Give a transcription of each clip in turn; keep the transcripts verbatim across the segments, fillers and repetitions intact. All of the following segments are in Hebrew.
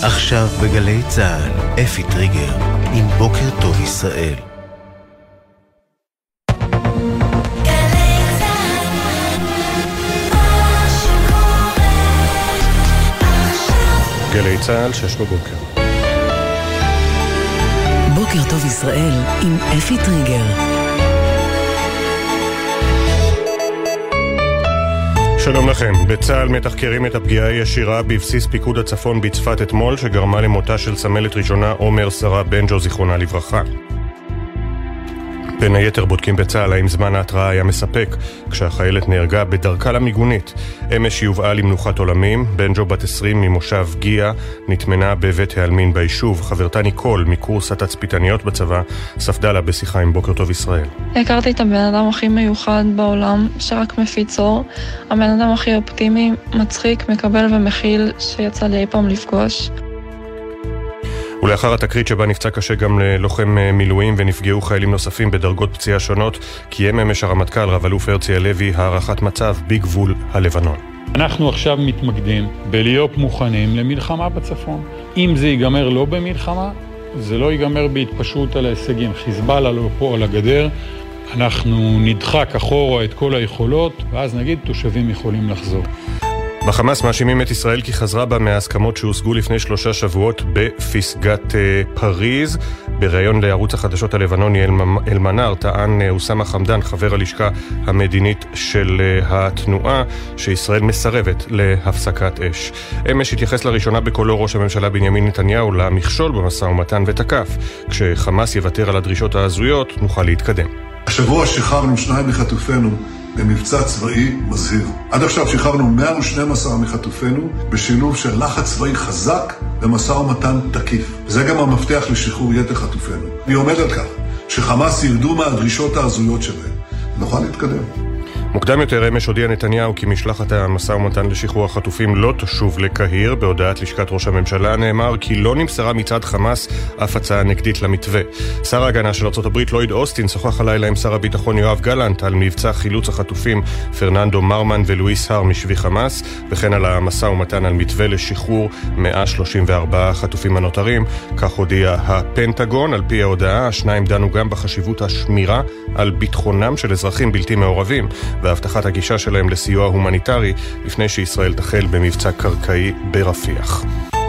עכשיו בגלי צה"ל, אפי טריגר, עם בוקר טוב ישראל. גלי צה"ל, שש בבוקר. בוקר טוב ישראל, עם אפי טריגר. שלום לכם. בצה"ל מתחקרים את הפגיעה הישירה בבסיס פיקוד הצפון בצפת אתמול, שגרמה למותה של סמלת ראשונה עומר שרה בנג'ו, זיכרונה לברכה. בין היתר בודקים בצה"ל האם זמן ההתראה היה מספק כשהחיילת נהרגה בדרכה למיגונית. אמש יובאה למנוחת עולמים. בנג'ו בת עשרים ממושב גיאה נטמנה בבית העלמין ביישוב. חברתה ניקול מקורס התצפיתניות בצבא ספדה לה בשיחה עם בוקר טוב ישראל. הכרתי את הבן אדם הכי מיוחד בעולם, שרק מפיץ אור, הבן אדם הכי אופטימי, מצחיק, מקבל ומכיל שיצא לי אי פעם לפגוש. ולאחר התקרית שבה נפצע קשה גם ללוחם מילואים ונפגעו חיילים נוספים בדרגות פציעה שונות, קיים אמש הרמטכ"ל רב אלוף הרצי הלוי הערכת מצב בגבול הלבנון. אנחנו עכשיו מתמקדים בלהיות מוכנים למלחמה בצפון. אם זה ייגמר לא במלחמה, זה לא ייגמר בהתפשרות על ההישגים. חיזבאללה לא פה על הגדר, אנחנו נדחק אחורה את כל היכולות, ואז נגיד תושבים יכולים לחזור. בחמאס מאשימים את ישראל כי חזרה בה מההסכמות שהושגו לפני שלושה שבועות בפסגת פריז. בראיון לערוץ החדשות הלבנוני אל-מנאר טען אוסמה חמדן, חבר הלשכה המדינית של התנועה, שישראל מסרבת להפסקת אש. אמש התייחס לראשונה בקולו ראש הממשלה בנימין נתניהו למכשול במשא ומתן ותקף. כשחמאס יוותר על הדרישות ההזויות נוכל להתקדם. השבוע שחררנו שניים מחטופינו במבצע צבאי מזהיר. עד עכשיו שחררנו מאה ושתים עשרה מחטופינו בשילוב של לחץ צבאי חזק ומשא ומתן תקיף. זה גם המפתח לשחרור יתר חטופינו. אני עומד על כך שחמאס ירדו מהדרישות ההזויות שלהם. נוכל להתקדם. מוקדם יותר אמש הודיע נתניהו כי משלחת המשא ומתן לשחרור החטופים לא תשוב לקהיר. בהודעת לשכת ראש הממשלה נאמר כי לא נמסרה מצד חמאס אף הצעה נגדית למתווה. שר ההגנה של ארצות הברית לויד אוסטין שוחח הלילה עם שר הביטחון יואב גלנט על מבצע חילוץ החטופים פרננדו מרמן ולואיס הר משבי חמאס, וכן על המשא ומתן על מתווה לשחרור מאה שלושים וארבעה החטופים הנותרים. כך הודיע הפנטגון. על פי ההודעה, השניים דנו גם בחשיבות השמירה על ביטחונם של אזרחים בלתי מעורבים והבטחת הגישה שלהם לסיוע הומניטרי לפני שישראל תחל במבצע קרקעי ברפיח.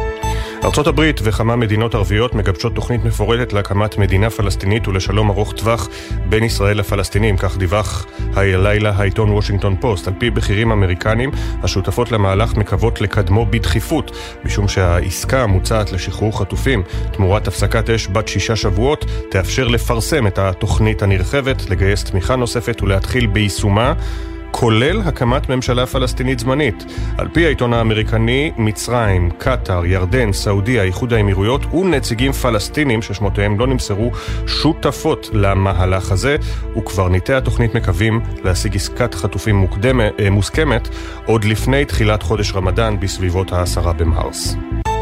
ארצות הברית וכמה מדינות ערביות מגבשות תוכנית מפורטת להקמת מדינה פלסטינית ולשלום ארוך טווח בין ישראל לפלסטינים, כך דיווח הלילה העיתון וושינגטון פוסט. על פי בכירים אמריקנים, השותפות למהלך מקוות לקדמו בדחיפות, משום שהעסקה המוצעת לשחרור חטופים תמורת הפסקת אש בת שישה שבועות תאפשר לפרסם את התוכנית הנרחבת, לגייס תמיכה נוספת ולהתחיל ביישומה, כולל הקמת ממשלה פלסטינית זמנית. על פי העיתון האמריקני, מצרים, קטר, ירדן, סעודיה, איחוד האמירויות ונציגים פלסטינים ששמותיהם לא נמסרו שותפות למהלך הזה, וקברניטי התוכנית מקווים להשיג עסקת חטופים מוקדמת, מוסכמת עוד לפני תחילת חודש רמדאן בסביבות העשרה במרס.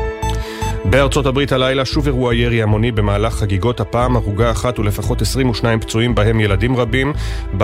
בארצות הברית הלילה שוב אירוע ירי המוני במהלך חגיגות, הפעם הרוגה אחת ולפחות עשרים ושניים פצועים בהם ילדים רבים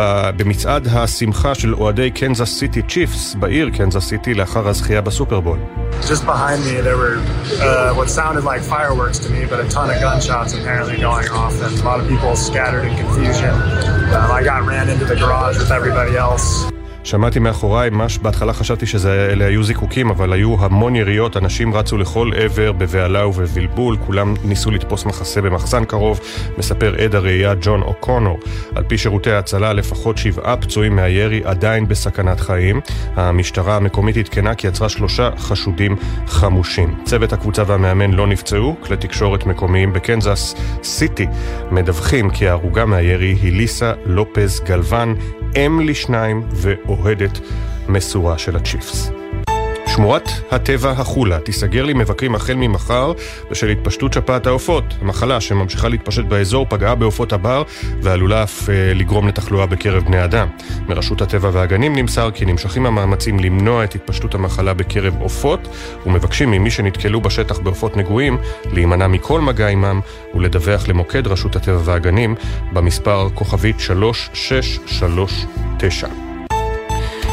במצעד השמחה של אוהדי קנזס סיטי צ'יפס בעיר קנזס סיטי לאחר הזכייה בסופרבול. Just behind me there were uh, what sounded like fireworks to me, but a ton of gunshots apparently going off and a lot of people scattered in confusion. Um, I got ran into the garage with everybody else. שמעתי מאחוריי, מש בהתחלה חשבתי שאלה היו זיקוקים, אבל היו המון יריות, אנשים רצו לכל עבר בבעלה ובבלבול, כולם ניסו לתפוס מחסה במחסן קרוב, מספר עד הראייה ג'ון אוקונור. על פי שירותי ההצלה, לפחות שבעה פצועים מהירי עדיין בסכנת חיים. המשטרה המקומית התקנה כי יצרה שלושה חשודים חמושים. צוות הקבוצה והמאמן לא נפצעו. כלי תקשורת מקומיים בקנזס סיטי מדווחים כי ההרוגה מהירי היא ליסה לופז גלוון, אם לשניים ואוהדת מסורה של הצ'יפס. שמורת הטבע החולה תיסגר למבקרים החל ממחר בשל התפשטות שפעת העופות. המחלה שממשיכה להתפשט באזור פגעה בעופות הבר ועלולה אף לגרום לתחלואה בקרב בני אדם. מרשות הטבע והגנים נמסר כי נמשכים המאמצים למנוע את התפשטות המחלה בקרב עופות, ומבקשים ממי שנתקלו בשטח בעופות נגועים להימנע מכל מגע עמם ולדווח למוקד רשות הטבע והגנים במספר כוכבית שלוש שש שלוש תשע.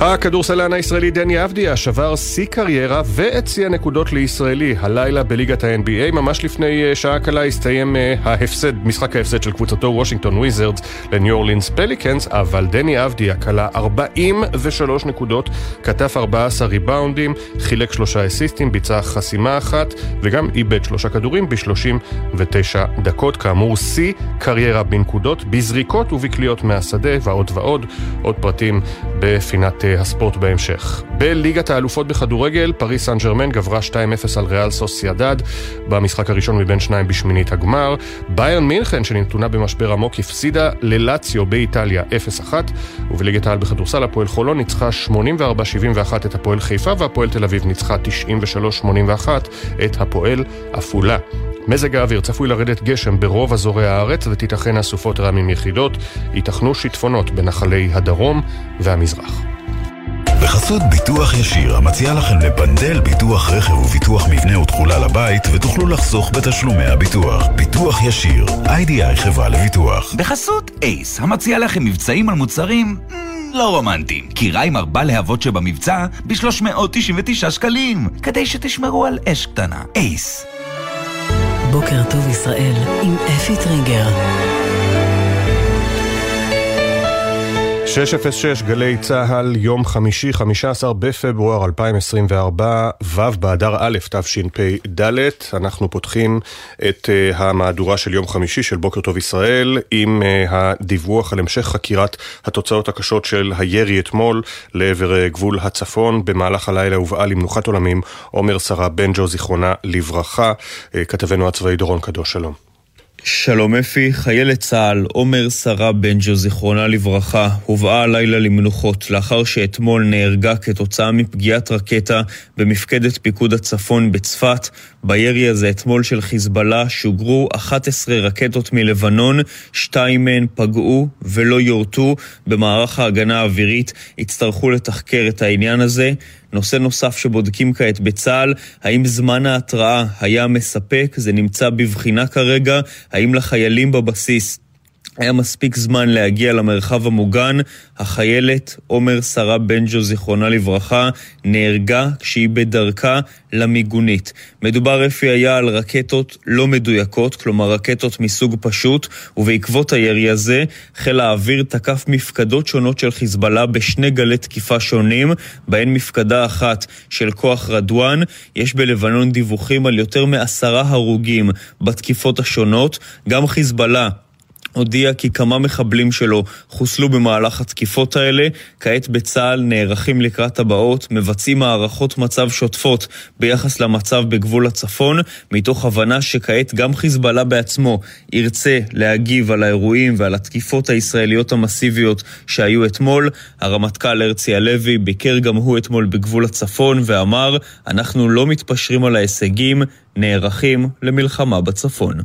הכדורסלן הישראלי דני אבדיה שבר שיא קריירה ואת שיא הנקודות לישראלי הלילה בליגת ה-אן בי איי. ממש לפני שעה קלה הסתיים ההפסד, משחק ההפסד של קבוצתו וושינגטון וויזרדס לניו אורלינס פליקנס, אבל דני אבדיה קלה ארבעים ושלוש נקודות, כתב ארבעה עשר ריבאונדים, חילק שלושה אסיסטים, ביצע חסימה אחת וגם איבד שלושה כדורים ב-שלושים ותשע דקות. כאמור שיא קריירה בנקודות, בזריקות ובקליות מהשדה ועוד ועוד. עוד פרטים בפינת הספורט בהמשך. בליגת האלופות בכדורגל, פריס סן ז'רמן גברה שתיים אפס על ריאל סוסיידד במשחק הראשון מבין שניים בשמינית הגמר. ביירן מינכן שנתונה במשבר עמוק הפסידה ללאציו באיטליה אפס אחת, ובליגת העל בכדורסל הפועל חולון ניצחה שמונים וארבע שבעים ואחת את הפועל חיפה, והפועל תל אביב ניצחה תשעים ושלוש שמונים ואחת את הפועל עפולה. מזג האוויר צפוי לרדת גשם ברוב אזורי הארץ ותיתכן אסופות רעמים יחידות, ייתכנו שיטפונות בנחלי הדרום והמזרח. בחסות ביטוח ישיר, המציע לכם לפנדל ביטוח רכב וביטוח מבנה ותכולה לבית, ותוכלו לחסוך בתשלומי הביטוח. ביטוח ישיר, איי די איי חברה לביטוח. בחסות אייס, המציע לכם מבצעים על מוצרים לא רומנטיים. קירה עם ארבע להבות שבמבצע ב-שלוש מאות תשעים ותשעה שקלים, כדי שתשמרו על אש קטנה. אייס. בוקר טוב ישראל עם אפי טריגר. שש אפס שש גלי צהל, יום חמישי, חמישה עשר בפברואר אלפיים עשרים וארבע, ו' באדר א' תשפ"ד. אנחנו פותחים את uh, המהדורה של יום חמישי של בוקר טוב ישראל עם uh, הדיווח על המשך חקירת התוצאות הקשות של הירי אתמול לעבר uh, גבול הצפון. במהלך הלילה הובאה למנוחת עולמים עומר שרה בנג'ו זיכרונה לברכה. uh, כתבנו הצבאי דורון קדוש, שלום. שלום אפי, חיילת צה"ל עומר שרה בנג'ו זיכרונה לברכה הובאה הלילה למנוחות לאחר שאתמול נהרגה כתוצאה מפגיעת רקטה במפקדת פיקוד הצפון בצפת. בירי הזה אתמול של חיזבאללה שוגרו אחת עשרה רקטות מלבנון, שתיים מהן פגעו ולא יורטו. במערך ההגנה האווירית הצטרכו לתחקר את העניין הזה. נושא נוסף שבודקים כעת בצה"ל, האם זמן ההתראה היה מספק? זה נמצא בבחינה כרגע. האם לחיילים בבסיס היה מספיק זמן להגיע למרחב המוגן? החיילת עומר שרה בנג'ו זיכרונה לברכה נהרגה כשהיא בדרכה למיגונית. מדובר אפי היה על רקטות לא מדויקות, כלומר רקטות מסוג פשוט, ובעקבות הירי הזה חיל האוויר תקף מפקדות שונות של חיזבאללה בשני גלי תקיפה שונים, בהן מפקדה אחת של כוח רדואן. יש בלבנון דיווחים על יותר מעשרה הרוגים בתקיפות השונות. גם חיזבאללה הודיע כי כמה מחבלים שלו חוסלו במהלך התקיפות האלה. כעת בצה"ל נערכים לקראת הבאות, מבצעים מערכות מצב שוטפות ביחס למצב בגבול הצפון, מתוך הבנה שכעת גם חיזבאללה בעצמו ירצה להגיב על האירועים ועל התקיפות הישראליות המסיביות שהיו אתמול. הרמטכ"ל הרצי הלוי ביקר גם הוא אתמול בגבול הצפון ואמר, אנחנו לא מתפשרים על ההישגים, נערכים למלחמה בצפון.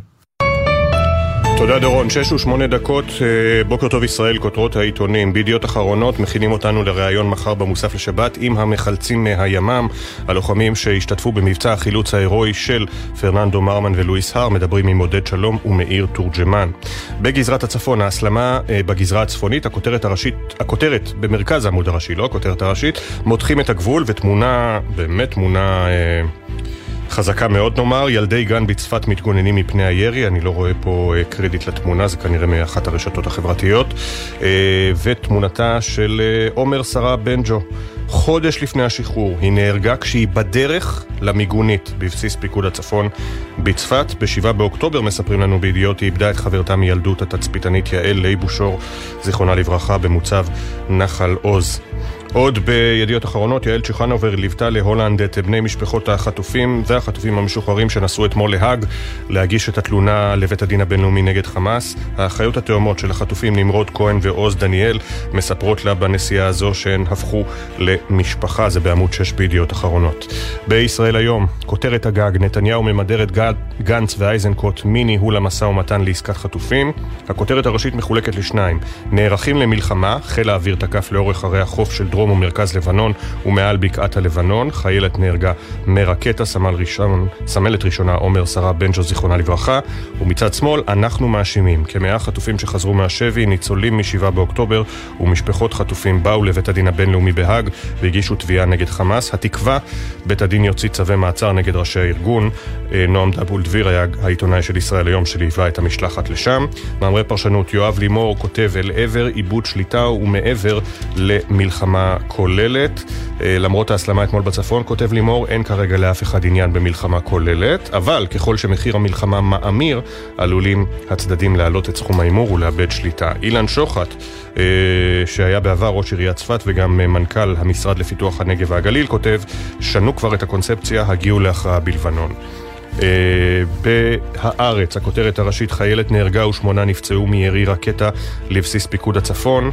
תודה דורון. שש ושמונה דקות, בוקר טוב ישראל, כותרות העיתונים. בידיעות אחרונות מכינים אותנו לראיון מחר במוסף לשבת עם המחלצים מהימ"מ, הלוחמים שהשתתפו במבצע החילוץ ההירואי של פרננדו מרמן ולואיס הר. מדברים עם עודד שלום ומאיר תורג'מן. בגזרת הצפון, ההסלמה בגזרה הצפונית, הכותרת הראשית, הכותרת במרכז העמוד הראשי, לא הכותרת הראשית, מותחים את הגבול, ותמונה, באמת תמונה חזקה מאוד נאמר, ילדי גן בצפת מתגוננים מפני הירי. אני לא רואה פה קרדיט לתמונה, זה כנראה מאחת הרשתות החברתיות. ותמונתה של עומר שרה בנג'ו, חודש לפני השחרור, היא נהרגה כשהיא בדרך למיגונית בבסיס פיקוד הצפון בצפת. בשבעה באוקטובר, מספרים לנו בידיעות, היא איבדה את חברתה מילדות, התצפיתנית יעל ליבושור זיכרונה לברכה, במוצב נחל עוז. עוד בידיעות אחרונות, יעל צ'חנובר ליוותה להולנד את בני משפחות החטופים והחטופים המשוחררים שנסעו אתמול להאג להגיש את התלונה לבית הדין הבינלאומי נגד חמאס. האחיות התאומות של החטופים נמרוד כהן ועוז דניאל מספרות לה בנסיעה הזו שהן הפכו למשפחה. זה בעמוד שש בידיעות אחרונות. בישראל היום, כותרת הגג, נתניהו ממדר את גנץ ואייזנקוט מניהול המשא ומתן לעסקת חטופים. הכותרת הראשית מחולקת לשניים, נערכים למלחמה, חיל האוויר תקף לאורך ערי החוף של דרום בדרום ומרכז לבנון ומעל בקעת הלבנון. חיילת נהרגה מרקטה, סמל ראשון, סמלת ראשונה עומר שרה בנג'ו זיכרונה לברכה. ומצד שמאל אנחנו מאשימים כמאה חטופים שחזרו מהשבי, ניצולים משבעה באוקטובר ומשפחות חטופים באו לבית הדין הבינלאומי בהאג והגישו תביעה נגד חמאס. התקווה, בית הדין יוציא צווי מעצר נגד ראשי הארגון. נועם דאבול דביר היה העיתונאי של ישראל היום שליווה את המשלחת לשם. מאמרי פרשנות, יואב לימור כותב אל עבר איבוד שליטה ומעבר למלחמה כוללת. למרות ההסלמה אתמול בצפון, כותב לימור, אין כרגע לאף אחד עניין במלחמה כוללת, אבל ככל שמחיר המלחמה מאמיר, עלולים הצדדים להעלות את סכום האימור ולאבד שליטה. אילן שוחט, שהיה בעבר ראש עיריית צפת וגם מנכ"ל המשרד לפיתוח הנגב והגליל, כותב, שנו כבר את הקונספציה, הגיעו להכרעה בלבנון. בהארץ, הכותרת הראשית, חיילת נהרגה ושמונה נפצעו מירי רקטה לבסיס פיקוד הצפון.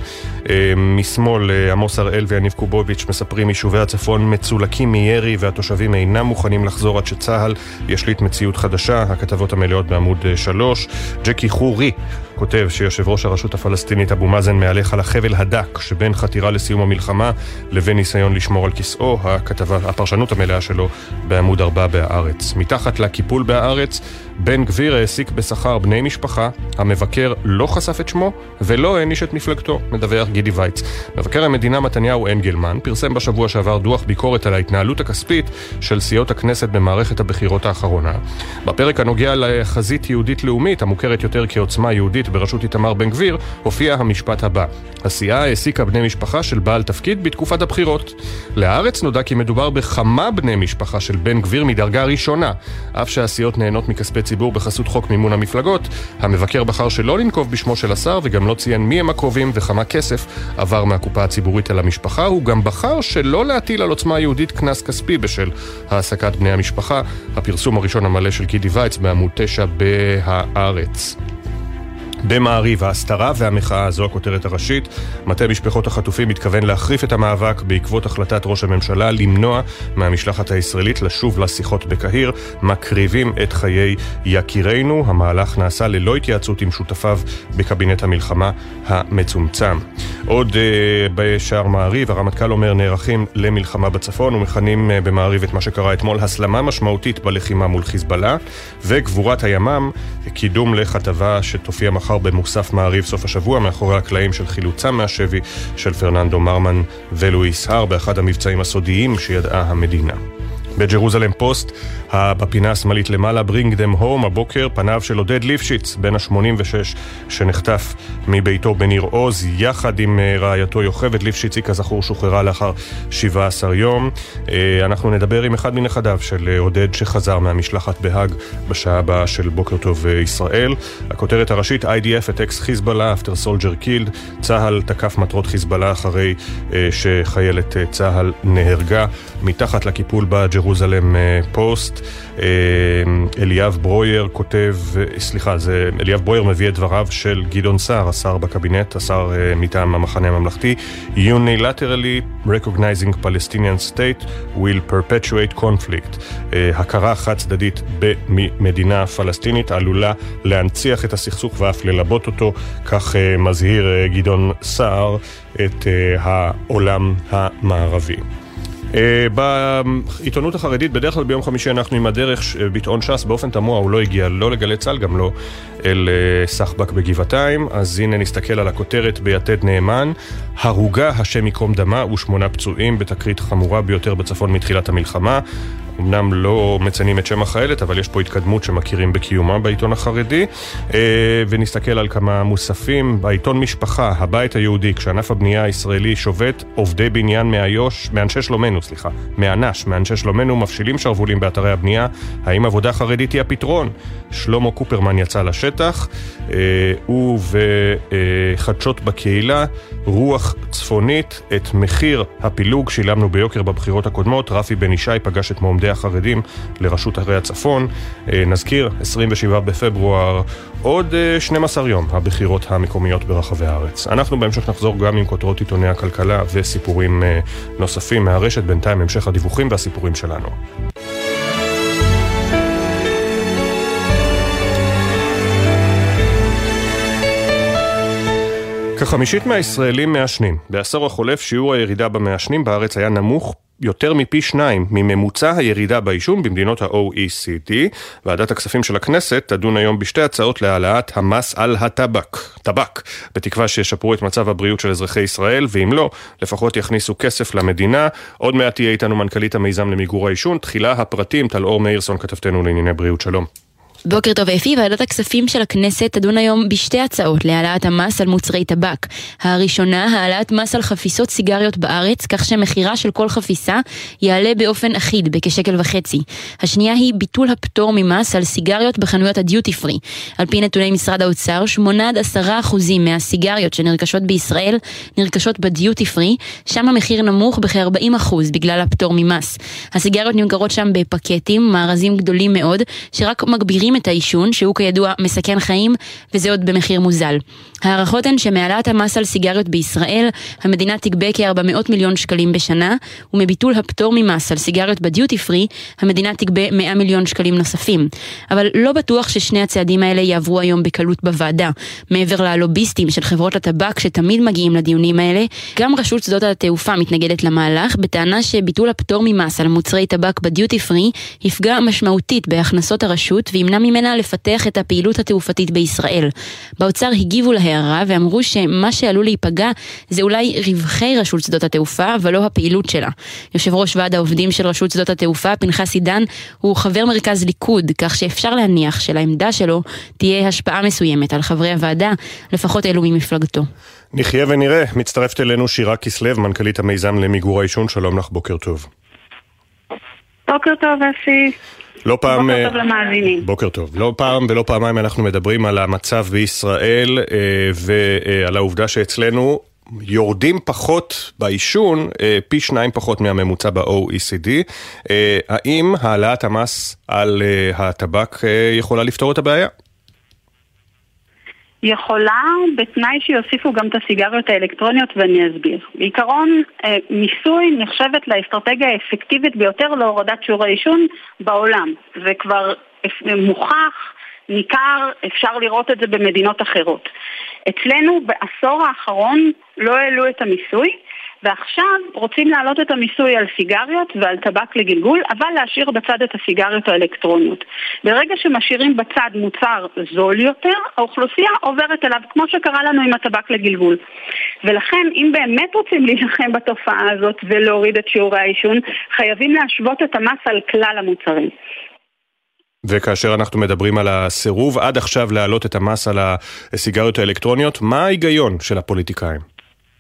משמאל, עמוס הראל ויניב קובוביץ' מספרים, יישובי הצפון מצולקים מירי והתושבים אינם מוכנים לחזור עד שצהל ישליט מציאות חדשה. הכתבות המלאות בעמוד שלוש. ג'קי חורי כותב שיושב ראש הרשות הפלסטינית אבו מאזן מהלך על החבל הדק שבין חתירה לסיום המלחמה לבין ניסיון לשמור על כיסאו. הכתבה, הפרשנות המלאה שלו בעמוד ארבע בהארץ. מתחת לקיפול בהארץ, בן גביר העסיק בשכר בני משפחה, המבקר לא חשף את שמו ולא העניש את מפלגתו, מדווח גידי וייץ. מבקר המדינה מתניהו אנגלמן פרסם בשבוע שעבר דוח ביקורת על ההתנהלות הכספית של סיעות הכנסת במערכת הבחירות האחרונה. בפרק הנוגע לחזית יהודית לאומית, המוכרת יותר כעוצמה יהודית בראשות איתמר בן גביר, הופיע המשפט הבא: הסיעה העסיקה בני משפחה של בעל תפקיד בתקופת הבחירות. להארץ נודע כי מדובר בכמה בני משפחה של בן גביר מדרגה ראשונה. אף שהסיעות נהנות מכספי ציבור בחסות חוק מימון המפלגות, המבקר בחר שלא לנקוב בשמו של השר וגם לא ציין מי הם הקרובים וכמה כסף עבר מהקופה הציבורית אל המשפחה. הוא גם בחר שלא להטיל על עוצמה יהודית כנס כספי בשל העסקת בני המשפחה. הפרסום הראשון המלא של גידי וייץ בעמוד תשע בהארץ. במעריב, ההסתרה והמחאה, זו הכותרת הראשית. מטה משפחות החטופים מתכוון להחריף את המאבק בעקבות החלטת ראש הממשלה למנוע מהמשלחת הישראלית לשוב לשיחות בקהיר. מקריבים את חיי יקירנו. המהלך נעשה ללא התייעצות עם שותפיו בקבינט המלחמה המצומצם. עוד uh, בשער מעריב, הרמטכ"ל אומר נערכים למלחמה בצפון ומכנים uh, במעריב את מה שקרה אתמול הסלמה משמעותית בלחימה מול חיזבאללה. וגבורת הימ"מ, קידום לכתבה שתופיע מחר במוסף מעריב סוף השבוע מאחורי הקלעים של חילוצם מהשבי של פרננדו מרמן ולואיס הר באחד המבצעים הסודיים שידעה המדינה. בג'רוזלם פוסט, בפינה השמאלית למעלה, Bring them home, הבוקר פניו של עודד ליפשיץ, בן ה-שמונים ושש, שנחטף מביתו בניר עוז, יחד עם רעייתו יוכבד. ליפשיץ, כזכור, שוחררה לאחר שבעה עשר יום. אנחנו נדבר עם אחד מנכדיו של עודד שחזר מהמשלחת בהאג בשעה הבאה של בוקר טוב ישראל. הכותרת הראשית, איי די אף attacks חיזבאללה after soldier killed. צהל תקף מטרות חיזבאללה אחרי שחיילת צהל נהרגה. מתחת לקיפול בג'רוזלם פוסט, אליאב ברויר כותב, סליחה, זה אליאב ברויר מביא את דבריו של גדעון סער, השר בקבינט, השר מטעם המחנה הממלכתי. Unilaterally recognizing Palestinian state will perpetuate conflict. הכרה חד צדדית במדינה פלסטינית עלולה להנציח את הסכסוך ואף ללבות אותו, כך מזהיר גדעון סער את העולם המערבי. בעיתונות החרדית, בדרך כלל ביום חמישי אנחנו עם הדרך ביטאון ש"ס, באופן תמוה הוא לא הגיע לא לגלי צה"ל, גם לא אל סחבק בגבעתיים. אז הנה נסתכל על הכותרת ביתד נאמן: הרוגה השם יקום דמה ושמונה פצועים בתקרית חמורה ביותר בצפון מתחילת המלחמה. אמנם לא מציינים את שם החיילת, אבל יש פה התקדמות שמכירים בקיומה בעיתון החרדי. ונסתכל על כמה מוספים. בעיתון משפחה, הבית היהודי, כשענף הבנייה הישראלי שובת, עובדי בניין מאיו"ש, מאנשי שלומנו, סליחה, מאנש, מאנשי שלומנו, מפשילים שרבולים באתרי הבנייה. האם עבודה חרדית היא הפתרון? שלמה קופרמן יצא לשטח. ובחדשות בקהילה, רוח צפונית, את מחיר הפילוג שילמנו ביוקר בבחירות הקודמות. רפי בן ישי פגש את מועמדי החרדים לראשות ערי הצפון. נזכיר, עשרים ושבעה בפברואר, עוד שנים עשר יום, הבחירות המקומיות ברחבי הארץ. אנחנו בהמשך נחזור גם עם כותרות עיתוני הכלכלה וסיפורים נוספים מהרשת. בינתיים המשך הדיווחים והסיפורים שלנו. כחמישית מהישראלים מעשנים. בעשור החולף שיעור הירידה במעשנים בארץ היה נמוך יותר מפי שניים מממוצע הירידה בעישון במדינות ה-או אי סי די. ועדת הכספים של הכנסת תדון היום בשתי הצעות להעלאת המס על הטבק, טבק, בתקווה שישפרו את מצב הבריאות של אזרחי ישראל, ואם לא, לפחות יכניסו כסף למדינה. עוד מעט תהיה איתנו מנכ"לית המיזם למיגור העישון. תחילה הפרטים, טל-אור מאירסון, כתבתנו לענייני בריאות. שלום. בוקר טוב אפי, ועדת הכספים של הכנסת תדון היום בשתי הצעות להעלאת המס על מוצרי טבק. הראשונה, העלאת מס על חפיסות סיגריות בארץ, כך שמחירה של כל חפיסה יעלה באופן אחיד בכשקל וחצי. השנייה היא ביטול הפטור ממס על סיגריות בחנויות הדיוטי פרי. על פי נתוני משרד האוצר, שמונה עד עשרה אחוזים מהסיגריות שנרכשות בישראל נרכשות בדיוטי פרי, שם המחיר נמוך בכ-ארבעים אחוז בגלל הפטור ממס. הסיגריות נמכרות שם בפקטים, מארזים גדולים מאוד, שרק מגבירים את העישון, שהוא כידוע מסכן חיים, וזה עוד במחיר מוזל. הערכות הן שמעלת המס על סיגריות בישראל, המדינה תגבה כ-ארבע מאות מיליון שקלים בשנה, ומביטול הפטור ממס על סיגריות בדיוטי פרי, המדינה תגבה מאה מיליון שקלים נוספים. אבל לא בטוח ששני הצעדים האלה יעברו היום בקלות בוועדה. מעבר ללוביסטים של חברות הטבק שתמיד מגיעים לדיונים האלה, גם רשות שדות התעופה מתנגדת למהלך, בטענה שביטול הפטור ממס על מוצרי טבק בדיוטי פרי יפגע משמעותית בהכנסות הרשות וימנע ממנה לפתח את הפעילות התעופתית בישראל. באוצר הגיבו להערה ואמרו שמה שעלול להיפגע זה אולי רווחי רשות שדות התעופה, אבל לא הפעילות שלה. יושב ראש ועד העובדים של רשות שדות התעופה, פנחס עידן, הוא חבר מרכז ליכוד, כך שאפשר להניח שלעמדה שלו תהיה השפעה מסוימת על חברי הוועדה, לפחות אלו ממפלגתו. נחיה ונראה. מצטרפת אלינו שירה כסלו, מנכ"לית המיזם למיגור העישון. שלום לך, בוקר טוב. בוקר טוב אפי. לא פעם, בוקר טוב למאזינים. בוקר טוב. לא פעם ולא פעמיים אנחנו מדברים על המצב בישראל ועל העובדה שאצלנו יורדים פחות בעישון, פי שניים פחות מהממוצע ב-או אי סי די. האם העלאת המס על הטבק יכולה לפתור את הבעיה? יכולה, בתנאי שיוסיפו גם את הסיגריות האלקטרוניות, ואני אסביר. בעיקרון, מיסוי נחשבת לאסטרטגיה האפקטיבית ביותר להורדת שיעור העישון בעולם. זה כבר מוכח, ניכר, אפשר לראות את זה במדינות אחרות. אצלנו בעשור האחרון לא העלו את המיסוי, ועכשיו רוצים להעלות את המיסוי על סיגריות ועל טבק לגלגול, אבל להשאיר בצד את הסיגריות האלקטרוניות. ברגע שמשאירים בצד מוצר זול יותר, האוכלוסייה עוברת אליו, כמו שקרה לנו עם הטבק לגלגול. ולכן, אם באמת רוצים להילחם בתופעה הזאת ולהוריד את שיעורי העישון, חייבים להשוות את המס על כלל המוצרים. וכאשר אנחנו מדברים על הסירוב עד עכשיו להעלות את המס על הסיגריות האלקטרוניות, מה ההיגיון של הפוליטיקאים?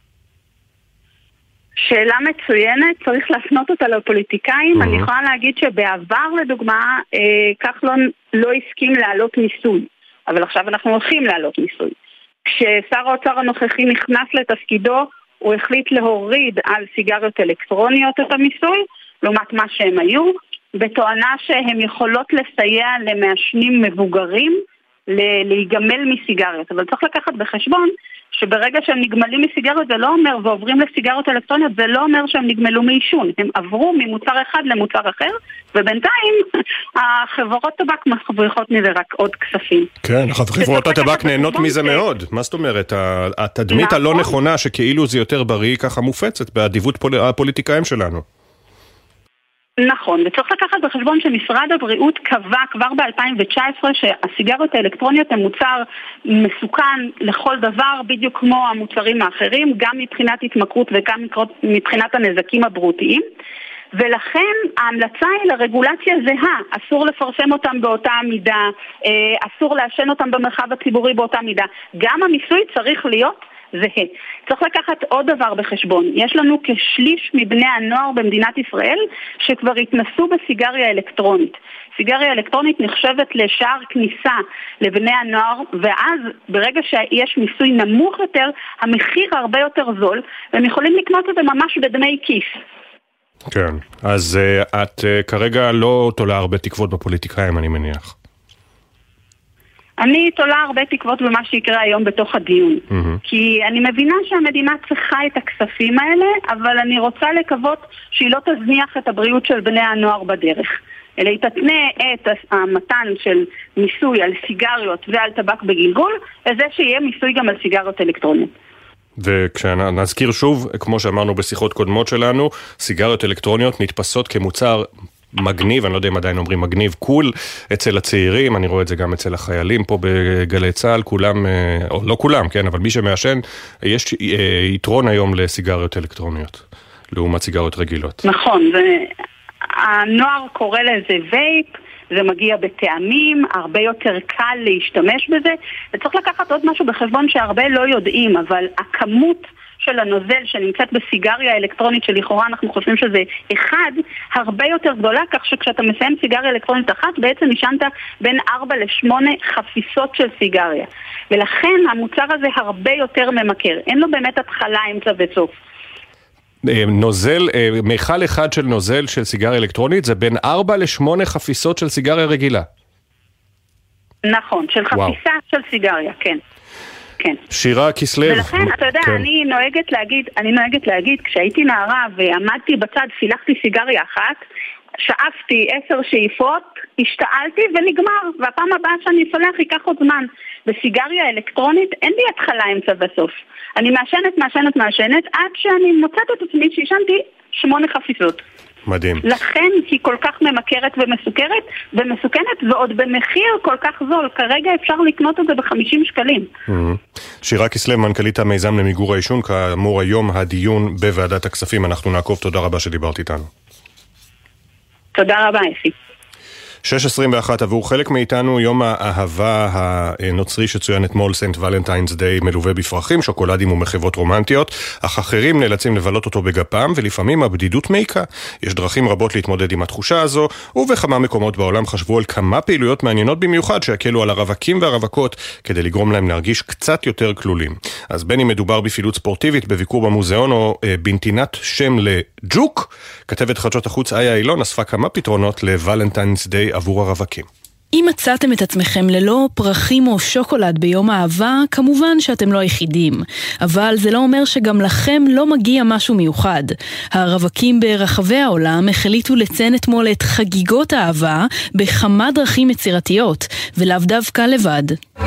שאלה מצוינת, צריך להפנות אותה לפוליטיקאים. אני יכולה להגיד שבעבר, לדוגמה, כחלון לא הסכים להעלות מיסוי, אבל עכשיו אנחנו הולכים להעלות מיסוי. כששר האוצר הנוכחי נכנס לתפקידו, הוא החליט להוריד על סיגריות אלקטרוניות את המיסוי, לעומת מה שהם היו, בתואנה שהם יכולות לסייע למעשנים מבוגרים להיגמל מסיגריות. אבל צריך לקחת בחשבון שברגע שהם נגמלים מסיגריות זה לא אומר, ועוברים לסיגריות אלקטרוניות, זה לא אומר שהם נגמלו מעישון. הם עברו ממוצר אחד למוצר אחר, ובינתיים החברות טבק מרוויחות מזה רק עוד כספים. כן, חברות הטבק נהנות מזה מאוד. מה זאת אומרת? התדמית הלא נכונה שכאילו זה יותר בריא, ככה מופצת באדיבות הפוליטיקאים שלנו. נכון, וצריך לקחת בחשבון שמשרד הבריאות קבע כבר ב-אלפיים תשע עשרה שהסיגריות האלקטרוניות הן מוצר מסוכן לכל דבר, בדיוק כמו המוצרים האחרים, גם מבחינת התמכרות וגם מבחינת הנזקים הבריאותיים. ולכן ההמלצה היא לרגולציה זהה, אסור לפרסם אותם באותה מידה, אסור לעשן אותם במרחב הציבורי באותה מידה. גם המיסוי צריך להיות זהה. צריך לקחת עוד דבר בחשבון. יש לנו כשליש מבני הנוער במדינת ישראל שכבר התנסו בסיגריה אלקטרונית. סיגריה אלקטרונית נחשבת לשער כניסה לבני הנוער, ואז ברגע שיש מיסוי נמוך יותר, המחיר הרבה יותר זול, והם יכולים לקנות את זה ממש בדמי כיס. כן, אז uh, את uh, כרגע לא תולה הרבה תקוות בפוליטיקאים, אני מניח. אני תולה הרבה תקוות במה שיקרה היום בתוך הדיון. Mm-hmm. כי אני מבינה שהמדינה צריכה את הכספים האלה, אבל אני רוצה לקוות שהיא לא תזניח את הבריאות של בני הנוער בדרך. אלא היא תתנה את המתן של מיסוי על סיגריות ועל טבק בגלגול, וזה שיהיה מיסוי גם על סיגריות אלקטרוניות. וכשנזכיר שוב, כמו שאמרנו בשיחות קודמות שלנו, סיגריות אלקטרוניות נתפסות כמוצר מגניב, אני לא יודע אם עדיין אומרים מגניב, קול אצל הצעירים, אני רואה את זה גם אצל החיילים פה בגלי צהל, כולם, או לא כולם, כן, אבל מי שמעשן, יש יתרון היום לסיגריות אלקטרוניות, לעומת סיגריות רגילות. נכון, והנוער קורא לזה וייפ, זה מגיע בטעמים, הרבה יותר קל להשתמש בזה, וצריך לקחת עוד משהו בחשבון שהרבה לא יודעים, אבל הכמות של הנוזל שנמצאת בסיגריה אלקטרונית שלכאורה אנחנו חושבים שזה אחד, הרבה יותר גדולה, כך שכשאתה מסיים סיגריה אלקטרונית אחת, בעצם נשענת בין ארבע לשמונה חפיסות של סיגריה. ולכן המוצר הזה הרבה יותר ממכר. אין לו באמת התחלה, אמצע וסוף. נוזל, מיכל אחד של נוזל של סיגריה אלקטרונית, זה בין ארבע לשמונה חפיסות של סיגריה רגילה. נכון, של חפיסה וואו. של סיגריה, כן. כן. שירה כסלו. ולכן, אתה יודע, כן. אני נוהגת להגיד, אני נוהגת להגיד, כשהייתי נערה ועמדתי בצד, פילחתי סיגריה אחת, שאפתי עשר שאיפות, השתעלתי ונגמר, והפעם הבאה שאני סולח ייקח עוד זמן. בסיגריה אלקטרונית אין לי התחלה אמצע בסוף. אני מעשנת, מעשנת, מעשנת, עד שאני מוצאת את עצמי שישנתי שמונה חפיסות. מדהים. לכן היא כל כך ממכרת ומסוכרת, ומסוכנת, ועוד במחיר כל כך זול. כרגע אפשר לקנות את זה ב-חמישים שקלים. Mm-hmm. שירה כסלו, מנכ"לית המיזם למיגור העישון, כאמור היום הדיון בוועדת הכספים. אנחנו נעקוב, תודה רבה שדיברת איתנו. תודה רבה, אפי. שש עשרים ואחת עבור חלק מאיתנו יום האהבה הנוצרי שצוין אתמול, סנט ולנטיינס דיי, מלווה בפרחים, שוקולדים ומחוות רומנטיות, אך אחרים נאלצים לבלות אותו בגפם, ולפעמים הבדידות מעיקה. יש דרכים רבות להתמודד עם התחושה הזו, ובכמה מקומות בעולם חשבו על כמה פעילויות מעניינות במיוחד שהקלו על הרווקים והרווקות כדי לגרום להם להרגיש קצת יותר כלולים. אז בין אם מדובר בפעילות ספורטיבית, בביקור במוזיאון או אה, בנתינת שם לג'וק, כתבת חדשות החוץ איה אילון אספה כמה פתרונות לוולנטיינס דיי עבור הרווקים. אם מצאתם את עצמכם ללא פרחים או שוקולד ביום האהבה, כמובן שאתם לא היחידים. אבל זה לא אומר שגם לכם לא מגיע משהו מיוחד. הרווקים ברחבי העולם החליטו לציין אתמול את חגיגות האהבה בכמה דרכים יצירתיות, ולאו דווקא לבד.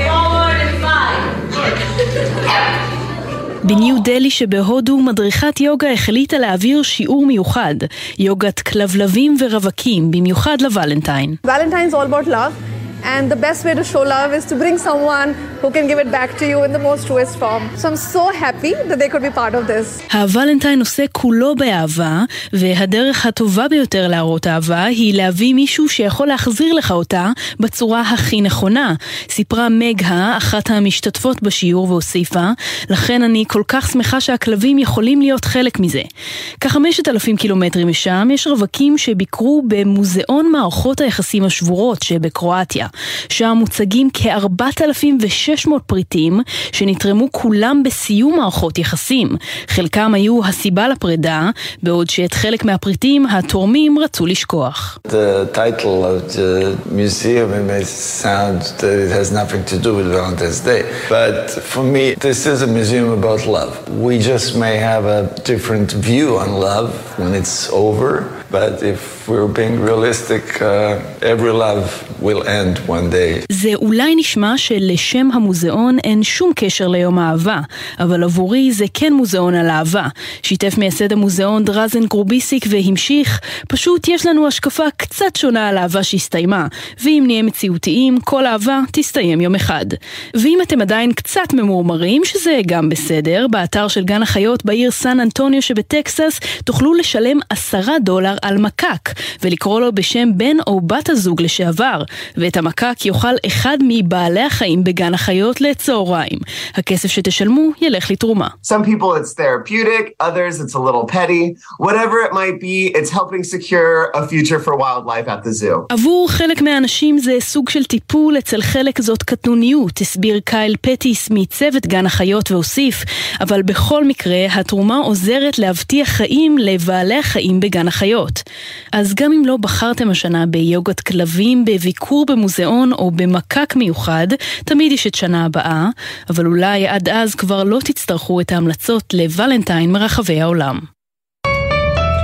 בניו דלי שבהודו מדריכת יוגה החליטה להעביר שיעור מיוחד, יוגת כלבלבים ורווקים, במיוחד לוולנטיין. Valentine's all about love, and the best way to show love is to bring someone who can give it back to you in the most truest form. So I'm so happy that they could be part of this. הוולנטיין עושה כולו באהבה, והדרך הטובה ביותר להראות אהבה היא להביא מישהו שיכול להחזיר לך אותה בצורה הכי נכונה. סיפרה מגה, אחת המשתתפות בשיעור, והוסיפה, לכן אני כל כך שמחה שהכלבים יכולים להיות חלק מזה. כחמשת אלפים קילומטרים משם יש רווקים שביקרו במוזיאון מערכות היחסים השבורות שבקרואטיה. שם מוצגים כ-ארבעת אלפים ושש מאות פריטים שנתרמו כולם בסיום מערכות יחסים. חלקם היו הסיבה לפרידה, בעוד שאת חלק מהפריטים התורמים רצו לשכוח. The title of the museum may sound that it has nothing to do with Valentine's Day, but for me this is a museum about love. We just may have a different view on love when it's over, but if we're being realistic, uh, every love will end one day. זה אולי נשמע שלשם המוזיאון אין שום קשר ליום האהבה, אבל עבורי זה כן מוזיאון על אהבה. שיתף מייסד המוזיאון דרזן גרוביסיק והמשיך, פשוט יש לנו השקפה קצת שונה על אהבה שהסתיימה, ואם נהיה מציאותיים, כל אהבה תסתיים יום אחד. ואם אתם עדיין קצת ממורמרים, שזה גם בסדר, באתר של גן החיות בעיר סן אנטוניו שבטקסס, תוכלו לשלם עשרה דולר על מקק, ולקרוא לו בשם בן או בת הזוג לשעבר, ואת המקק יאכל אחד מבעלי החיים בגן החיות לצהריים. הכסף שתשלמו ילך לתרומה. Some people it's therapeutic, others it's a little petty. Whatever it might be, it's helping secure a future for wildlife at the zoo. עבור חלק מהאנשים זה סוג של טיפול, אצל חלק זאת קטנוניות, הסביר קייל פטיס מצוות גן החיות והוסיף, אבל בכל מקרה התרומה עוזרת להבטיח חיים לבעלי החיים בגן החיות. אז גם אם לא בחרתם השנה ביוגת כלבים, בביקור במוזיאון או במקק מיוחד, תמיד יש את שנה הבאה, אבל אולי עד אז כבר לא תצטרכו את ההמלצות לוולנטיין מרחבי העולם.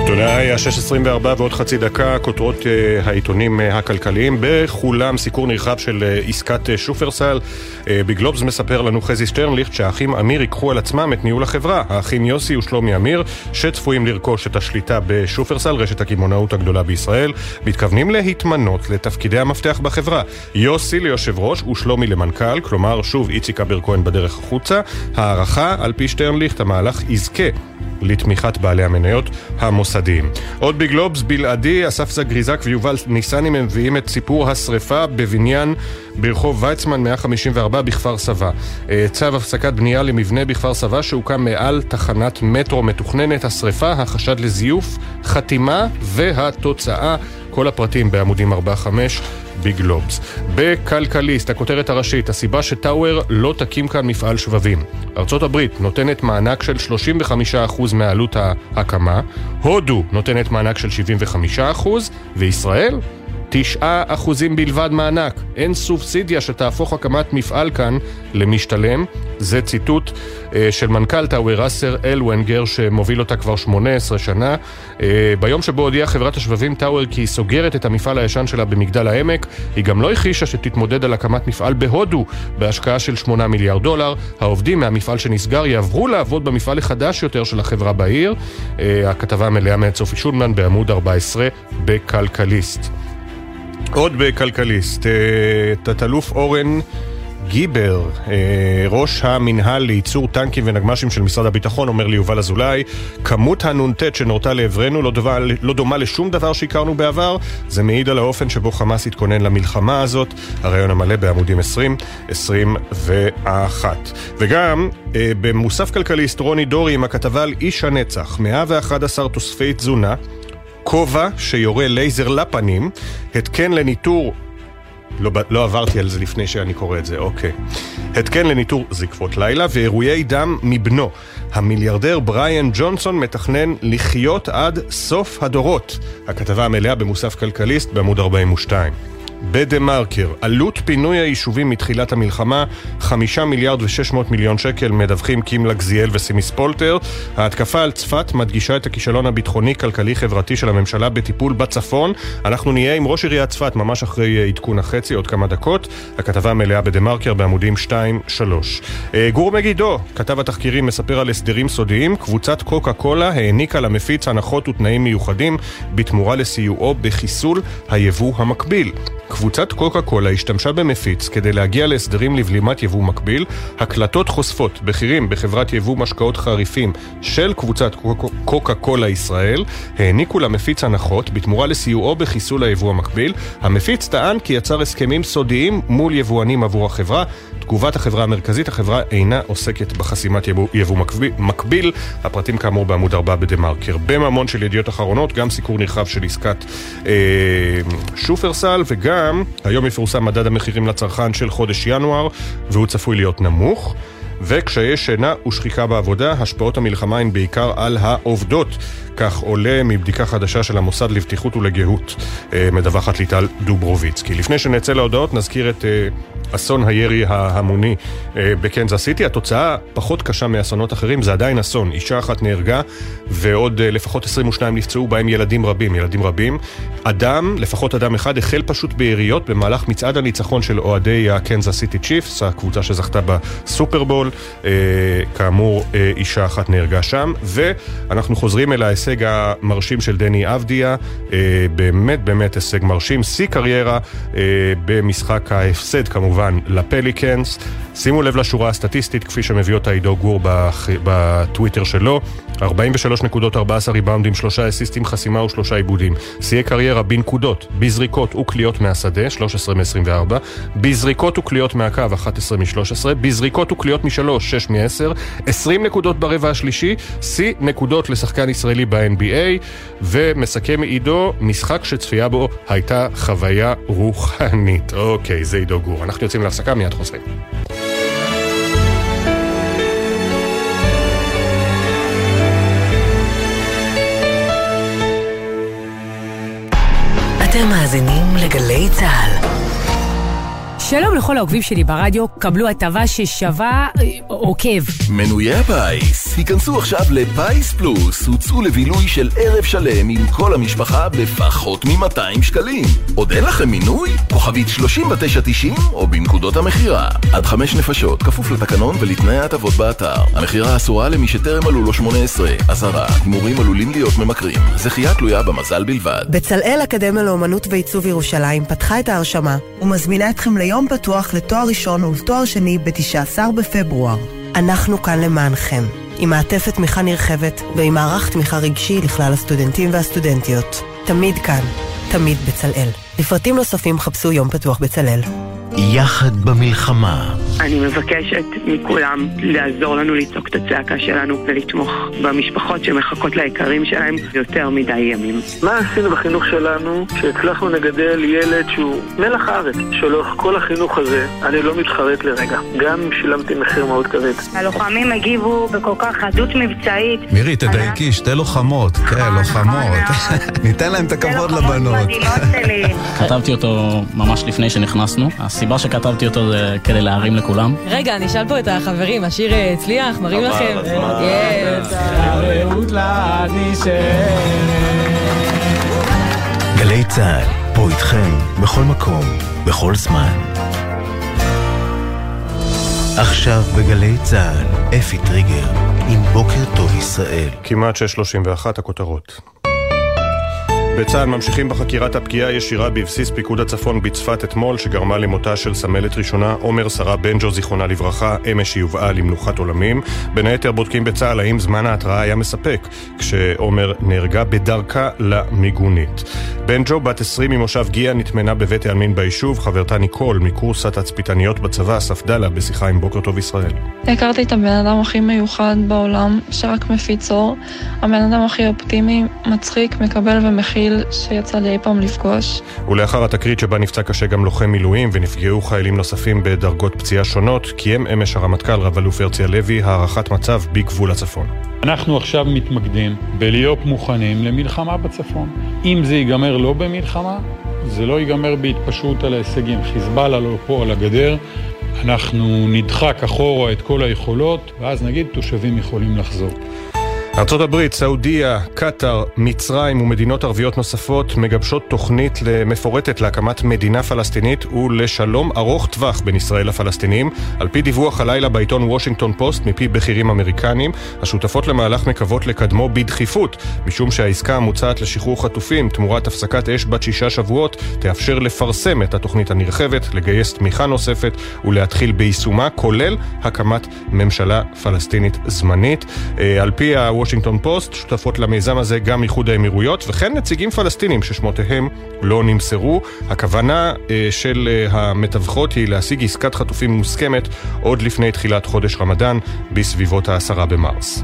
תודה, היה שש עשרים וארבע ועוד חצי דקה, כותרות uh, העיתונים uh, הכלכליים, בכולם סיקור נרחב של uh, עסקת uh, שופרסל. uh, בגלובס מספר לנו חזי שטרנליכט שהאחים אמיר ייקחו על עצמם את ניהול החברה. האחים יוסי ושלומי אמיר, שצפויים לרכוש את השליטה בשופרסל, רשת הקמעונאות הגדולה בישראל, מתכוונים להתמנות לתפקידי המפתח בחברה. יוסי ליושב ראש ושלומי למנכ"ל, כלומר שוב איציק אבר כהן בדרך החוצה. הערכה על פי שטרנליכט, המהלך יזכה לתמיכת בעלי המניות המוסדיים. עוד בגלובס בלעדי, אסף זגריזק ויובל ניסני מביאים את סיפור השריפה בבניין ברחוב ויצמן מאה חמישים וארבע בכפר סבא. צו הפסקת בנייה למבנה בכפר סבא שהוקם מעל תחנת מטרו מתוכננת. השריפה, החשד לזיוף, חתימה והתוצאה. כל הפרטים בעמודים ארבע חמש בגלובס. בכלכליסט, הכותרת הראשית, הסיבה שטאוור לא תקים כאן מפעל שבבים. ארצות הברית נותנת מענק של שלושים וחמישה אחוז מעלות ההקמה, הודו נותנת מענק של שבעים וחמישה אחוז, וישראל תשעה אחוזים בלבד מענק. אין סובסידיה שתהפוך הקמת מפעל כאן למשתלם. זה ציטוט אה, של מנכ"ל טאוור ראסר אלוונגר שמוביל אותה כבר שמונה עשרה שנה. אה, ביום שבו הודיעה חברת השבבים טאוור כי היא סוגרת את המפעל הישן שלה במגדל העמק, היא גם לא הכחישה שתתמודד על הקמת מפעל בהודו בהשקעה של שמונה מיליארד דולר. העובדים מהמפעל שנסגר יעברו לעבוד במפעל החדש יותר של החברה בעיר. אה, הכתבה המלאה מאת סופי שולמן בעמוד ארבע עשרה בכלכליסט. עוד בכלכליסט, תת-אלוף אורן גיבר, ראש המנהל לייצור טנקים ונגמשים של משרד הביטחון, אומר לי יובל אזולאי, כמות הנונטט שנורתה לעברנו לא, דומה, לא דומה לשום דבר שהכרנו בעבר. זה מעיד על האופן שבו חמאס התכונן למלחמה הזאת. הרעיון המלא בעמודים עשרים עשרים ואחת. וגם במוסף כלכליסט רוני דורי עם הכתבה על איש הנצח, מאה ואחת עשרה תוספי תזונה, כובע שיורה לייזר לפנים, התקן לניטור, לא, לא עברתי על זה לפני שאני קורא את זה, אוקיי. התקן לניטור זקפות לילה ואירועי דם מבנו. המיליארדר בריאן ג'ונסון מתכנן לחיות עד סוף הדורות. הכתבה המלאה במוסף כלכליסט בעמוד ארבעים ושתיים. בדה מרקר, עלות פינוי היישובים מתחילת המלחמה חמישה מיליארד ושש מאות מיליון שקל, מדווחים קים לגזיאל וסימיס פולטר. ההתקפה על צפת מדגישה את הכישלון הביטחוני כלכלי חברתי של הממשלה בטיפול בצפון. אנחנו נהיה עם ראש עיריית צפת ממש אחרי עדכון החצי, עוד כמה דקות. הכתבה המלאה בדה מרקר בעמודים שתיים שלוש. גור מגידו, כתב התחקירים, מספר על הסדרים סודיים. קבוצת קוקה קולה העניקה למפיץ הנחות ותנאים מיוחדים בתמורה לסיועו בחיסול היבוא המקביל. קבוצת קוקה קולה השתמשה במפיץ כדי להגיע להסדרים לבלימת יבוא מקביל. הקלטות חושפות בכירים בחברת יבוא משקאות חריפים של קבוצת קוקה קולה ישראל העניקו למפיץ הנחות בתמורה לסיועו בחיסול היבוא המקביל. המפיץ טען כי יצר הסכמים סודיים מול יבואנים עבור החברה. תגובת החברה המרכזית, החברה אינה עוסקת בחסימת יבוא, יבוא מקביל, מקביל. הפרטים כאמור בעמוד ארבע בדה מרקר. בממון של ידיעות אחרונות, גם סיקור נרחב של עסקת אה, שופרסל, וגם היום יפורסם מדד המחירים לצרכן של חודש ינואר, והוא צפוי להיות נמוך. וכשהיש שינה ושחיקה בעבודה, השפעות המלחמה הן בעיקר על העובדות. כך עולה מבדיקה חדשה של המוסד לבטיחות ולגהות, מדווחת ליטל דוברוביצקי. לפני שנצא להודעות, נזכיר את אסון הירי ההמוני בקנזס סיטי. התוצאה פחות קשה מאסונות אחרים, זה עדיין אסון. אישה אחת נהרגה ועוד לפחות עשרים ושניים נפצעו, בהם ילדים רבים, ילדים רבים. אדם, לפחות אדם אחד, החל פשוט ביריות במהלך מצעד הניצחון של אוהדי הקנזס סיטי צ'יפס, הקבוצה שזכתה בסופרבול. כאמור, אישה אחת נהרגה שם, ואנחנו חוזרים אל ההישג המרשים של דני אבדיה, באמת באמת הישג מרשים, שיא קריירה במשחק ההפסד כמובן לפליקנס. שימו לב לשורה הסטטיסטית כפי שמביא אותה עידו גור בטוויטר שלו, ארבעים ושלוש נקודות, ארבעה עשר ריבאונדים, שלושה אסיסטים, חסימה ושלושה עיבודים. שיאי קריירה בנקודות, בזריקות וקליות מהשדה, שלוש עשרה מ-עשרים וארבע, בזריקות וקליות מהקו, אחת עשרה מ-שלוש עשרה, בזריקות וקליות משלוש, שש מ-עשר, עשרים נקודות ברבע השלישי, שיא נקודות לשחקן ישראלי ב-אן בי איי, ומסכם עידו, משחק שצפייה בו הייתה חוויה רוחנית. אוקיי, זה עידו גור. אנחנו יוצאים להפסקה, מיד חוזרים. אתם מאזינים לגלי צהל. שלום לכל העוקבים שלי ברדיו, קבלו הטבה ששווה עוקב. מנויי הפיס, היכנסו עכשיו לפייס פלוס, הוצאו לבילוי של ערב שלם עם כל המשפחה בפחות מ-מאתיים שקלים. עוד אין לכם מינוי? כוכבית שלושים ותשע תשעים או בנקודות המחירה. עד חמש נפשות, כפוף לתקנון ולתנאי ההטבות באתר. המחירה אסורה למי שטרם מלאו לו שמונה עשרה. אזהרה, הימורים עלולים להיות ממכרים. זכייה תלויה במזל בלבד. בצלאל אקדמיה לאומנות ועיצוב ירושלים פתחה את ההרשמה ומזמינה אתכם ליום פתוח לתואר ראשון ולתואר שני ב-תשעה עשר בפברואר. אנחנו כאן למענכם, עם מעטפת תמיכה נרחבת ועם מערך תמיכה רגשי לכלל הסטודנטים והסטודנטיות. תמיד כאן, תמיד בצלאל. לפרטים נוספים חפשו יום פתוח בצלאל. יחד במלחמה. אני מבקשת מכולם לעזור לנו לצעוק את הצעקה שלנו ולתמוך במשפחות שמחכות ליקרים שלהם יותר מדי ימים. מה עשינו בחינוך שלנו שהצלחנו לגדל ילד שהוא מלח הארץ? שלאורך כל החינוך הזה אני לא מתחרט לרגע, גם אם שילמתי מחיר מאוד כבד. הלוחמים הגיבו בכל כך חדות מבצעית. מירי, תדייקי, שתי לוחמות. כן, לוחמות. ניתן להם את הכבוד לבנות. כתבתי אותו ממש לפני שנכנסנו. הסיבה שכתבתי אותו זה כדי להרים לכולם. רגע, אני אשאל פה את החברים, השיר הצליח, מראים לכם. גלי צהל, פה איתכם, בכל מקום, בכל זמן. עכשיו בגלי צהל, אפי טריגר, עם בוקר טוב ישראל. כמעט שש שלושים ואחת הכותרות. בצה"ל ממשיכים בחקירת הפגיעה ישירה בבסיס פיקוד הצפון בצפת אתמול, שגרמה למותה של סמלת ראשונה עומר שרה בנג'ו זיכרונה לברכה, אמש שהובאה למנוחת עולמים. בין היתר בודקים בצה"ל האם זמן ההתראה היה מספק כשעומר נהרגה בדרכה למיגונית. בנג'ו, בת עשרים ממושב גיאה, נטמנה בבית העלמין ביישוב. חברתה ניקול מקורס התצפיתניות בצבא ספדה לה בשיחה עם בוקר טוב ישראל. הכרתי את הבן אדם הכי מיוחד בעולם, שרק מפיץ אור, הבן אדם הכי אופטימי, מצחיק, מקבל ומכיל שיצא לי אי פעם לפגוש. ולאחר התקרית שבה נפצע קשה גם לוחם מילואים ונפגעו חיילים נוספים בדרגות פציעה שונות, קיים אמש הרמטכ"ל רב אלוף הרצי הלוי הערכת מצב בגבול הצפון. אנחנו עכשיו מתמקדים בלהיות מוכנים למלחמה בצפון. אם זה ייגמר לא במלחמה, זה לא ייגמר בהתפשרות על ההישגים. חיזבאללה לא פה על הגדר, אנחנו נדחק אחורה את כל היכולות, ואז נגיד תושבים יכולים לחזור. ארצות הברית, סעודיה, קטר, מצרים ומדינות ערביות נוספות מגבשות תוכנית מפורטת להקמת מדינה פלסטינית ולשלום ארוך טווח בין ישראל לפלסטינים. על פי דיווח הלילה בעיתון וושינגטון פוסט מפי בכירים אמריקנים, השותפות למהלך מקוות לקדמו בדחיפות, משום שהעסקה המוצעת לשחרור חטופים תמורת הפסקת אש בת שישה שבועות תאפשר לפרסם את התוכנית הנרחבת, לגייס תמיכה נוספת ולהתחיל ביישומה, כולל הקמת ממשלה פלסטינית זמנית. על פי וושינגטון פוסט, שותפות למיזם הזה גם איחוד האמירויות וכן נציגים פלסטינים ששמותיהם לא נמסרו. הכוונה של המתווכות היא להשיג עסקת חטופים מוסכמת עוד לפני תחילת חודש רמדאן בסביבות העשרה במרס.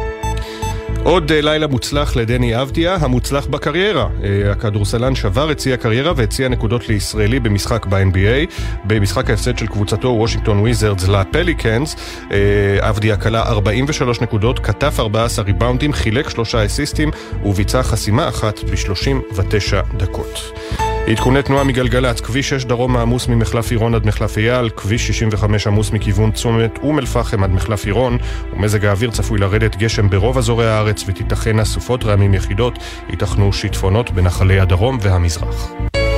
עוד לילה מוצלח לדני אבדיה, המוצלח בקריירה. הכדורסלן שבר הציע קריירה והציע נקודות לישראלי במשחק ב-אן בי איי, במשחק ההפסד של קבוצתו וושינגטון וויזרדס לפליקנס. אבדיה קלה ארבעים ושלוש נקודות, כתף ארבעה עשר ריבאונדים, חילק שלושה אסיסטים וביצע חסימה אחת ב-שלושים ותשע דקות. עדכוני תנועה מגלגלת, כביש שש דרום עמוס ממחלף עירון עד מחלף אייל, כביש שישים וחמש עמוס מכיוון צומת אום אל-פחם עד מחלף עירון, ומזג האוויר צפוי לרדת גשם ברוב אזורי הארץ ותיתכנה סופות רעמים יחידות, ייתכנו שיטפונות בנחלי הדרום והמזרח.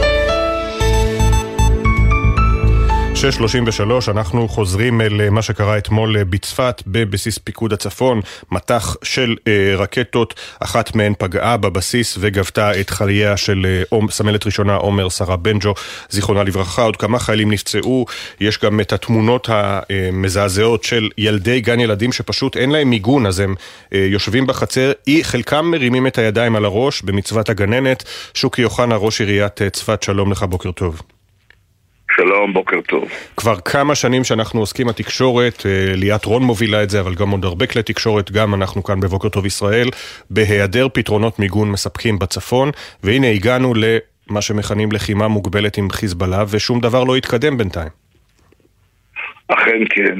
שש שלושים ושלוש, אנחנו חוזרים אל מה שקרה אתמול בצפת בבסיס פיקוד הצפון. מטח של אה, רקטות, אחת מהן פגעה בבסיס וגבתה את חייה של אה, סמלת ראשונה עומר שרה בנג'ו זיכרונה לברכה. עוד כמה חיילים נפצעו. יש גם את התמונות המזעזעות של ילדי גן ילדים שפשוט אין להם מיגון, אז הם אה, יושבים בחצר, חלקם מרימים את הידיים על הראש במצוות הגננת. שוקי יוחנה, ראש עיריית צפת, שלום לך, בוקר טוב. שלום, בוקר טוב. כבר כמה שנים שאנחנו עוסקים התקשורת, ליאת רון מובילה את זה, אבל גם עוד הרבה כלי תקשורת, גם אנחנו כאן בבוקר טוב ישראל, בהיעדר פתרונות מיגון מספקים בצפון, והנה הגענו למה שמכנים לחימה מוגבלת עם חיזבאללה, ושום דבר לא התקדם בינתיים. אכן כן,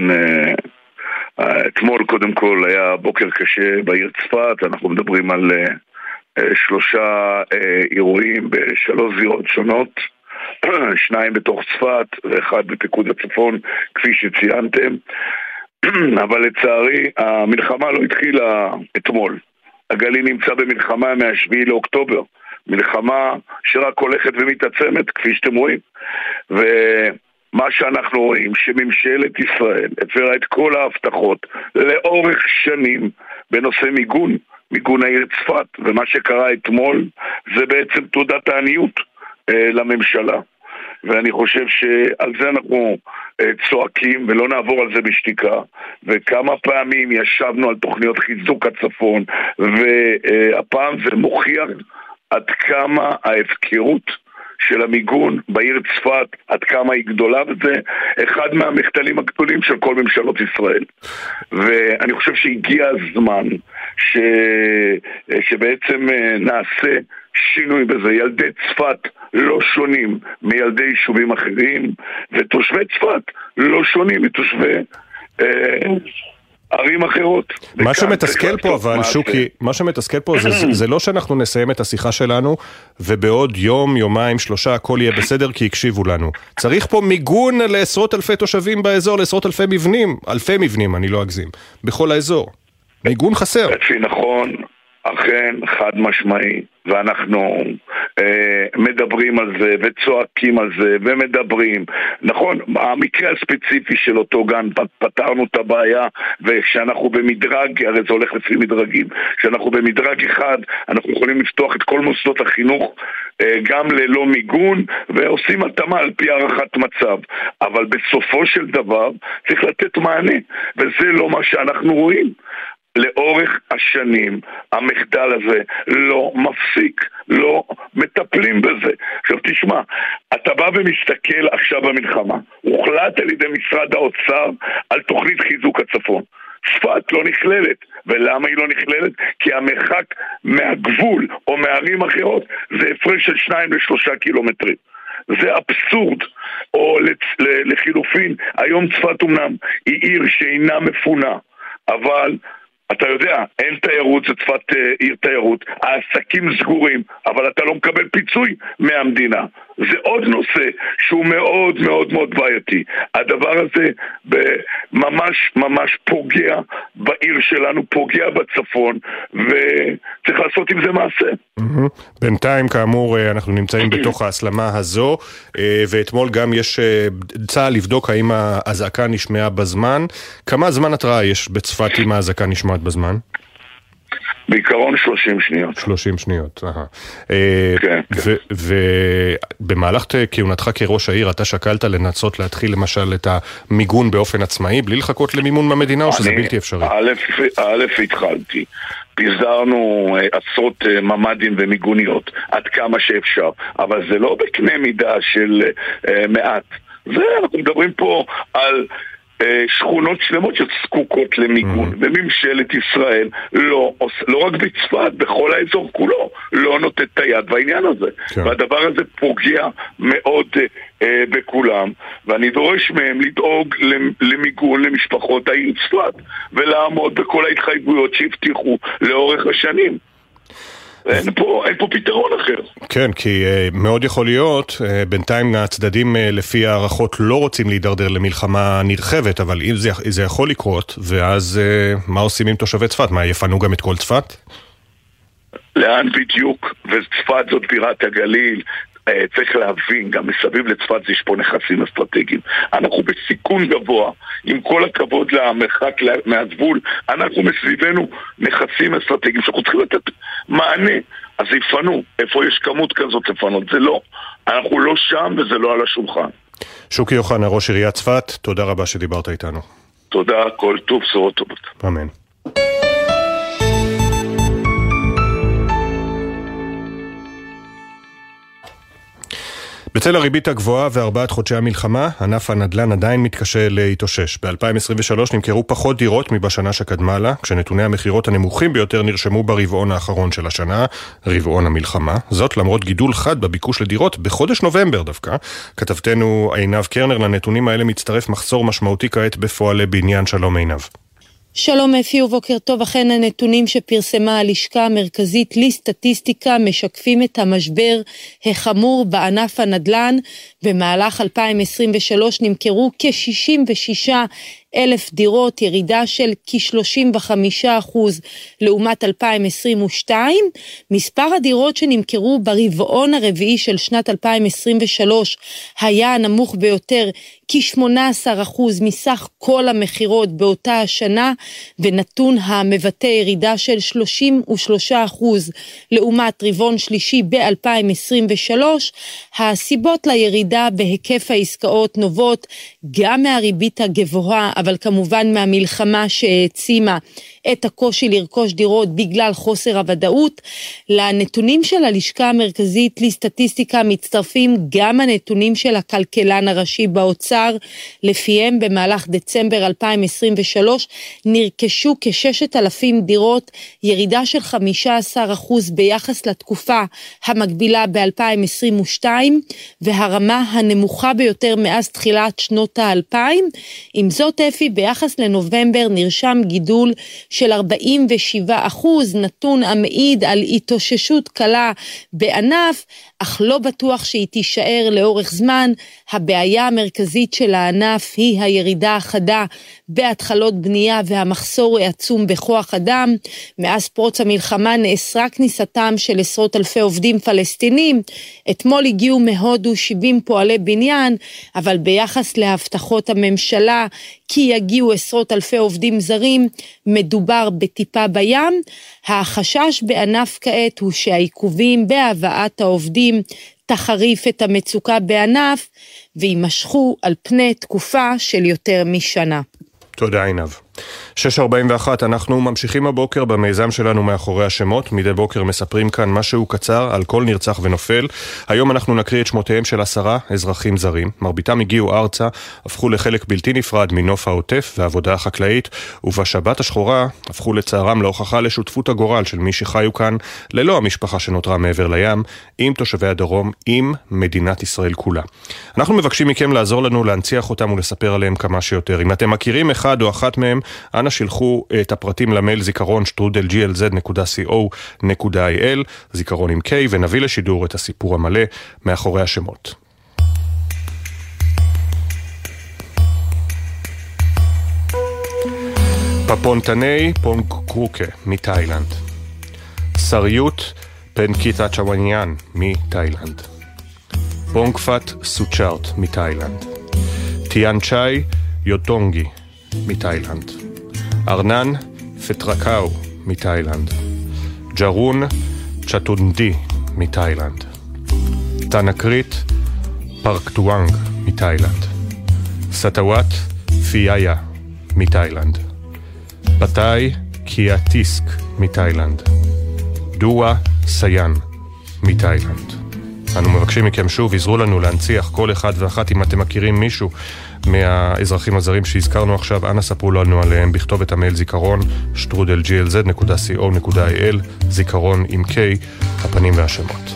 אתמול קודם כל היה בוקר קשה בעיר צפת, אנחנו מדברים על שלושה אירועים בשלוש זירות שונות, שניים בתוך צפת ואחד בפיקוד הצפון, כפי שציינתם. אבל לצערי המלחמה לא התחילה אתמול. הגליל נמצא במלחמה מהשביעי לאוקטובר, מלחמה שרק הולכת ומתעצמת, כפי שאתם רואים. ומה שאנחנו רואים, שממשלת ישראל הפרה את כל ההבטחות לאורך שנים בנושא מיגון, מיגון העיר צפת, ומה שקרה אתמול זה בעצם תעודת העניות אה, לממשלה. ואני חושב שעל זה אנחנו אה, צועקים ולא נעבור על זה בשתיקה, וכמה פעמים ישבנו על תוכניות חיזוק הצפון, והפעם זה מוכיח עד כמה ההפקרות של המיגון בעיר צפת, עד כמה היא גדולה, וזה אחד מהמחדלים הגדולים של כל ממשלות ישראל. ואני חושב שהגיע הזמן ש... שבעצם נעשה שינוי בזה. ילדי צפת לא שונים מילדי יישובים אחרים, ותושבי צפת לא שונים מתושבי אה, ערים אחרות. מה שמתסכל פה אבל, שוקי, מה שמתסכל פה זה, זה לא שאנחנו נסיים את השיחה שלנו ובעוד יום, יומיים, שלושה הכל יהיה בסדר כי הקשיבו לנו. צריך פה מיגון לעשרות אלפי תושבים באזור, לעשרות אלפי מבנים, אלפי מבנים, אני לא אגזים, בכל האזור. מיגון חסר. לפי נכון, אכן חד משמעי, ואנחנו אה, מדברים על זה וצועקים על זה ומדברים. נכון, המקרה הספציפי של אותו גן, פתרנו את הבעיה, וכשאנחנו במדרג, הרי זה הולך לפי מדרגים, כשאנחנו במדרג אחד אנחנו יכולים לפתוח את כל מוסדות החינוך אה, גם ללא מיגון, ועושים התאמה על פי הערכת מצב, אבל בסופו של דבר צריך לתת מענה, וזה לא מה שאנחנו רואים. לאורך השנים המחדל הזה לא מפסיק, לא מטפלים בזה. עכשיו תשמע, אתה בא ומסתכל עכשיו במלחמה, הוחלט על ידי משרד האוצר על תוכנית חיזוק הצפון. צפת לא נכללת, ולמה היא לא נכללת? כי המרחק מהגבול או מערים אחרות זה הפרש של שניים לשלושה קילומטרים. זה אבסורד. או לחילופין, היום צפת אומנם היא עיר שאינה מפונה, אבל אתה יודע, אין תיירות, זה צפת עיר תיירות, העסקים סגורים, אבל אתה לא מקבל פיצוי מהמדינה. זה עוד נושא שהוא מאוד מאוד מאוד בעייתי. הדבר הזה ממש ממש פוגע בעיר שלנו, פוגע בצפון, וצריך לעשות עם זה מעשה. בינתיים, כאמור, אנחנו נמצאים בתוך ההסלמה הזו, ואתמול גם יש צה"ל לבדוק האם ההזעקה נשמעה בזמן. כמה זמן התראה יש בצפת אם ההזעקה נשמעת בזמן? בעיקרון שלושים שניות. שלושים שניות, אהה. כן, כן. ובמהלך כהונתך כראש העיר, אתה שקלת לנסות להתחיל למשל את המיגון באופן עצמאי, בלי לחכות למימון מהמדינה, או שזה בלתי אפשרי? א', התחלתי. פיזרנו עשרות ממדים ומיגוניות, עד כמה שאפשר, אבל זה לא בקנה מידה של מעט. זה, אנחנו מדברים פה על שכונות שלמות שזקוקות למיגון, וממשלת ישראל לא, לא רק בצפת, בכל האזור כולו, לא נותנת את היד בעניין הזה. כן. והדבר הזה פוגע מאוד אה, בכולם, ואני דורש מהם לדאוג למיגון למשפחות העיר צפת, ולעמוד בכל ההתחייבויות שהבטיחו לאורך השנים. אין פה, אין פה פתרון אחר. כן, כי uh, מאוד יכול להיות, uh, בינתיים הצדדים uh, לפי הערכות לא רוצים להידרדר למלחמה נרחבת, אבל אם זה, זה יכול לקרות, ואז uh, מה עושים עם תושבי צפת? מה, יפנו גם את כל צפת? לאן בדיוק? וצפת זאת בירת הגליל. צריך להבין, גם מסביב לצפת יש פה נכסים אסטרטגיים. אנחנו בסיכון גבוה, עם כל הכבוד למרחק מהגבול, אנחנו מסביבנו נכסים אסטרטגיים שאנחנו צריכים לתת מענה. אז יפנו, איפה יש כמות כזאת לפנות? זה לא. אנחנו לא שם וזה לא על השולחן. שוקי יוחנה, ראש עיריית צפת, תודה רבה שדיברת איתנו. תודה, כל טוב, בשורות טובות. אמן. בצל הריבית הגבוהה וארבעת חודשי המלחמה, ענף הנדל"ן עדיין מתקשה להתאושש. ב-אלפיים עשרים ושלוש נמכרו פחות דירות מבשנה שקדמה לה, כשנתוני המחירות הנמוכים ביותר נרשמו ברבעון האחרון של השנה, רבעון המלחמה. זאת למרות גידול חד בביקוש לדירות בחודש נובמבר דווקא. כתבתנו עינב קרנר, לנתונים האלה מצטרף מחסור משמעותי כעת בפועלי בניין. שלום עינב. שלום אפי ובוקר טוב. אכן הנתונים שפרסמה הלשכה המרכזית לסטטיסטיקה משקפים את המשבר החמור בענף הנדל"ן. במהלך אלפיים עשרים ושלוש נמכרו כ-שישים ושישה אלף דירות, ירידה של כ-שלושים וחמישה אחוז לעומת אלפיים עשרים ושתיים. מספר הדירות שנמכרו ברבעון הרביעי של שנת אלפיים עשרים ושלוש היה הנמוך ביותר, כ-שמונה עשר אחוז מסך כל המחירות באותה השנה, ונתון המבטא ירידה של שלושים ושלושה אחוז לעומת רבעון שלישי ב-אלפיים עשרים ושלוש. הסיבות לירידה בהיקף העסקאות נובעות גם מהריבית הגבוהה, אבל כמובן מהמלחמה שהעצימה את הקושי לרכוש דירות בגלל חוסר הוודאות. לנתונים של הלשכה המרכזית לסטטיסטיקה מצטרפים גם הנתונים של הכלכלן הראשי באוצר, לפיהם במהלך דצמבר אלפיים עשרים ושלוש נרכשו כ-ששת אלפים דירות, ירידה של חמישה עשר אחוז ביחס לתקופה המקבילה ב-אלפיים עשרים ושתיים, והרמה הנמוכה ביותר מאז תחילת שנות האלפיים. עם זאת, אפי, ביחס לנובמבר נרשם גידול של ארבעים ושבעה אחוז, נתון המעיד על התאוששות קלה בענף, אך לא בטוח שהיא תישאר לאורך זמן. הבעיה המרכזית של הענף היא הירידה החדה בהתחלות בנייה והמחסור העצום בכוח אדם. מאז פרוץ המלחמה נאסרה כניסתם של עשרות אלפי עובדים פלסטינים. אתמול הגיעו מהודו שבעים פועלי בניין, אבל ביחס להבטחות הממשלה כי יגיעו עשרות אלפי עובדים זרים, מדובר בטיפה בים. החשש בענף כעת הוא שהעיכובים בהבאת העובדים תחריף את המצוקה בענף וימשכו על פני תקופה של יותר משנה. תודה עינב. שש ארבעים ואחת, אנחנו ממשיכים הבוקר במיזם שלנו מאחורי השמות. מדי בוקר מספרים כאן משהו קצר על כל נרצח ונופל. היום אנחנו נקריא את שמותיהם של עשרה אזרחים זרים. מרביתם הגיעו ארצה, הפכו לחלק בלתי נפרד מנוף העוטף והעבודה החקלאית, ובשבת השחורה הפכו לצערם להוכחה לשותפות הגורל של מי שחיו כאן ללא המשפחה שנותרה מעבר לים, עם תושבי הדרום, עם מדינת ישראל כולה. אנחנו מבקשים מכם לעזור לנו להנציח אותם ולספר עליהם כמה שיותר. אם אתם מכירים אחד או אחת מהם, אנא שילחו את הפרטים למייל זיכרון שטרודל ג'י אל זד נקודה סי או נקודה איי אל, זיכרון עם K, ונביא לשידור את הסיפור המלא מאחורי השמות. פפונטני פונקרוקה מתאילנד, סריות פנקיטה צ'ווניאן מתאילנד, פונקפת סוצ'ארט מתאילנד, טיאנצ'אי יוטונגי מתאילנד, ארנן פטרקאו מתאילנד, ג'רון צ'טונדי מתאילנד, תנקרית פרקטואנג מתאילנד, סטוואט פיאיה מתאילנד, פתאי קיאטיסק מתאילנד, דואה סיין מתאילנד. אנו מבקשים מכם שוב, עזרו לנו להנציח כל אחד ואחת. אם אתם מכירים מישהו מהאזרחים הזרים שהזכרנו עכשיו, אנא ספרו לנו עליהם בכתוב את המייל זיכרון שטרודל ג'י אל זד נקודה סי או נקודה איי אל, זיכרון עם K, הפנים והשמות.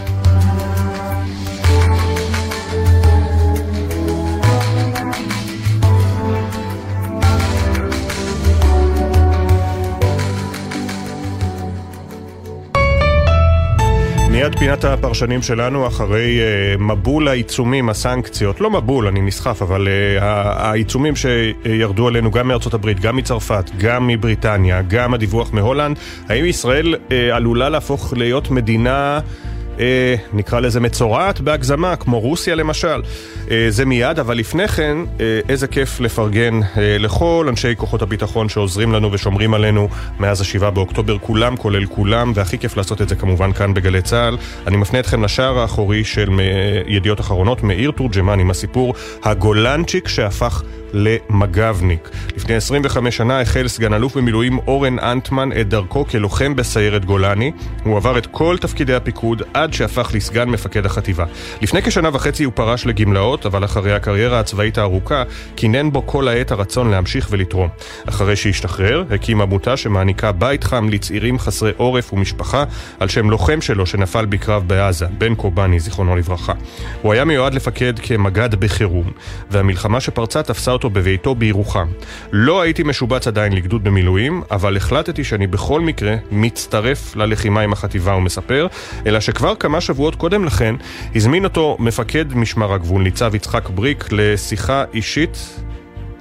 מיד פינת הפרשנים שלנו, אחרי uh, מבול העיצומים, הסנקציות, לא מבול, אני נסחף, אבל uh, העיצומים שירדו עלינו גם מארצות הברית, גם מצרפת, גם מבריטניה, גם הדיווח מהולנד, האם ישראל uh, עלולה להפוך להיות מדינה אה, נקרא לזה מצורעת בהגזמה, כמו רוסיה למשל. אה, זה מיד, אבל לפני כן, אה, איזה כיף לפרגן אה, לכל אנשי כוחות הביטחון שעוזרים לנו ושומרים עלינו מאז השבעה באוקטובר, כולם, כולל כולם, והכי כיף לעשות את זה כמובן כאן בגלי צהל. אני מפנה אתכם לשער האחורי של ידיעות אחרונות, מאיר תורג'מן, עם הסיפור הגולנצ'יק שהפך למגבניק. לפני עשרים וחמש שנה החל סגן אלוף במילואים אורן אנטמן את דרכו כלוחם בסיירת גולני. הוא עבר את כל תפקידי הפיקוד עד שהפך לסגן מפקד החטיבה. לפני כשנה וחצי הוא פרש לגמלאות, אבל אחרי הקריירה הצבאית הארוכה כינן בו כל העת הרצון להמשיך ולתרום. אחרי שהשתחרר, הקים עמותה שמעניקה בית חם לצעירים חסרי עורף ומשפחה על שם לוחם שלו שנפל בקרב בעזה, בן קובני, זיכרונו לברכה. הוא היה מיועד לפקד כמגד בחירום, והמלחמה שפרצה תפסה אותו בביתו בירוחם. לא הייתי משובץ עדיין לגדוד במילואים, אבל החלטתי שאני בכל מקרה מצטרף ללחימה עם החטיבה, הוא מספר, אלא שכבר כמה שבועות קודם לכן הזמין אותו מפקד משמר הגבול ניצב יצחק בריק לשיחה אישית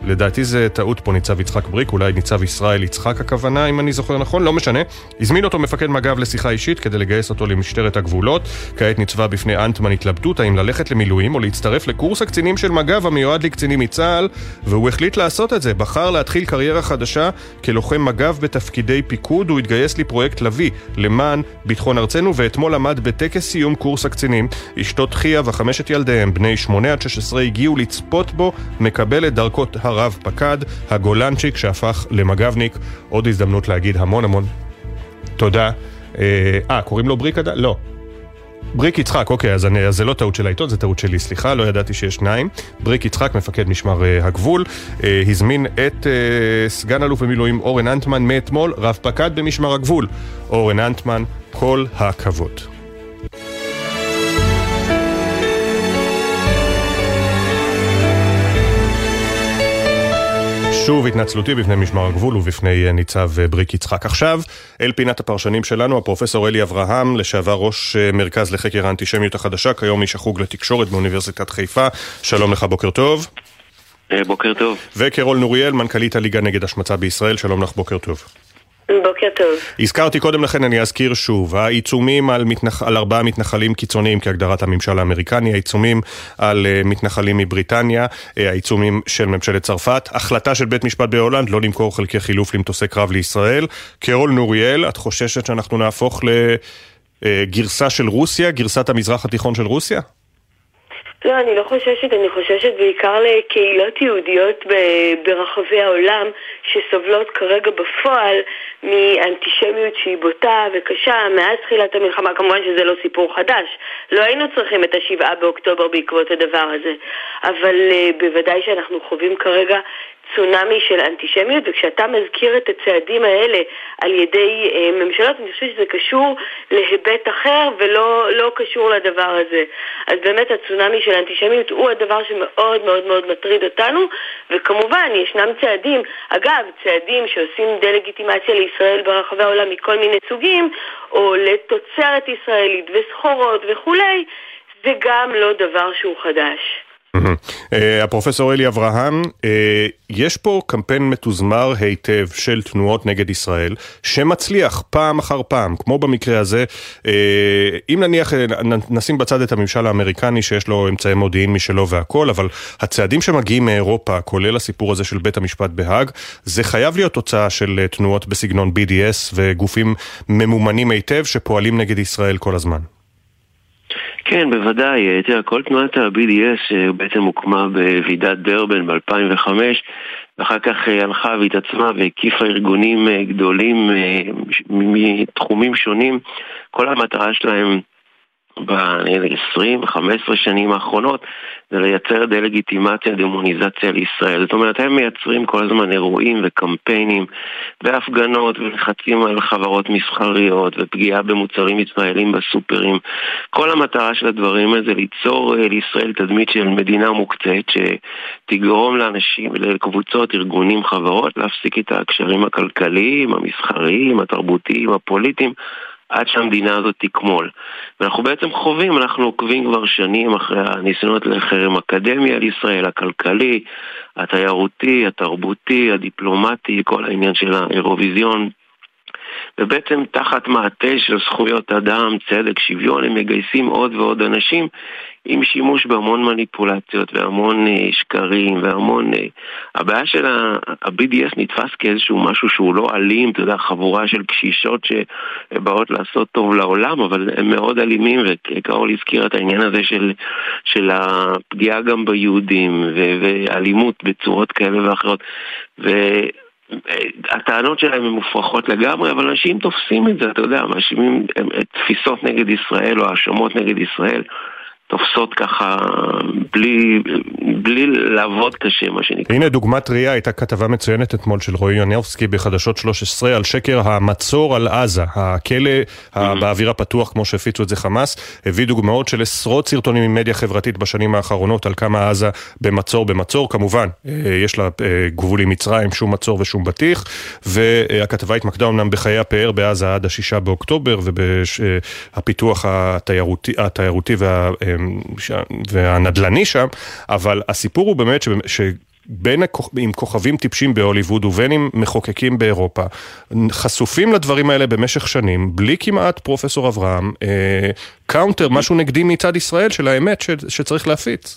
לדעתי זה טעות פה ניצב יצחק בריק, אולי ניצב ישראל יצחק הכוונה, אם אני זוכר נכון, לא משנה. הזמין אותו מפקד מג"ב לשיחה אישית כדי לגייס אותו למשטרת הגבולות. כעת ניצבה בפני אנטמן התלבטות האם ללכת למילואים או להצטרף לקורס הקצינים של מג"ב המיועד לקצינים מצה"ל, והוא החליט לעשות את זה. בחר להתחיל קריירה חדשה כלוחם מג"ב בתפקידי פיקוד. הוא התגייס לפרויקט לוי למען ביטחון ארצנו, ואתמול עמד בטקס סיום קורס הקצינים. אשתו תחיה וחמשת ילדיהם בני שמונה עד שש עשרה הגיעו לצפות בו מקבל את דרכות הרב פקד, הגולנצ'יק שהפך למג"בניק. עוד הזדמנות להגיד המון המון תודה. אה, קוראים לו בריק עדיין? לא. בריק יצחק, אוקיי, אז, אני, אז זה לא טעות של העיתון, זה טעות שלי, סליחה, לא ידעתי שיש שניים. בריק יצחק, מפקד משמר uh, הגבול, uh, הזמין את uh, סגן אלוף במילואים אורן אנטמן מאתמול, רב פקד במשמר הגבול. אורן אנטמן, כל הכבוד. שוב התנצלותי בפני משמר הגבול ובפני ניצב בריק יצחק. עכשיו, אל פינת הפרשנים שלנו, הפרופסור אלי אברהם, לשעבר ראש מרכז לחקר האנטישמיות החדשה, כיום איש החוג לתקשורת באוניברסיטת חיפה. שלום לך, בוקר טוב. בוקר טוב. וקרול נוריאל, מנכ"לית הליגה נגד השמצה בישראל. שלום לך, בוקר טוב. בוקר טוב. הזכרתי קודם לכן, אני אזכיר שוב, העיצומים על, מתנח... על ארבעה מתנחלים קיצוניים כהגדרת הממשל האמריקני, העיצומים על uh, מתנחלים מבריטניה, uh, העיצומים של ממשלת צרפת, החלטה של בית משפט בהולנד לא למכור חלקי חילוף למטוסי קרב לישראל. קרול נוריאל, את חוששת שאנחנו נהפוך לגרסה של רוסיה, גרסת המזרח התיכון של רוסיה? לא, אני לא חוששת, אני חוששת בעיקר לקהילות יהודיות ברחבי העולם שסובלות כרגע בפועל מאנטישמיות שהיא בוטה וקשה מאז תחילת המלחמה. כמובן שזה לא סיפור חדש, לא היינו צריכים את השבעה באוקטובר בעקבות הדבר הזה, אבל בוודאי שאנחנו חווים כרגע צונמי של אנטישמיות, וכשאתה מזכיר את הצעדים האלה על ידי אה, ממשלות, אני חושבת שזה קשור להיבט אחר ולא לא קשור לדבר הזה. אז באמת הצונמי של אנטישמיות הוא הדבר שמאוד מאוד מאוד מטריד אותנו, וכמובן ישנם צעדים, אגב, צעדים שעושים דה-לגיטימציה לישראל ברחבי העולם מכל מיני סוגים, או לתוצרת ישראלית וסחורות וכולי, זה גם לא דבר שהוא חדש. הפרופסור אלי אברהם, יש פה קמפיין מתוזמר היטב של תנועות נגד ישראל שמצליח פעם אחר פעם, כמו במקרה הזה. אם נניח נשים בצד את הממשל האמריקני שיש לו אמצעי מודיעין משלו והכל, אבל הצעדים שמגיעים מאירופה, כולל הסיפור הזה של בית המשפט בהאג, זה חייב להיות תוצאה של תנועות בסגנון בי די אס וגופים ממומנים היטב שפועלים נגד ישראל כל הזמן. כן, בוודאי. תראה, כל תנועת ה-בי די אס בעצם הוקמה בוועידת דרבן ב-אלפיים וחמש, ואחר כך הלכה והתעצמה והקיפה ארגונים גדולים מתחומים שונים. כל המטרה שלהם ב-עשרים וחמש עשרה שנים האחרונות זה לייצר דה-לגיטימציה, דמוניזציה לישראל. זאת אומרת, הם מייצרים כל הזמן אירועים וקמפיינים והפגנות ולחצים על חברות מסחריות ופגיעה במוצרים ישראלים בסופרים. כל המטרה של הדברים הזה ליצור לישראל תדמית של מדינה מוקצת שתגרום לאנשים, לקבוצות, ארגונים, חברות להפסיק את הקשרים הכלכליים, המסחריים, התרבותיים, הפוליטיים, עד שהמדינה הזאת תקמול. ואנחנו בעצם חווים, אנחנו עוקבים כבר שנים אחרי הניסיונות לחרם אקדמי על ישראל, הכלכלי, התיירותי, התרבותי, הדיפלומטי, כל העניין של האירוויזיון. ובעצם תחת מעטה של זכויות אדם, צדק, שוויון, הם מגייסים עוד ועוד אנשים עם שימוש בהמון מניפולציות והמון שקרים והמון... הבעיה של ה-בי די אס נתפס כאיזשהו משהו שהוא לא אלים, אתה יודע, חבורה של קשישות שבאות לעשות טוב לעולם, אבל הם מאוד אלימים, וכאול הזכיר את העניין הזה של, של הפגיעה גם ביהודים ואלימות בצורות כאלה ואחרות, ו... הטענות שלהם הן מופרכות לגמרי, אבל אנשים תופסים את זה, אתה יודע, מאשימים תפיסות נגד ישראל או האשמות נגד ישראל תופסות ככה בלי, בלי לעבוד קשה, מה שנקרא. הנה דוגמה טריה, הייתה כתבה מצוינת אתמול של רועי יוניבסקי בחדשות שלוש עשרה על שקר המצור על עזה, הכלא באוויר הפתוח כמו שהפיצו את זה חמאס, הביא דוגמאות של עשרות סרטונים ממדיה חברתית בשנים האחרונות על כמה עזה במצור במצור, כמובן יש לה גבול עם מצרים, שום מצור ושום בטיח, והכתבה התמקדה אמנם בחיי הפאר בעזה עד השישה באוקטובר ובפיתוח התיירותי, התיירותי וה והנדלני שם, אבל הסיפור הוא באמת בין עם כוכבים טיפשים בהוליווד ובין עם מחוקקים באירופה, חשופים לדברים האלה במשך שנים, בלי כמעט פרופסור אברהם, אה, קאונטר, משהו נגדי מצד ישראל של האמת ש, שצריך להפיץ.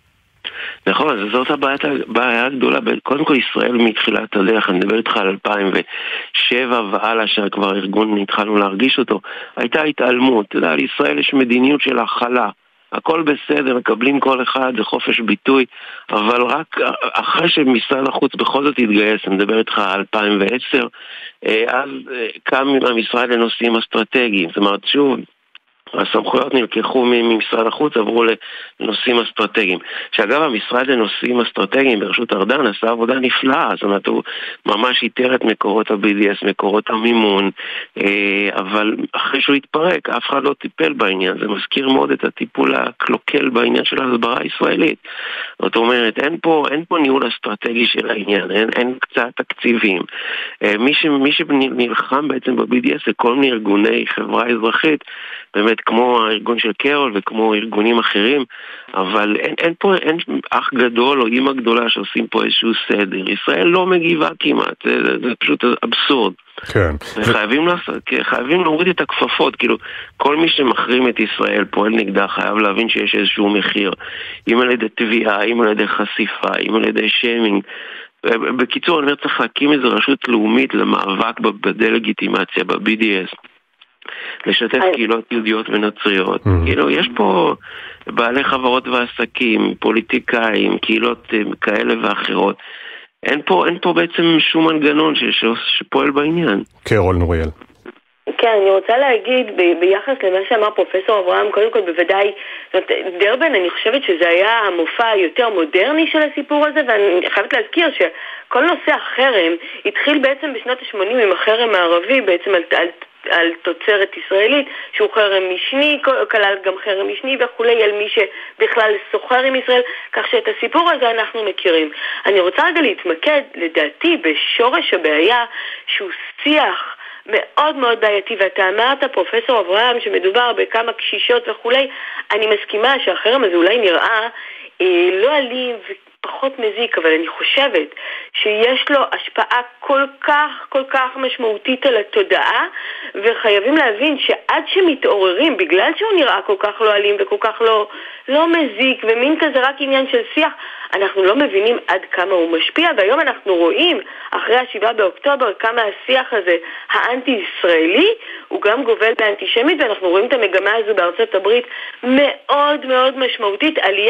נכון, זאת הבעיה הגדולה. קודם כל ישראל מתחילת הדרך, אני מדבר איתך על אלפיים ושבע והלאה, שכבר ארגון התחלנו להרגיש אותו, הייתה התעלמות. אתה יודע, לישראל יש מדיניות של הכלה, הכל בסדר, מקבלים כל אחד, זה חופש ביטוי, אבל רק אחרי שמשרד החוץ בכל זאת התגייס, אני מדבר איתך על אלפיים ועשר, אז קם המשרד לנושאים אסטרטגיים. זאת אומרת, שוב, הסמכויות נלקחו ממשרד החוץ, עברו לנושאים אסטרטגיים. שאגב, המשרד לנושאים אסטרטגיים ברשות ארדן עשה עבודה נפלאה, זאת אומרת, הוא ממש איתר את מקורות ה-בי די אס, מקורות המימון, אבל אחרי שהוא התפרק, אף אחד לא טיפל בעניין. זה מזכיר מאוד את הטיפול הקלוקל בעניין של ההסברה הישראלית. זאת אומרת, אין פה, אין פה ניהול אסטרטגי של העניין, אין, אין קצת תקציבים. מי, ש, מי שנלחם בעצם ב-בי די אס זה כל מיני ארגוני חברה אזרחית, באמת כמו הארגון של קרול וכמו ארגונים אחרים, אבל אין, אין פה, אין אח גדול או אמא גדולה שעושים פה איזשהו סדר. ישראל לא מגיבה כמעט, זה, זה, זה פשוט אבסורד. כן. חייבים, לעשות, חייבים להוריד את הכפפות, כאילו כל מי שמחרים את ישראל פועל נגדה חייב להבין שיש איזשהו מחיר, אם על ידי תביעה, אם על ידי חשיפה, אם על ידי שיימינג. בקיצור, אני אומר, צריך להקים איזו רשות לאומית למאבק בדה-לגיטימציה, ב-בי די אס. לשתף קהילות יהודיות ונוצריות. כאילו, יש פה בעלי חברות ועסקים, פוליטיקאים, קהילות כאלה ואחרות. אין פה, אין פה בעצם שום מנגנון שפועל בעניין. קרול נוריאל. כן, אני רוצה להגיד ב- ביחס למה שאמר פרופסור אברהם, קודם כל בוודאי, זאת אומרת, דרבן, אני חושבת שזה היה המופע היותר מודרני של הסיפור הזה, ואני חייבת להזכיר שכל נושא החרם התחיל בעצם בשנות ה-שמונים עם החרם הערבי, בעצם על, על, על תוצרת ישראלית, שהוא חרם משני, כלל גם חרם משני וכולי, על מי שבכלל סוחר עם ישראל, כך שאת הסיפור הזה אנחנו מכירים. אני רוצה רגע להתמקד, לדעתי, בשורש הבעיה, שהוא שיח מאוד מאוד בעייתי, ואתה אמרת פרופסור אברהם שמדובר בכמה קשישות וכולי, אני מסכימה שהחרם הזה אולי נראה אה, לא אלים ופחות מזיק, אבל אני חושבת שיש לו השפעה כל כך כל כך משמעותית על התודעה, וחייבים להבין שעד שמתעוררים, בגלל שהוא נראה כל כך לא אלים וכל כך לא, לא מזיק, ומין כזה רק עניין של שיח, אנחנו לא מבינים עד כמה הוא משפיע, והיום אנחנו רואים, אחרי השבעה באוקטובר, כמה השיח הזה, האנטי-ישראלי, הוא גם גובל באנטישמית, ואנחנו רואים את המגמה הזו בארצות הברית מאוד מאוד משמעותית, עלייה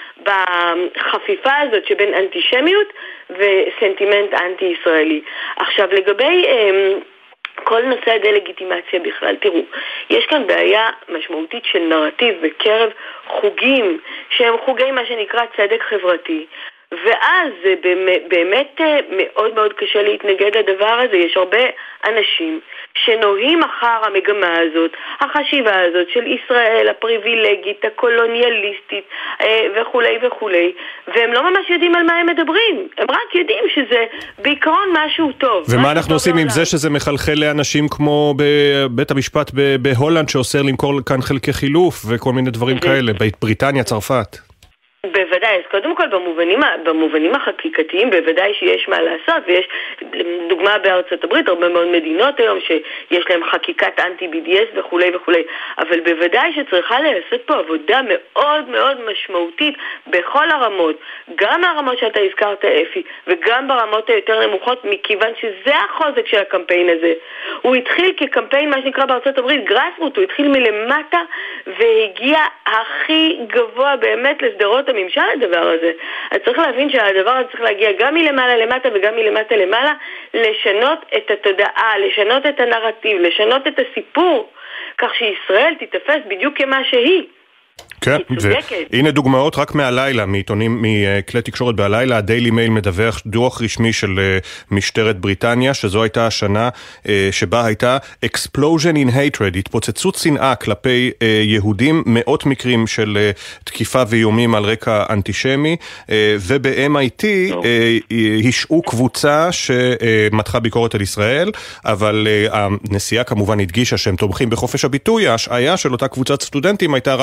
בחפיפה הזאת שבין אנטישמיות וסנטימנט אנטי-ישראלי. עכשיו, לגבי כל נושא הדה-לגיטימציה בכלל, תראו, יש כאן בעיה משמעותית של נרטיב בקרב חוגים, שהם חוגי מה שנקרא צדק חברתי, ואז זה באמת מאוד מאוד קשה להתנגד לדבר הזה. יש הרבה אנשים שנוהים אחר המגמה הזאת, החשיבה הזאת של ישראל הפריבילגית, הקולוניאליסטית וכולי וכולי, והם לא ממש יודעים על מה הם מדברים, הם רק יודעים שזה בעיקרון משהו טוב. ומה אנחנו עושים עם זה שזה מחלחל לאנשים כמו בבית המשפט בהולנד שאוסר למכור כאן חלקי חילוף וכל מיני דברים כאלה, בבריטניה, צרפת? בוודאי, אז קודם כל במובנים, במובנים החקיקתיים בוודאי שיש מה לעשות, ויש דוגמה בארצות הברית, הרבה מאוד מדינות היום שיש להם חקיקת אנטי-בי די אס וכולי וכולי, אבל בוודאי שצריכה לעשות פה עבודה מאוד מאוד משמעותית בכל הרמות, גם הרמות שאתה הזכרת אפי, וגם ברמות היותר נמוכות, מכיוון שזה החוזק של הקמפיין הזה. הוא התחיל כקמפיין, מה שנקרא בארצות הברית, גראסרוט, הוא התחיל מלמטה והגיע הכי גבוה באמת לסדרות הממשל הדבר הזה. אז צריך להבין שהדבר הזה צריך להגיע גם מלמעלה למטה וגם מלמטה למעלה, לשנות את התודעה, לשנות את הנרטיב, לשנות את הסיפור, כך שישראל תתפס בדיוק כמה שהיא. כן, והנה דוגמאות רק מהלילה, מעיתונים, מכלי תקשורת בהלילה, הדיילי מייל מדווח דוח רשמי של משטרת בריטניה, שזו הייתה השנה שבה הייתה explosion in hatred, התפוצצות שנאה כלפי יהודים, מאות מקרים של תקיפה ואיומים על רקע אנטישמי, וב-אם איי טי השעו קבוצה שמתחה ביקורת על ישראל, אבל הנשיאה כמובן הדגישה שהם תומכים בחופש הביטוי, ההשעיה של אותה קבוצת סטודנטים הייתה רק משום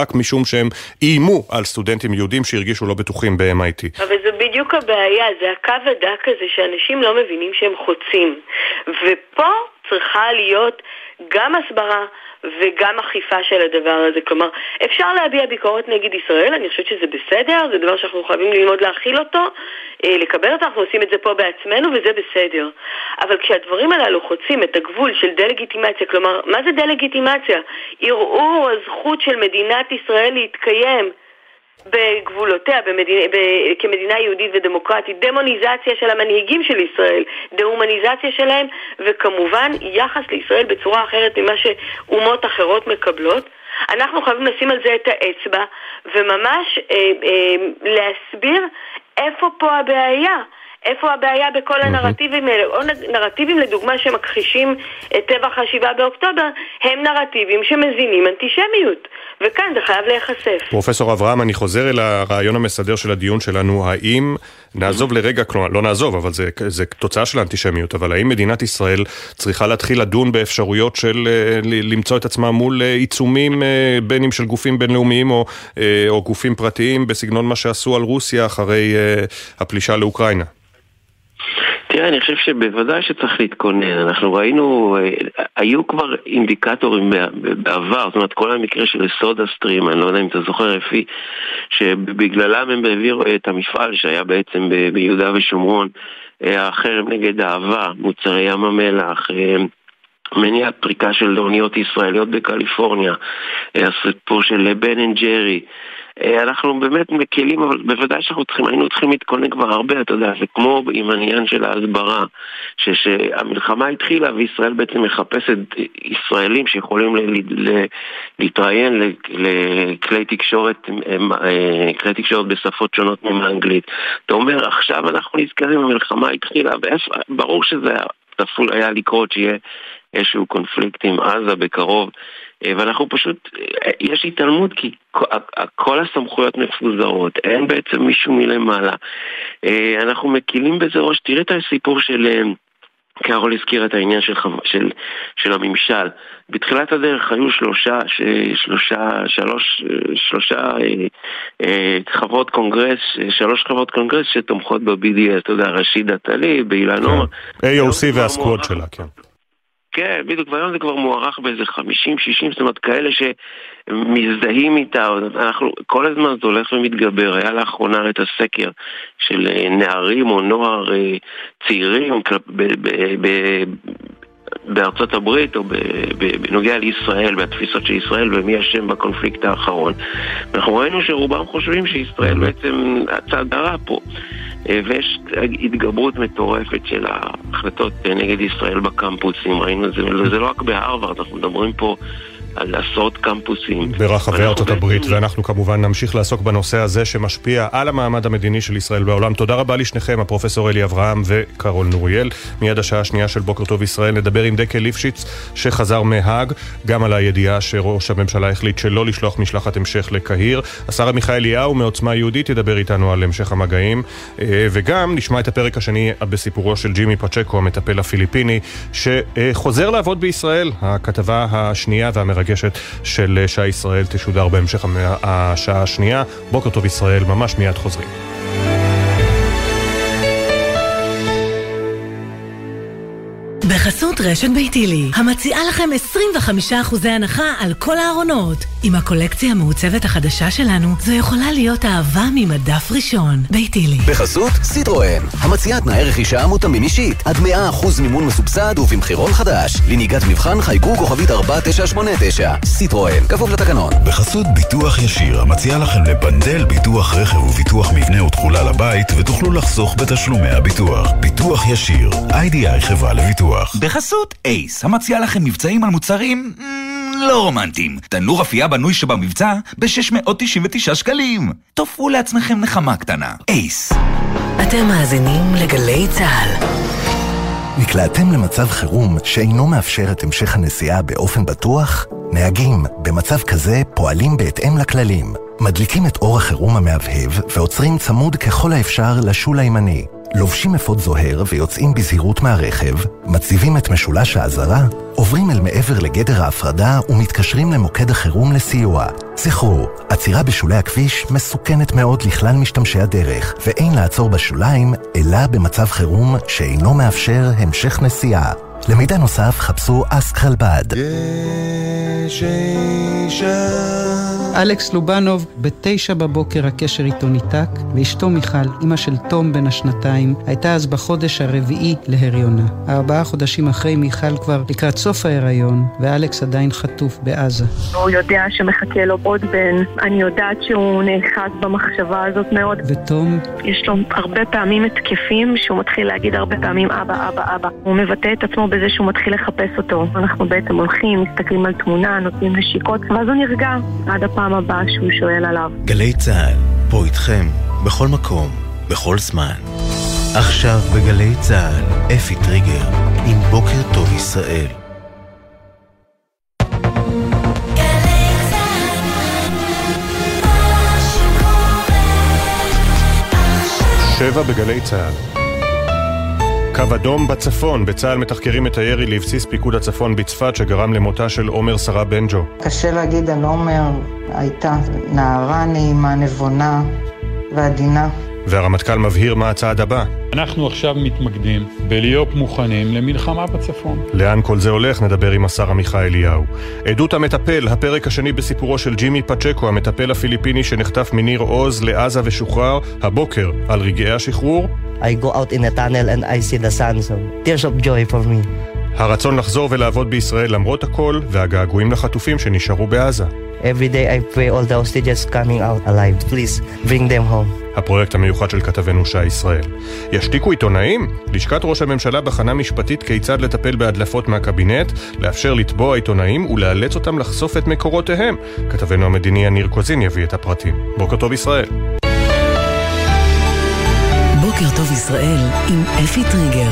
משום שהם איימו על סטודנטים יהודים שהרגישו לא בטוחים ב-אם איי טי. אבל זה בדיוק הבעיה, זה הקו הדק הזה שאנשים לא מבינים שהם חוצים. ופה צריכה להיות גם הסברה וגם אכיפה של הדבר הזה. כלומר, אפשר להביע ביקורת נגד ישראל, אני חושבת שזה בסדר, זה דבר שאנחנו חייבים ללמוד להכיל אותו, לקבל אותו, אנחנו עושים את זה פה בעצמנו וזה בסדר. אבל כשהדברים הללו חוצים את הגבול של דה-לגיטימציה, כלומר, מה זה דה-לגיטימציה? ערעור הזכות של מדינת ישראל להתקיים בגבולותיה, במדינה, ב, כמדינה יהודית ודמוקרטית, דמוניזציה של המנהיגים של ישראל, דה-הומניזציה שלהם, וכמובן יחס לישראל בצורה אחרת ממה שאומות אחרות מקבלות. אנחנו חייבים לשים על זה את האצבע, וממש אה, אה, להסביר איפה פה הבעיה. איפה הבעיה בכל הנרטיבים האלה? או נרטיבים לדוגמה שמכחישים את טבח השבעה באוקטובר, הם נרטיבים שמזינים אנטישמיות. וכאן זה חייב להיחשף. פרופסור אברהם, אני חוזר אל הרעיון המסדר של הדיון שלנו. האם נעזוב לרגע, כלומר, לא נעזוב, אבל זה, זה תוצאה של האנטישמיות, אבל האם מדינת ישראל צריכה להתחיל לדון באפשרויות של למצוא את עצמה מול עיצומים, בין אם של גופים בינלאומיים או, או גופים פרטיים, בסגנון מה שעשו על רוסיה אחרי הפלישה לאוקראינה? תראה, אני חושב שבוודאי שצריך להתכונן. אנחנו ראינו, היו כבר אינדיקטורים בעבר, זאת אומרת, כל המקרה של סודה סטרים, אני לא יודע אם אתה זוכר אפי, שבגללם הם העבירו את המפעל שהיה בעצם ביהודה ושומרון, החרם נגד אהבה, מוצרי ים המלח, מניעת פריקה של אוניות ישראליות בקליפורניה, הסיפור של בן אנד ג'רי. אנחנו באמת מקלים, אבל בוודאי שאנחנו צריכים, היינו צריכים להתכונן כבר הרבה, אתה יודע, זה כמו עם העניין של ההסברה, שהמלחמה התחילה וישראל בעצם מחפשת ישראלים שיכולים להתראיין לכלי תקשורת, כלי תקשורת בשפות שונות מהאנגלית. אתה אומר, עכשיו אנחנו נזכרים, המלחמה התחילה, וברור שזה צפוי היה לקרות שיהיה איזשהו קונפליקט עם עזה בקרוב, ואנחנו פשוט, יש התעלמות כי כל הסמכויות מפוזרות, אין בעצם מישהו מלמעלה. אנחנו מקילים בזה ראש, תראה את הסיפור של, קרול הזכיר את העניין של, של, של הממשל. בתחילת הדרך היו שלושה, שלושה, שלוש, שלושה חברות קונגרס, שלוש חברות קונגרס שתומכות ב-בי די אס, אתה יודע, רשידה טליב, באילנור. איי או סי והסקוואד שלה, כן. כן, בדיוק, והיום זה כבר מוערך באיזה חמישים שישים, זאת אומרת, כאלה שמזדהים איתה, אנחנו, כל הזמן זה הולך ומתגבר. היה לאחרונה את הסקר של נערים או נוער צעירים בארצות הברית או בנוגע לישראל, והתפיסות של ישראל ומי השם בקונפליקט האחרון. אנחנו ראינו שרובם חושבים שישראל בעצם הצד הרע פה. ויש התגברות מטורפת של ההחלטות נגד ישראל בקמפוסים, ראינו את זה, וזה לא רק בהרווארד, אנחנו מדברים פה על עשרות קמפוסים. ברחבי ארצות הברית, ואנחנו כמובן נמשיך לעסוק בנושא הזה שמשפיע על המעמד המדיני של ישראל בעולם. תודה רבה לשניכם, הפרופסור אלי אברהם וקרול נוריאל. מיד השעה השנייה של בוקר טוב ישראל נדבר עם דקל ליפשיץ שחזר מהאג, גם על הידיעה שראש הממשלה החליט שלא לשלוח משלחת המשך לקהיר. השר עמיחי אליהו מעוצמה יהודית ידבר איתנו על המשך המגעים, וגם נשמע את הפרק השני בסיפורו של ג'ימי פצ'קו, המטפל הפיליפיני שחוזר לעבוד בישראל. הכתבה השנייה והמרגשת של שעה ישראל תשודר בהמשך השעה השנייה. בוקר טוב ישראל, ממש מיד חוזרים. בחסות רשת ביתילי, המציעה לכם עשרים וחמישה אחוז הנחה על כל הארונות. עם הקולקציה המעוצבת החדשה שלנו, זו יכולה להיות אהבה ממדף ראשון. ביתילי. בחסות סיטרואן, המציעה תנאי רכישה מותאמים אישית, עד מאה אחוז מימון מסובסד ובמחירון חדש. לנהיגת מבחן חייגו כוכבית ארבע תשע שמונה תשע. סיטרואן, כפוף לתקנון. בחסות ביטוח ישיר, המציעה לכם לבנדל ביטוח רכב וביטוח מבנה ותכולה לבית, ותוכלו לחסוך בתשלומי הביטוח. ביטוח ישיר, איי די איי חברה לביטוח. בחסות אייס, המציע לכם מבצעים על מוצרים לא רומנטיים. תנור אפייה בנוי שבמבצע ב-שש מאות תשעים ותשעה שקלים. תופרו לעצמכם נחמה קטנה. אייס. אתם מאזינים לגלי צהל. נקלעתם למצב חירום שאינו מאפשר את המשך הנסיעה באופן בטוח? נהגים במצב כזה פועלים בהתאם לכללים. מדליקים את אור החירום המהבהב ועוצרים צמוד ככל האפשר לשול הימני. לובשים אפוד זוהר ויוצאים בזהירות מהרכב, מציבים את משולש האזהרה, עוברים אל מעבר לגדר ההפרדה ומתקשרים למוקד החירום לסיוע. זכרו, עצירה בשולי הכביש מסוכנת מאוד לכלל משתמשי הדרך, ואין לעצור בשוליים אלא במצב חירום שאינו מאפשר המשך נסיעה. למידע נוסף חפשו אסק חלבד. אלכס לובנוב, בתשע בבוקר הקשר איתו ניתק, ואשתו מיכל, אמא של תום בן השנתיים, הייתה אז בחודש הרביעי להריונה. ארבעה חודשים אחרי מיכל כבר לקראת סוף ההיריון, ואלכס עדיין חטוף בעזה. הוא יודע שמחכה לו עוד בן, אני יודעת שהוא נאחז במחשבה הזאת מאוד. ותום? יש לו הרבה פעמים התקפים שהוא מתחיל להגיד הרבה פעמים אבא, אבא, אבא. הוא מבטא את עצמו בזה שהוא מתחיל לחפש אותו. אנחנו בעצם הולכים, מסתכלים על תמונה, נותנים נשיקות, ואז הוא נרגע עד הפעם הבאה שהוא שואל עליו. גלי צהל, פה איתכם, בכל מקום, בכל זמן. עכשיו בגלי צהל, אפי טריגר, עם בוקר טוב ישראל. שבע בגלי צהל. קו אדום בצפון, בצהל מתחקרים את הירי לבסיס פיקוד הצפון בצפת שגרם למותה של עומר שרה בנג'ו. קשה להגיד על עומר, הייתה נערה נעימה, נבונה ועדינה. והרמטכ"ל מבהיר מה הצעד הבא. אנחנו עכשיו מתמקדים בלהיות מוכנים למלחמה בצפון. לאן כל זה הולך? נדבר עם השר עמיחי אליהו. עדות המטפל, הפרק השני בסיפורו של ג'ימי פצ'קו, המטפל הפיליפיני שנחטף מניר עוז לעזה ושוחרר הבוקר על רגעי השחרור. I go out in the tunnel and I see the sun, so tears of joy for me. הרצון לחזור ולעבוד בישראל למרות הכל, והגעגועים לחטופים שנשארו בעזה. Every day I pray all the hostages coming out alive. Please bring them home. הפרויקט המיוחד של כתבנו שי ישראל. ישתיקו עיתונאים? לשכת ראש הממשלה בחנה משפטית כיצד לטפל בהדלפות מהקבינט, לאפשר לתבוע עיתונאים ולאלץ אותם לחשוף את מקורותיהם. כתבנו המדיני יניר קוזין יביא את הפרטים. בוקר טוב ישראל. בוקר טוב ישראל עם אפי טריגר.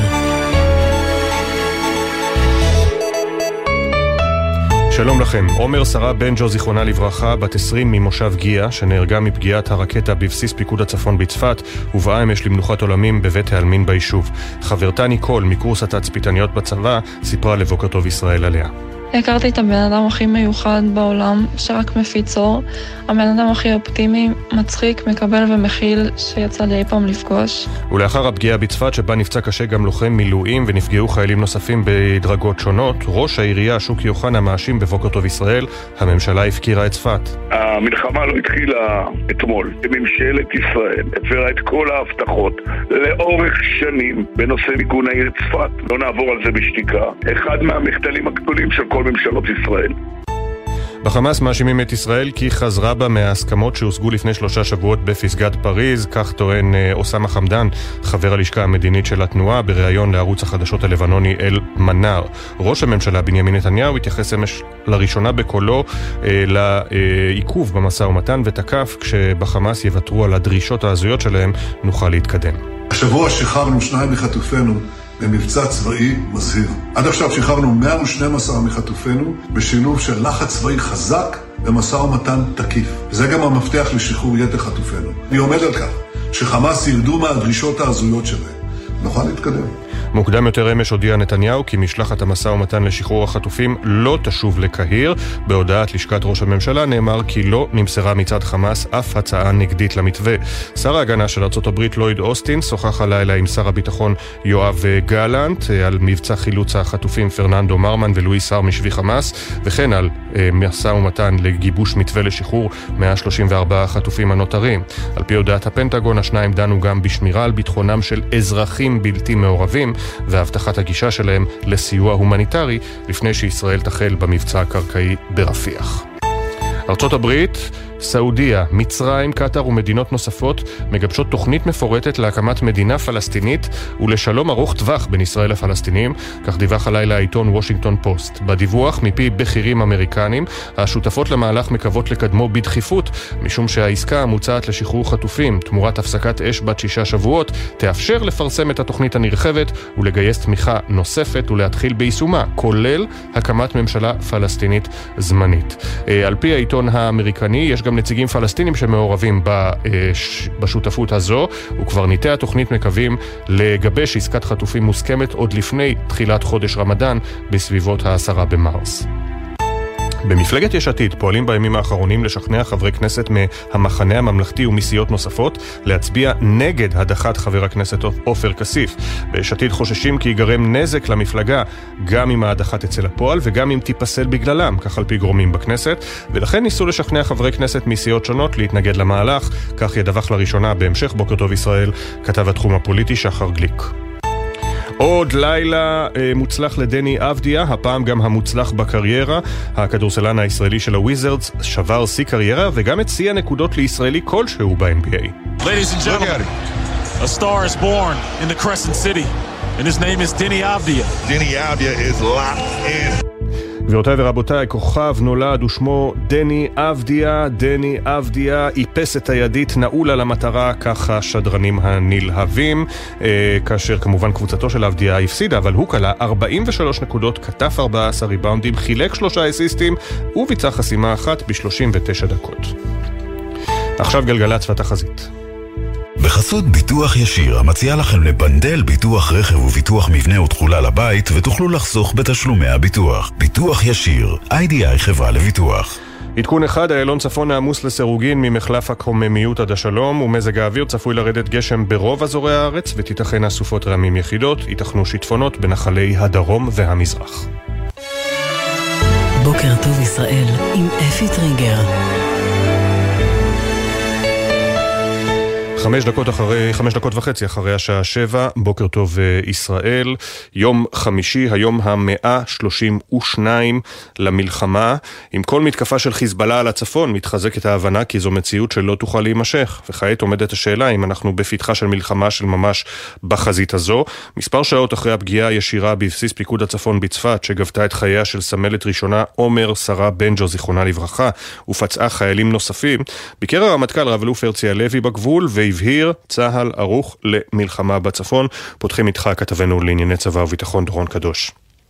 שלום לכם. עומר שרה בנג'ו זיכרונה לברכה, בת עשרים ממושב גיאה, שנהרגה מפגיעת הרקטה בבסיס פיקוד הצפון בצפת, הובאה אמש למנוחת עולמים בבית העלמין ביישוב. חברתה ניקול מקורס התצפיתניות בצבא סיפרה לבוקר טוב ישראל עליה. הכרתי את הבן אדם הכי מיוחד בעולם, שרק מפיץ אור. הבן אדם הכי אופטימי, מצחיק, מקבל ומכיל, שיצא לי אי פעם לפגוש. ולאחר הפגיעה בצפת, שבה נפצע קשה גם לוחם מילואים ונפגעו חיילים נוספים בדרגות שונות, ראש העירייה שוקי יוחנה מאשים בבוקר טוב ישראל, הממשלה הפקירה את צפת. המלחמה לא התחילה אתמול. ממשלת ישראל הפרה את כל ההבטחות לאורך שנים בנושא מיגון העיר צפת. לא נעבור על זה בשתיקה. אחד מהמחדלים הגדולים של כל ממשלות ישראל. בחמאס מאשימים את ישראל כי חזרה בה מההסכמות שהושגו לפני שלושה שבועות בפסגת פריז, כך טוען אוסמה חמדן, חבר הלשכה המדינית של התנועה, בריאיון לערוץ החדשות הלבנוני אל מנאר. ראש הממשלה בנימין נתניהו התייחס אמש לראשונה בקולו אה, לעיכוב במשא ומתן ותקף כשבחמאס יוותרו על הדרישות ההזויות שלהם נוכל להתקדם. השבוע שחררנו שניים מחטופינו במבצע צבאי מזהיר. עד עכשיו שחררנו מאה ושתים עשרה מחטופינו בשילוב של לחץ צבאי חזק ומשא ומתן תקיף. וזה גם המפתח לשחרור יתר חטופינו. אני עומד על כך שחמאס ירדו מהדרישות ההזויות שלהם. נוכל להתקדם. מוקדם יותר אמש הודיע נתניהו כי משלחת המשא ומתן לשחרור החטופים לא תשוב לקהיר. בהודעת לשכת ראש הממשלה נאמר כי לא נמסרה מצד חמאס אף הצעה נגדית למתווה. שר ההגנה של ארצות הברית לויד אוסטין שוחח הלילה עם שר הביטחון יואב גלנט על מבצע חילוץ החטופים פרננדו מרמן ולואיס סאר משבי חמאס, וכן על משא ומתן לגיבוש מתווה לשחרור מאה שלושים וארבעה החטופים הנותרים. על פי הודעת הפנטגון, השניים דנו גם בשמירה על ביטחונם של אזרחים בלתי מעורבים והבטחת הגישה שלהם לסיוע הומניטרי לפני שישראל תחל במבצע הקרקעי ברפיח. ארצות הברית, סעודיה, מצרים, קטר ומדינות נוספות מגבשות תוכנית מפורטת להקמת מדינה פלסטינית ולשלום ארוך טווח בין ישראל לפלסטינים, כך דיווח הלילה העיתון וושינגטון פוסט. בדיווח מפי בכירים אמריקנים, השותפות למהלך מקוות לקדמו בדחיפות, משום שהעסקה המוצעת לשחרור חטופים תמורת הפסקת אש בת שישה שבועות תאפשר לפרסם את התוכנית הנרחבת ולגייס תמיכה נוספת ולהתחיל ביישומה, כולל הקמת ממשלה פלסטינית זמנית. על פי העיתון האמריקני יש גם נציגים פלסטינים שמעורבים בשותפות הזו, וקברניטי התוכנית מקווים לגבש עסקת חטופים מוסכמת עוד לפני תחילת חודש רמדאן בסביבות העשרה במרס. במפלגת יש עתיד פועלים בימים האחרונים לשכנע חברי כנסת מהמחנה הממלכתי ומסיעות נוספות להצביע נגד הדחת חבר הכנסת עופר כסיף. ביש עתיד חוששים כי ייגרם נזק למפלגה גם אם ההדחה תצא לפועל וגם אם תיפסל בגללם, כך על פי גורמים בכנסת, ולכן ניסו לשכנע חברי כנסת מסיעות שונות להתנגד למהלך. כך ידווח לראשונה בהמשך בוקר טוב ישראל כתב התחום הפוליטי שחר גליק. עוד לילה אה, מוצלח לדני אבדיה, הפעם גם המוצלח בקריירה. הכדורסלן הישראלי של הוויזרדס שבר שיא קריירה וגם את שיא הנקודות לישראלי כלשהו ב-אן בי איי. Ladies and gentlemen, a star is born in the Crescent City, and his name is Denny Avdia. Denny Avdia is locked in. גבירותיי ורבותיי, כוכב נולד ושמו דני אבדיה. דני אבדיה איפס את הידית, נעול על המטרה, ככה שדרנים הנלהבים, אה, כאשר כמובן קבוצתו של אבדיה הפסידה, אבל הוא קלה ארבעים ושלוש נקודות, כתף ארבעה עשר ריבאונדים, חילק שלושה אסיסטים וביצע חסימה אחת ב-שלושים ותשע דקות. עכשיו גלגלצ והתחזית. בחסות ביטוח ישיר, המציע לכם לבנדל ביטוח רכב וביטוח מבנה ותכולה לבית, ותוכלו לחסוך בתשלומי הביטוח. ביטוח ישיר, איי די איי חברה לביטוח. עדכון אחד, איילון צפון העמוס לסירוגין ממחלף הקוממיות עד השלום, ומזג האוויר צפוי לרדת גשם ברוב אזורי הארץ, ותיתכן אסופות רעמים יחידות, ייתכנו שיטפונות בנחלי הדרום והמזרח. בוקר טוב ישראל עם אפי טריגר. חמש דקות אחרי, חמש דקות וחצי אחרי השעה שבע, בוקר טוב ישראל, יום חמישי, היום המאה שלושים ושניים למלחמה. עם כל מתקפה של חיזבאללה על הצפון, מתחזקת ההבנה כי זו מציאות שלא תוכל להימשך, וכעת עומדת השאלה אם אנחנו בפתחה של מלחמה של ממש בחזית הזו. מספר שעות אחרי הפגיעה הישירה בבסיס פיקוד הצפון בצפת, שגבתה את חייה של סמלת ראשונה עומר שרה בנג'ו זיכרונה לברכה, ופצעה חיילים נוספים, ביקר הרמטכ"ל רב אלוף הרצי הלוי בגבול, והבהיר צהל ערוך למלחמה בצפון. פותחים איתך כתבנו לענייני צבא וביטחון דורון קדוש.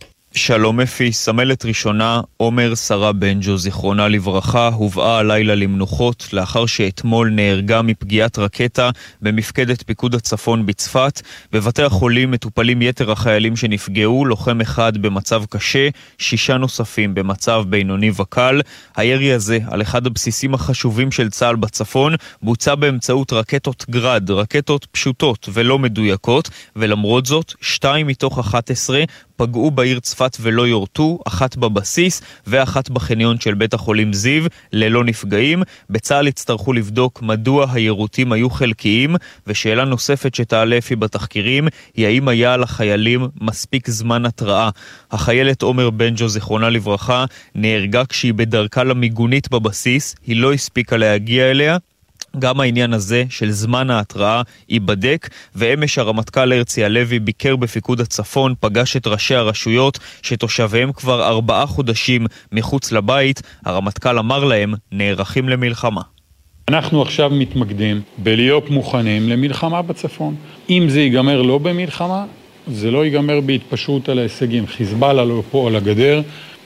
שלום אפי, סמלת ראשונה עומר שרה בנג'ו זיכרונה לברכה הובאה הלילה למנוחות לאחר שאתמול נהרגה מפגיעת רקטה במפקדת פיקוד הצפון בצפת. בבתי החולים מטופלים יתר החיילים שנפגעו, לוחם אחד במצב קשה, שישה נוספים במצב בינוני וקל. הירי הזה על אחד הבסיסים החשובים של צה"ל בצפון בוצע באמצעות רקטות גרד, רקטות פשוטות ולא מדויקות, ולמרות זאת שתיים מתוך אחת עשרה פגעו בעיר צפת ולא יורטו, אחת בבסיס ואחת בחניון של בית החולים זיו, ללא נפגעים. בצה"ל הצטרכו לבדוק מדוע היירוטים היו חלקיים, ושאלה נוספת שתעלה אפי בתחקירים היא האם היה לחיילים מספיק זמן התראה. החיילת עומר בנג'ו זיכרונה לברכה נהרגה כשהיא בדרכה למיגונית בבסיס, היא לא הספיקה להגיע אליה. גם העניין הזה של זמן ההתראה ייבדק, ואמש הרמטכ"ל הרצי הלוי ביקר בפיקוד הצפון, פגש את ראשי הרשויות שתושביהם כבר ארבעה חודשים מחוץ לבית. הרמטכ"ל אמר להם, נערכים למלחמה. אנחנו עכשיו מתמקדים בלהיות מוכנים למלחמה בצפון. אם זה ייגמר לא במלחמה, זה לא ייגמר בהתפשרות על ההישגים. חיזבאללה לא פה על הגדר,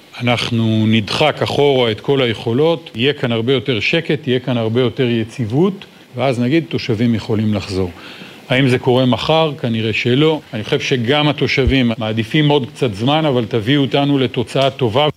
אנחנו נדחק אחורה את כל היכולות, יהיה כאן הרבה יותר שקט, יהיה כאן הרבה יותר יציבות, ואז נגיד תושבים יכולים לחזור. האם זה קורה מחר? כנראה שלא. אני חושב שגם התושבים מעדיפים עוד קצת זמן, אבל תביאו אותנו לתוצאה טובה.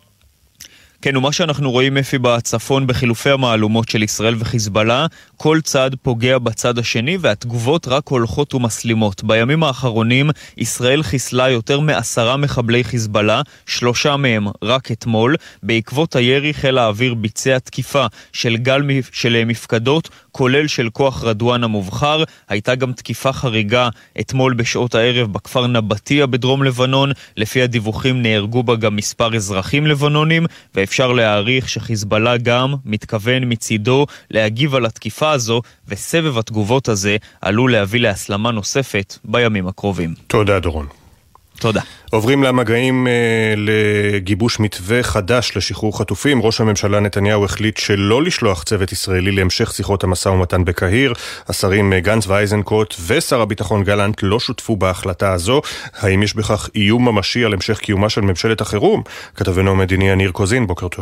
כן, ומה שאנחנו רואים אפי בצפון בחילופי המעלומות של ישראל וחיזבאללה, כל צד פוגע בצד השני והתגובות רק הולכות ומסלימות. בימים האחרונים ישראל חיסלה יותר מעשרה מחבלי חיזבאללה, שלושה מהם רק אתמול. בעקבות הירי חיל האוויר ביצע תקיפה של גל של מפקדות, כולל של כוח רדואן המובחר. הייתה גם תקיפה חריגה אתמול בשעות הערב בכפר נבטיה בדרום לבנון. לפי הדיווחים נהרגו בה גם מספר אזרחים לבנונים, ואפשר להעריך שחיזבאללה גם מתכוון מצידו להגיב על התקיפה הזו, וסבב התגובות הזה עלול להביא להסלמה נוספת בימים הקרובים. תודה דורון. תודה. עוברים למגעים אה, לגיבוש מתווה חדש לשחרור חטופים. ראש הממשלה נתניהו החליט שלא לשלוח צוות ישראלי להמשך שיחות המשא ומתן בקהיר. השרים גנץ ואיזנקוט ושר הביטחון גלנט לא שותפו בהחלטה הזו. האם יש בכך איום ממשי על המשך קיומה של ממשלת החירום? כתבנו המדיני יניר קוזין, בוקר טוב.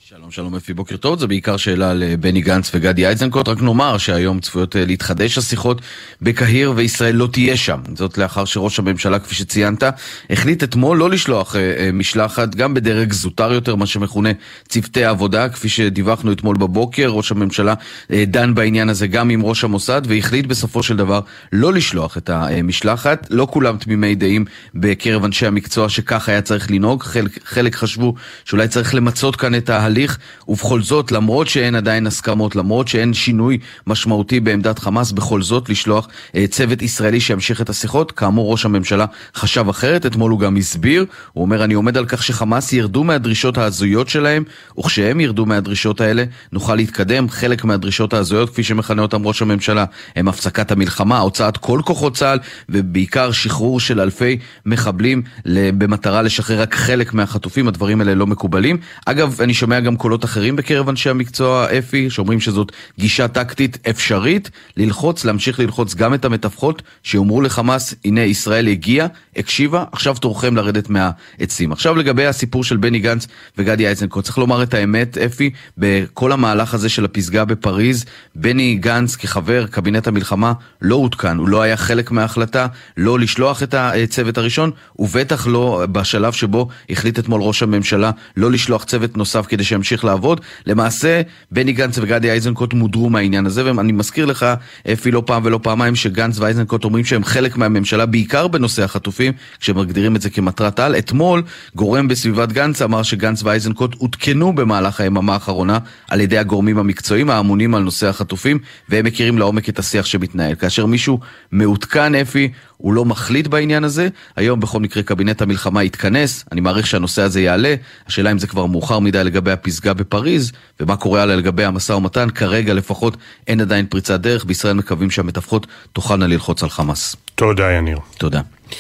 שלום שלום אפי, בוקר טוב. זה בעיקר שאלה לבני גנץ וגדי איזנקוט. רק נאמר שהיום צפויות להתחדש השיחות בקהיר וישראל לא תהיה שם. זאת לאחר שראש הממשלה, כפי שציינת, החליט אתמול לא לשלוח משלחת, גם בדרג זוטר יותר, מה שמכונה צוותי העבודה. כפי שדיווחנו אתמול בבוקר, ראש הממשלה דן בעניין הזה גם עם ראש המוסד, והחליט בסופו של דבר לא לשלוח את המשלחת. לא כולם תמימי דעים בקרב אנשי המקצוע שכך היה צריך לנהוג. חלק, חלק חשבו שאולי צריך למצות כאן את ההליך, ובכל זאת, למרות שאין עדיין הסכמות, למרות שאין שינוי משמעותי בעמדת חמאס, בכל זאת לשלוח אה, צוות ישראלי שימשיך את השיחות. כאמור, ראש הממשלה חשב אחרת. אתמול הוא גם הסביר, הוא אומר, אני עומד על כך שחמאס ירדו מהדרישות ההזויות שלהם, וכשהם ירדו מהדרישות האלה נוכל להתקדם. חלק מהדרישות ההזויות, כפי שמכנה אותם ראש הממשלה, הם הפסקת המלחמה, הוצאת כל כוחות צה"ל, ובעיקר שחרור של אלפי מחבלים במטרה לשחרר רק חלק מהחטופים. הדברים האלה לא מקובלים. אגב, אני שומע גם קולות אחרים בקרב אנשי המקצוע, אפי, שאומרים שזאת גישה טקטית אפשרית, ללחוץ, להמשיך ללחוץ גם את המתווכות, שאומרו לחמאס, הנה ישראל הגיעה, הקשיבה, עכשיו תורכם לרדת מהעצים. עכשיו לגבי הסיפור של בני גנץ וגדי איזנקוט, צריך לומר את האמת, אפי, בכל המהלך הזה של הפסגה בפריז, בני גנץ כחבר קבינט המלחמה לא עודכן, הוא לא היה חלק מההחלטה, לא לשלוח את הצוות הראשון, ובטח לא בשלב שבו החליט אתמול ראש הממשלה לא לשלוח צוות נוסף כדי שימשיך לעבוד. למעשה, בני גנץ וגדי איזנקוט מודרו מהעניין הזה, ואני מזכיר לך, אפי, לא פעם ולא פעמיים, שגנץ ואיזנקוט אומרים שהם חלק מהממשלה, בעיקר בנושא החטופים, כשמגדירים את זה כמטרת על. אתמול, גורם בסביבת גנץ אמר שגנץ ואיזנקוט הותקנו במהלך היממה האחרונה על ידי הגורמים המקצועיים האמונים על נושא החטופים, והם מכירים לעומק את השיח שמתנהל. כאשר מישהו מעודכן, אפי, הוא לא מחליט בעניין הזה. היום בכל מקרה קבינט המלחמה יתכנס, אני מעריך שהנושא הזה יעלה. השאלה אם זה כבר מאוחר מדי לגבי הפסגה בפריז, ומה קורה עליה לגבי המשא ומתן. כרגע לפחות אין עדיין פריצת דרך. בישראל מקווים שהמתווכות תוכלנה ללחוץ על חמאס. תודה יניר. תודה.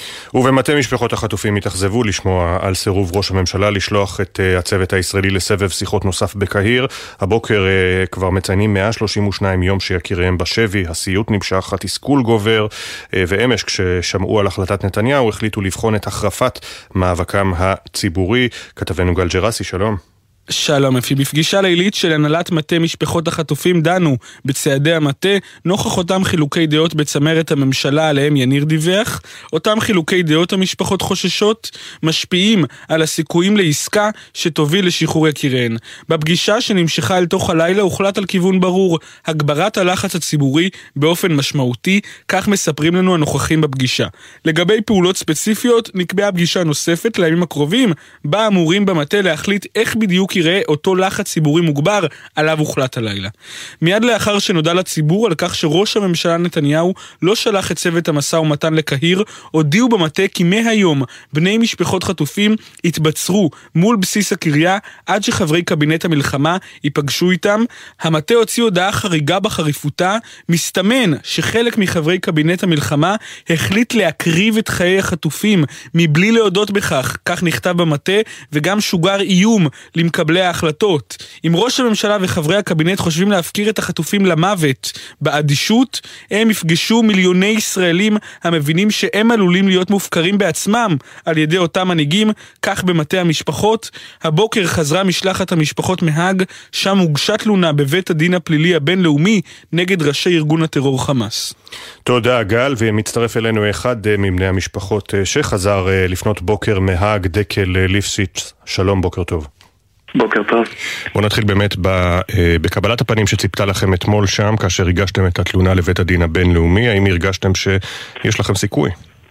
ובמטה משפחות החטופים התאכזבו לשמוע על סירוב ראש הממשלה לשלוח את uh, הצוות הישראלי לסבב שיחות נוסף בקהיר. הבוקר uh, כבר מציינים מאה שלושים ושניים יום שיקיריהם בשבי, הסיוט נמשך, התסכול גובר, uh, ואמש כששמעו על החלטת נתניהו החליטו לבחון את החרפת מאבקם הציבורי. כתבנו גל ג'רסי, שלום. שלום אפי, בפגישה לילית של הנהלת מטה משפחות החטופים דנו בצעדי המטה נוכח אותם חילוקי דעות בצמרת הממשלה עליהם יניר דיווח. אותם חילוקי דעות המשפחות חוששות משפיעים על הסיכויים לעסקה שתוביל לשחרור יקיריהן. בפגישה שנמשכה אל תוך הלילה הוחלט על כיוון ברור, הגברת הלחץ הציבורי באופן משמעותי, כך מספרים לנו הנוכחים בפגישה. לגבי פעולות ספציפיות נקבעה פגישה נוספת לימים הקרובים, בה אמורים במטה להחליט איך בדיוק יראה אותו לחץ ציבורי מוגבר עליו הוחלט הלילה. מיד לאחר שנודע לציבור על כך שראש הממשלה נתניהו לא שלח את צוות המשא ומתן לקהיר, הודיעו במטה כי מהיום בני משפחות חטופים התבצרו מול בסיס הקריה עד שחברי קבינט המלחמה ייפגשו איתם. המטה הוציא הודעה חריגה בחריפותה, מסתמן שחלק מחברי קבינט המלחמה החליט להקריב את חיי החטופים מבלי להודות בכך, כך נכתב במטה, וגם שוגר איום למקבלי ההחלטות. אם ראש הממשלה וחברי הקבינט חושבים להפקיר את החטופים למוות באדישות, הם יפגשו מיליוני ישראלים המבינים שהם עלולים להיות מופקרים בעצמם על ידי אותם מנהיגים, כך במטה המשפחות. הבוקר חזרה משלחת המשפחות מהאג, שם הוגשה תלונה בבית הדין הפלילי הבינלאומי נגד ראשי ארגון הטרור חמאס. תודה גל, ומצטרף אלינו אחד מבני המשפחות שחזר לפנות בוקר מהאג, דקל ליפשיץ. שלום, בוקר טוב. בוקר טוב. בוא נתחיל באמת בקבלת הפנים שציפתה לכם אתמול שם, כאשר הגשתם את התלונה לבית הדין הבינלאומי. האם הרגשתם שיש לכם סיכוי?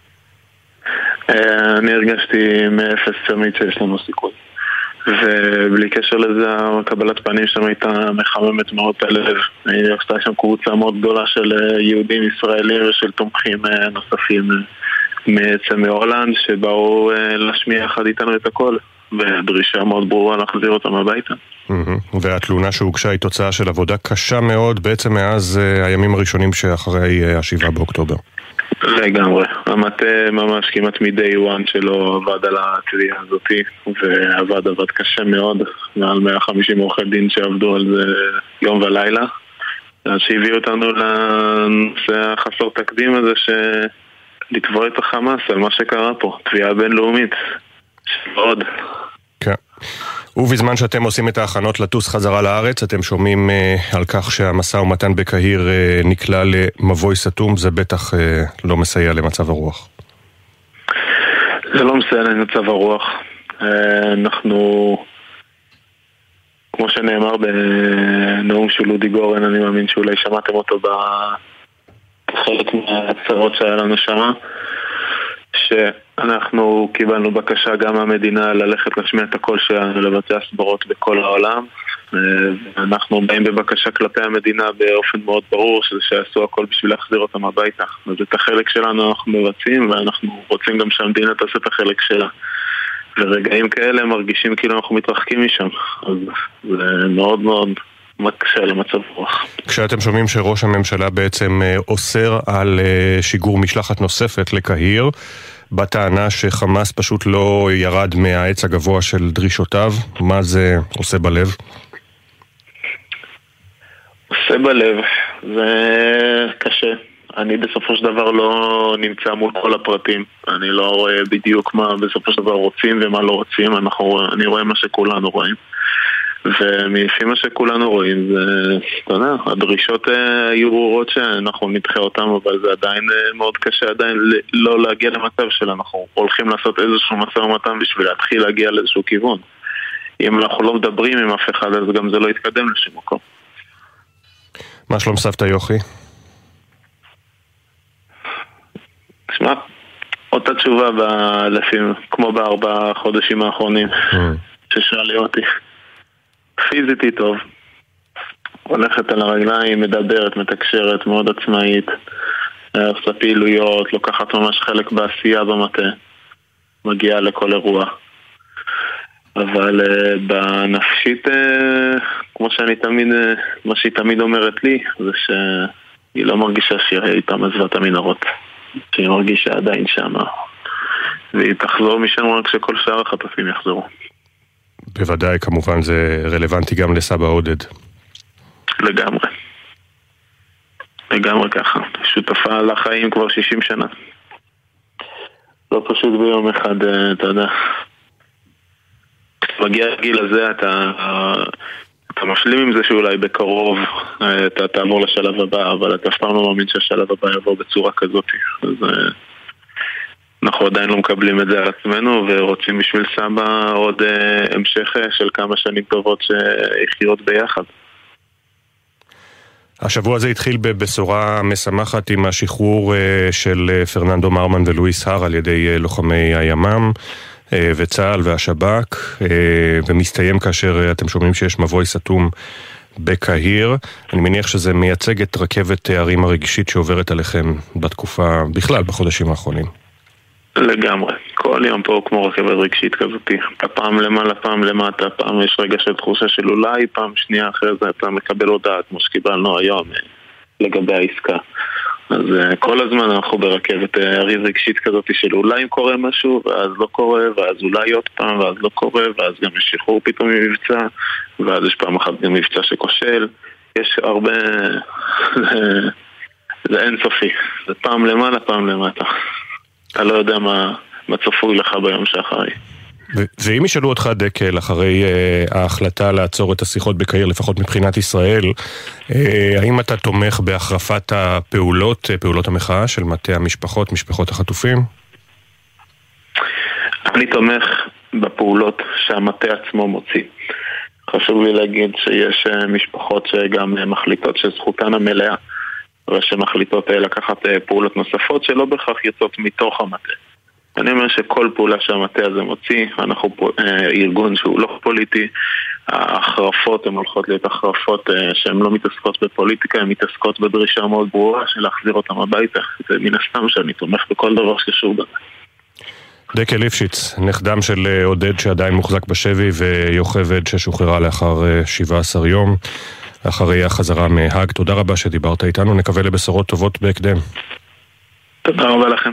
אני הרגשתי מאפס תמיד שיש לנו סיכוי. ובלי קשר לזה, קבלת פנים שם הייתה מחממת מאוד הלב. עשתה שם קבוצה מאוד גדולה של יהודים ישראלים ושל תומכים נוספים מעצם מהולנד, שבאו להשמיע יחד איתנו את הכל. ודרישה מאוד ברורה להחזיר אותם הביתה. והתלונה שהוגשה היא תוצאה של עבודה קשה מאוד בעצם מאז הימים הראשונים שאחרי השבעה באוקטובר. לגמרי. המטה ממש כמעט מדי וואן שלו עבד על התביעה הזאת, ועבד עבד קשה מאוד, מעל מאה וחמישים עורכי דין שעבדו על זה יום ולילה, שהביאו אותנו לנושא החסר תקדים הזה שלתבוע את החמאס על מה שקרה פה, תביעה בינלאומית. עוד. כן. ובזמן שאתם עושים את ההכנות לטוס חזרה לארץ, אתם שומעים uh, על כך שהמשא ומתן בקהיר uh, נקלע למבוי סתום, זה בטח uh, לא מסייע למצב הרוח. זה לא מסייע למצב הרוח. Uh, אנחנו, כמו שנאמר בנאום של אודי גורן, אני מאמין שאולי שמעתם אותו בחלק מהצרות שהיה לנו שם, שאנחנו קיבלנו בקשה גם מהמדינה ללכת להשמיע את הקול שלנו, לבצע הסברות בכל העולם. אנחנו באים בבקשה כלפי המדינה באופן מאוד ברור, שזה שיעשו הכל בשביל להחזיר אותם הביתה. אז את החלק שלנו אנחנו מבצעים, ואנחנו רוצים גם שהמדינה תעשה את החלק שלה. ורגעים כאלה מרגישים כאילו אנחנו מתרחקים משם. אז זה מאוד מאוד מקשה למצב רוח. כשאתם שומעים שראש הממשלה בעצם אוסר על שיגור משלחת נוספת לקהיר, בטענה שחמאס פשוט לא ירד מהעץ הגבוה של דרישותיו, מה זה עושה בלב? עושה בלב, זה קשה. אני בסופו של דבר לא נמצא מול כל הפרטים. אני לא רואה בדיוק מה בסופו של דבר רוצים ומה לא רוצים. אנחנו, אני רואה מה שכולנו רואים. ומפי מה שכולנו רואים, זה, אתה יודע, הדרישות היו ברורות שאנחנו נדחה אותם, אבל זה עדיין מאוד קשה עדיין לא להגיע למצב שאנחנו הולכים לעשות איזשהו משא ומתן בשביל להתחיל להגיע לאיזשהו כיוון. אם אנחנו לא מדברים עם אף אחד, אז גם זה לא יתקדם לשום מקום. מה שלום סבתא יוכי? תשמע, אותה תשובה באלפים, כמו בארבעה חודשים האחרונים, ששאלי אותי. פיזית היא טוב, הולכת על הרגליים, מדברת, מתקשרת, מאוד עצמאית, עושה פעילויות, לוקחת ממש חלק בעשייה במטה, מגיעה לכל אירוע. אבל uh, בנפשית, uh, כמו שאני תמיד, uh, מה שהיא תמיד אומרת לי, זה שהיא לא מרגישה שהיא איתה מזווה את המנהרות, שהיא מרגישה עדיין שמה, והיא תחזור משם רק שכל שאר החטופים יחזרו. בוודאי, כמובן זה רלוונטי גם לסבא עודד. לגמרי. לגמרי ככה. שותפה לחיים כבר שישים שנה. לא פשוט ביום אחד, אתה יודע. כשמגיע לגיל הזה, אתה, אתה משלים עם זה שאולי בקרוב אתה תעבור לשלב הבא, אבל אתה אף פעם לא מאמין שהשלב הבא יבוא בצורה כזאת. אז אנחנו עדיין לא מקבלים את זה על עצמנו, ורוצים בשביל סבא עוד uh, המשך של כמה שנים טובות שיחיות ביחד. השבוע הזה התחיל בבשורה משמחת עם השחרור uh, של uh, פרננדו מרמן ולואיס הר על ידי uh, לוחמי הימ"מ uh, וצה"ל והשב"כ, uh, ומסתיים כאשר uh, אתם שומעים שיש מבוי סתום בקהיר. אני מניח שזה מייצג את רכבת הערים הרגישית שעוברת עליכם בתקופה, בכלל בחודשים האחרונים. לגמרי. כל יום פה כמו רכבת רגשית כזאת. פעם למעלה, פעם למטה, פעם יש רגע של תחושה של אולי, פעם שנייה אחרי זה אתה מקבל הודעה כמו שקיבלנו היום לגבי העסקה. אז כל הזמן אנחנו ברכבת הרים רגשית כזאת של אולי אם קורה משהו ואז לא קורה, ואז אולי עוד פעם ואז לא קורה, ואז גם יש שחרור פתאום ממבצע, ואז יש פעם אחת גם מבצע שכושל. יש הרבה... זה אינסופי. זה פעם למעלה, פעם למטה. אתה לא יודע מה, מה צפוי לך ביום שאחרי. ו- ואם ישאלו אותך דקל אחרי uh, ההחלטה לעצור את השיחות בקהיר, לפחות מבחינת ישראל, uh, האם אתה תומך בהחרפת הפעולות, פעולות המחאה של מטה המשפחות, משפחות החטופים? אני תומך בפעולות שהמטה עצמו מוציא. חשוב לי להגיד שיש משפחות שגם מחליטות שזכותן המלאה, ושמחליטות לקחת פעולות נוספות שלא בכך יוצאות מתוך המטה. אני אומר שכל פעולה שהמטה הזה מוציא, אנחנו ארגון שהוא לא פוליטי, ההחרפות הן הולכות להיות החרפות שהן לא מתעסקות בפוליטיקה, הן מתעסקות בדרישה מאוד ברורה של להחזיר אותם הביתה. זה מן הסתם שאני תומך בכל דבר שקשור בזה. דקל ליפשיץ, נכדם של עודד שעדיין מוחזק בשבי, ויוכבד ששוחררה לאחר שבעה עשר יום. אחרי החזרה מהאג. תודה רבה שדיברת איתנו, נקווה לבשורות טובות בהקדם. תודה רבה לכם.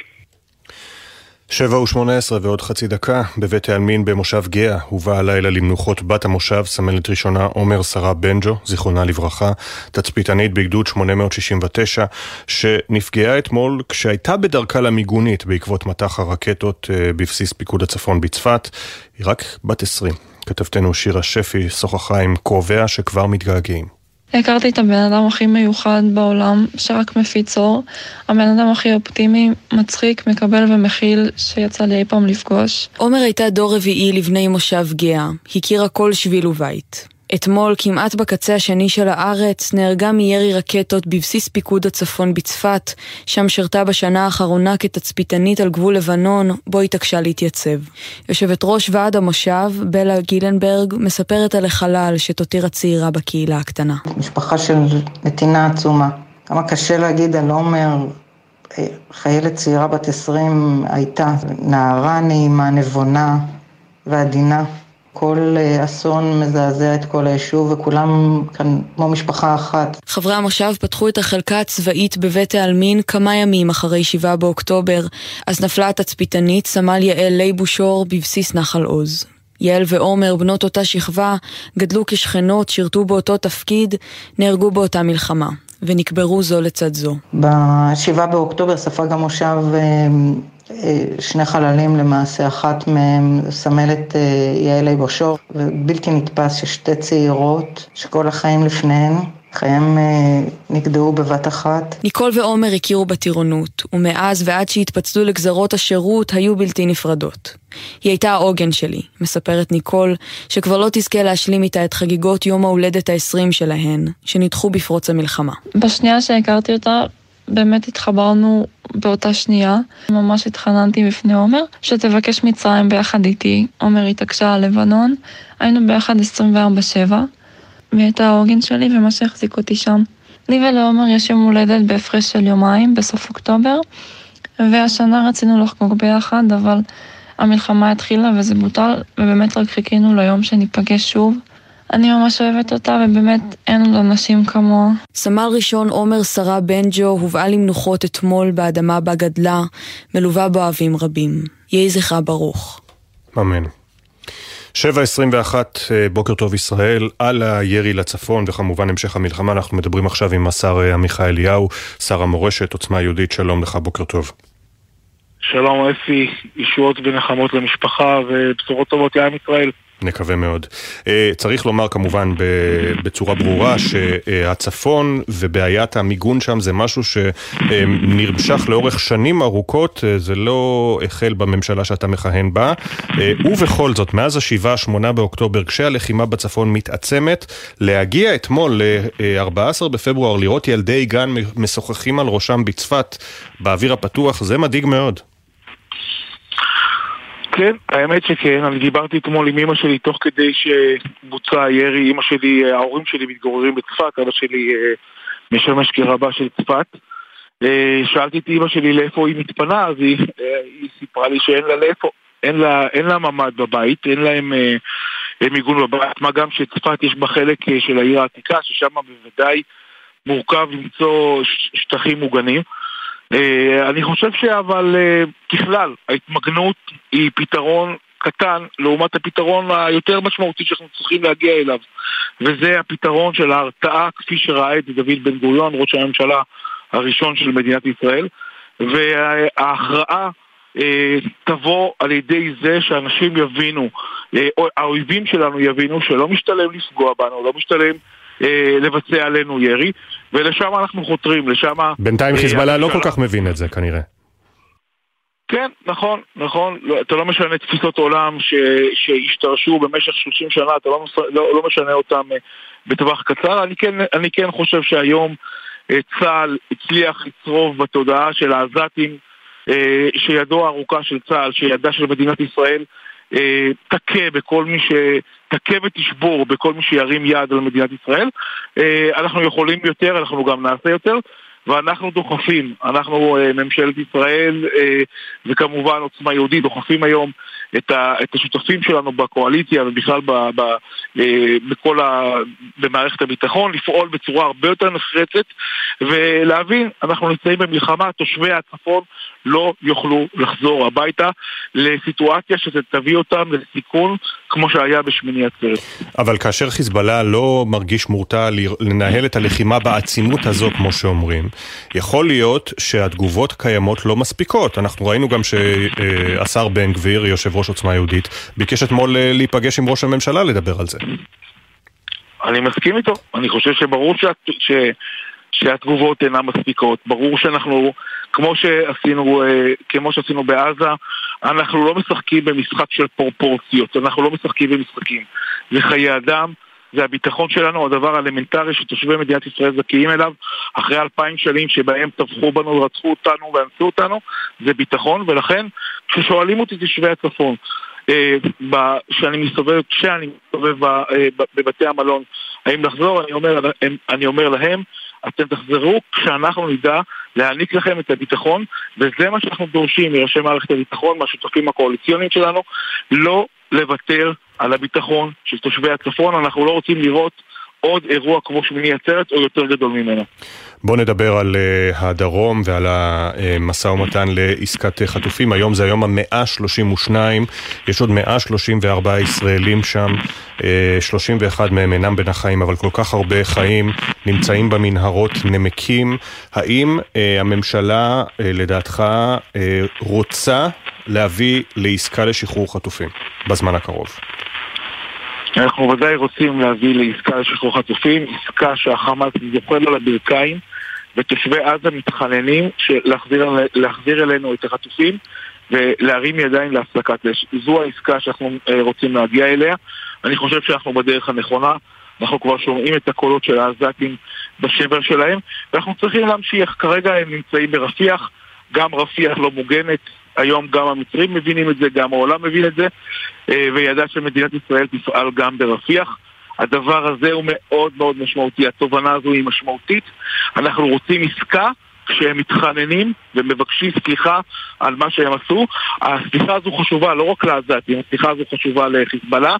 שבע ושמונה עשרה ועוד חצי דקה, בבית העלמין במושב גאה, הובאה הלילה למנוחות בת המושב, סמלת ראשונה עומר שרה בנג'ו, זיכרונה לברכה, תצפיתנית בגדוד שמונה מאות שישים ותשע, שנפגעה אתמול כשהייתה בדרכה למיגונית בעקבות מטח הרקטות בבסיס פיקוד הצפון בצפת. היא רק בת עשרים. כתבתנו שירה שפי שוחחה עם קרוביה שכבר מתגעגעים. הכרתי את הבן אדם הכי מיוחד בעולם, שרק מפיץ אור. הבן אדם הכי אופטימי, מצחיק, מקבל ומכיל שיצא לי אי פעם לפגוש. עומר הייתה דור רביעי לבני מושב גאה, הכירה כל שביל ובית. אתמול, כמעט בקצה השני של הארץ, נהרגה מירי רקטות בבסיס פיקוד הצפון בצפת, שם שרתה בשנה האחרונה כתצפיתנית על גבול לבנון, בו התעקשה להתייצב. יושבת ראש ועד המושב, בלה גילנברג, מספרת על החלל שתותיר הצעירה בקהילה הקטנה. משפחה של נתינה עצומה. כמה קשה להגיד על עומר, חיילת צעירה בת עשרים הייתה, נערה נעימה, נבונה ועדינה. כל אסון מזעזע את כל היישוב, וכולם כאן כמו משפחה אחת. חברי המושב פתחו את החלקה הצבאית בבית העלמין כמה ימים אחרי שבעה באוקטובר, אז נפלה התצפיתנית סמל יעל ליבושור בבסיס נחל עוז. יעל ועומר, בנות אותה שכבה, גדלו כשכנות, שירתו באותו תפקיד, נהרגו באותה מלחמה, ונקברו זו לצד זו. בשבעה באוקטובר ספג המושב שני חללים למעשה, אחת מהם סמלת יעל ליבושור, ובלתי נתפס ששתי צעירות שכל החיים לפניהן, חיים נגדעו בבת אחת. ניקול ועומר הכירו בטירונות, ומאז ועד שהתפצלו לגזרות השירות היו בלתי נפרדות. היא הייתה העוגן שלי, מספרת ניקול, שכבר לא תזכה להשלים איתה את חגיגות יום ההולדת ה-עשרים שלהן, שנדחו בפרוץ המלחמה. בשנייה שהכרתי אותה, באמת התחברנו באותה שנייה. ממש התחננתי בפני עומר שתבקש מצרים ביחד איתי. עומר התעקשה על לבנון, היינו ביחד עשרים וארבע שבע, והיא הייתה העוגן שלי ומה שהחזיק אותי שם. לי ולעומר יש יום הולדת בהפרש של יומיים בסוף אוקטובר, והשנה רצינו לחגוג ביחד, אבל המלחמה התחילה וזה בוטל, ובאמת רק חיכינו ליום שניפגש שוב. אני ממש אוהבת אותה, ובאמת אין עוד אנשים כמוה. סמל ראשון עומר שרה בנג'ו הובאה למנוחות אתמול באדמה בה גדלה, מלווה באוהבים רבים. יהי זכרה ברוך. אמן. שבע עשרים ואחת, בוקר טוב ישראל, על הירי לצפון וכמובן המשך המלחמה. אנחנו מדברים עכשיו עם השר עמיחי אליהו, שר המורשת, עוצמה יהודית. שלום לך, בוקר טוב. שלום אפי, ישועות ונחמות למשפחה ובשורות טובות לעם ישראל. נקווה מאוד. צריך לומר כמובן בצורה ברורה שהצפון ובעיית המיגון שם זה משהו שנרמשך לאורך שנים ארוכות, זה לא החל בממשלה שאתה מכהן בה, ובכל זאת מאז השבעה שמונה באוקטובר כשהלחימה בצפון מתעצמת, להגיע אתמול ל-ארבעה עשר בפברואר לראות ילדי גן משוחחים על ראשם בצפת באוויר הפתוח, זה מדאיג מאוד. כן, האמת שכן, אני דיברתי אתמול עם אמא שלי תוך כדי שבוצע הירי. אמא שלי, ההורים שלי מתגוררים בצפת, אבא שלי משמש כרבה של צפת. שאלתי את אמא שלי לאיפה היא מתפנה, אז היא, היא סיפרה לי שאין לה לאיפה, אין לה, אין לה ממד בבית, אין להם אה, מיגון בבית, מה גם שצפת יש בה חלק של העיר העתיקה, ששם בוודאי מורכב למצוא שטחים מוגנים. אני חושב שאבל ככלל ההתמגנות היא פתרון קטן לעומת הפתרון היותר משמעותי שאנחנו צריכים להגיע אליו, וזה הפתרון של ההרתעה כפי שראה את דוד בן גוריון, ראש הממשלה הראשון של מדינת ישראל. וההכרעה תבוא על ידי זה שאנשים יבינו, האויבים שלנו יבינו שלא משתלם לפגוע בנו, לא משתלם לבצע עלינו ירי, ולשם אנחנו חותרים, לשם... בינתיים חיזבאללה לא כל כך מבין את זה כנראה. כן, נכון, נכון. אתה לא משנה תפיסות עולם שהשתרשו במשך שלושים שנה, אתה לא, לא, לא משנה אותם בטווח קצר. אני כן, אני כן חושב שהיום צה"ל הצליח לצרוב בתודעה של העזתים, שידו הארוכה של צה"ל, שידה של מדינת ישראל, תכה בכל מי ש... תכה ותשבור בכל מי שירים יד על מדינת ישראל. אנחנו יכולים יותר, אנחנו גם נעשה יותר, ואנחנו דוחפים, אנחנו ממשלת ישראל וכמובן עוצמה יהודית דוחפים היום את, ה, את השותפים שלנו בקואליציה ובכלל ב, ב, בכל ה, במערכת הביטחון לפעול בצורה הרבה יותר נחרצת ולהבין, אנחנו נמצאים במלחמה, תושבי הצפון לא יוכלו לחזור הביתה לסיטואציה שתביא אותם לסיכון כמו שהיה בשמיני עצרת. אבל כאשר חיזבאללה לא מרגיש מורתע לנהל את הלחימה בעצימות הזו, כמו שאומרים, יכול להיות שהתגובות קיימות לא מספיקות. אנחנו ראינו גם שהשר בן גביר, יושב ראש עוצמה יהודית, ביקש אתמול להיפגש עם ראש הממשלה לדבר על זה. אני מסכים איתו. אני חושב שברור שאת, ש, שהתגובות אינן מספיקות. ברור שאנחנו, כמו שעשינו, כמו שעשינו בעזה, אנחנו לא משחקים במשחק של פרופורציות. אנחנו לא משחקים במשחקים. זה חיי אדם, זה הביטחון שלנו, הדבר האלמנטרי שתושבי מדינת ישראל זכאים אליו, אחרי אלפיים שנים שבהם טבחו בנו, רצחו אותנו ואנסו אותנו, זה ביטחון, ולכן כששואלים אותי תושבי הצפון, כשאני מסתובב, כשאני מסתובב בבתי המלון, האם לחזור, אני אומר, אני אומר להם, אתם תחזרו כשאנחנו נדע להעניק לכם את הביטחון, וזה מה שאנחנו דורשים מראשי מערכת הביטחון, מהשותפים הקואליציוניים שלנו, לא לוותר על הביטחון של תושבי הצפון. אנחנו לא רוצים לראות עוד אירוע כמו שמיני עצרת או יותר גדול ממנו. בואו נדבר על uh, הדרום ועל המשא ומתן לעסקת חטופים. היום זה היום ה-מאה שלושים ושתיים, יש עוד מאה שלושים וארבעה ישראלים שם, uh, שלושים ואחד מהם אינם בין החיים, אבל כל כך הרבה חיים נמצאים במנהרות נמקים. האם uh, הממשלה, uh, לדעתך, uh, רוצה להביא לעסקה לשחרור חטופים בזמן הקרוב? אנחנו ודאי רוצים להביא לעסקה לשחרור חטופים, עסקה שהחמאס זוחל על הברכיים, ותושבי עזה מתחננים להחזיר, להחזיר אלינו את החטופים ולהרים ידיים להפסקת אש. זו העסקה שאנחנו רוצים להגיע אליה. אני חושב שאנחנו בדרך הנכונה, אנחנו כבר שומעים את הקולות של העזתים בשבר שלהם, ואנחנו צריכים להמשיך. כרגע הם נמצאים ברפיח, גם רפיח לא מוגנת, היום גם המצרים מבינים את זה, גם העולם מבין את זה, וידע שמדינת ישראל תפעל גם ברפיח. הדבר הזה הוא מאוד מאוד משמעותי, התובנה הזו היא משמעותית. אנחנו רוצים עסקה כשהם מתחננים ומבקשים סליחה על מה שהם עשו. הסליחה הזו חשובה לא רק לעזתים, הסליחה הזו חשובה לחיזבאללה,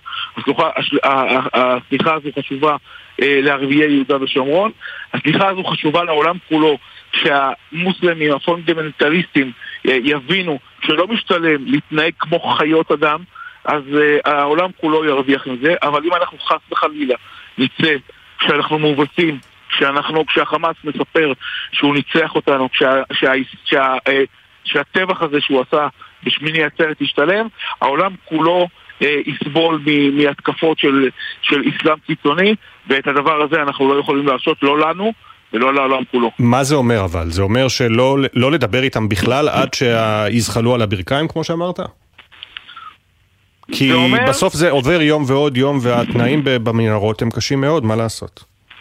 הסליחה הזו חשובה לערביי יהודה ושומרון, הסליחה הזו חשובה לעולם כולו, שהמוסלמים, הפונדמנטליסטים יבינו שלא משתלם להתנהג כמו חיות אדם, אז uh, העולם כולו ירוויח עם זה. אבל אם אנחנו חס וחלילה נצא כשאנחנו מובסים, כשאנחנו, כשהחמאס מספר שהוא ניצח אותנו, כשה, שה, שה, uh, שהטבח הזה שהוא עשה בשמיני עצרת ישתלם, העולם כולו uh, יסבול מ, מהתקפות של, של אסלאם קיצוני, ואת הדבר הזה אנחנו לא יכולים לעשות, לא לנו ולא לעולם כולו. מה זה אומר אבל? זה אומר שלא לא לדבר איתם בכלל עד שיזחלו על הברכיים, כמו שאמרת? כי אומר... בסוף זה עובר יום ועוד יום, והתנאים במנהרות הם קשים מאוד, מה לעשות?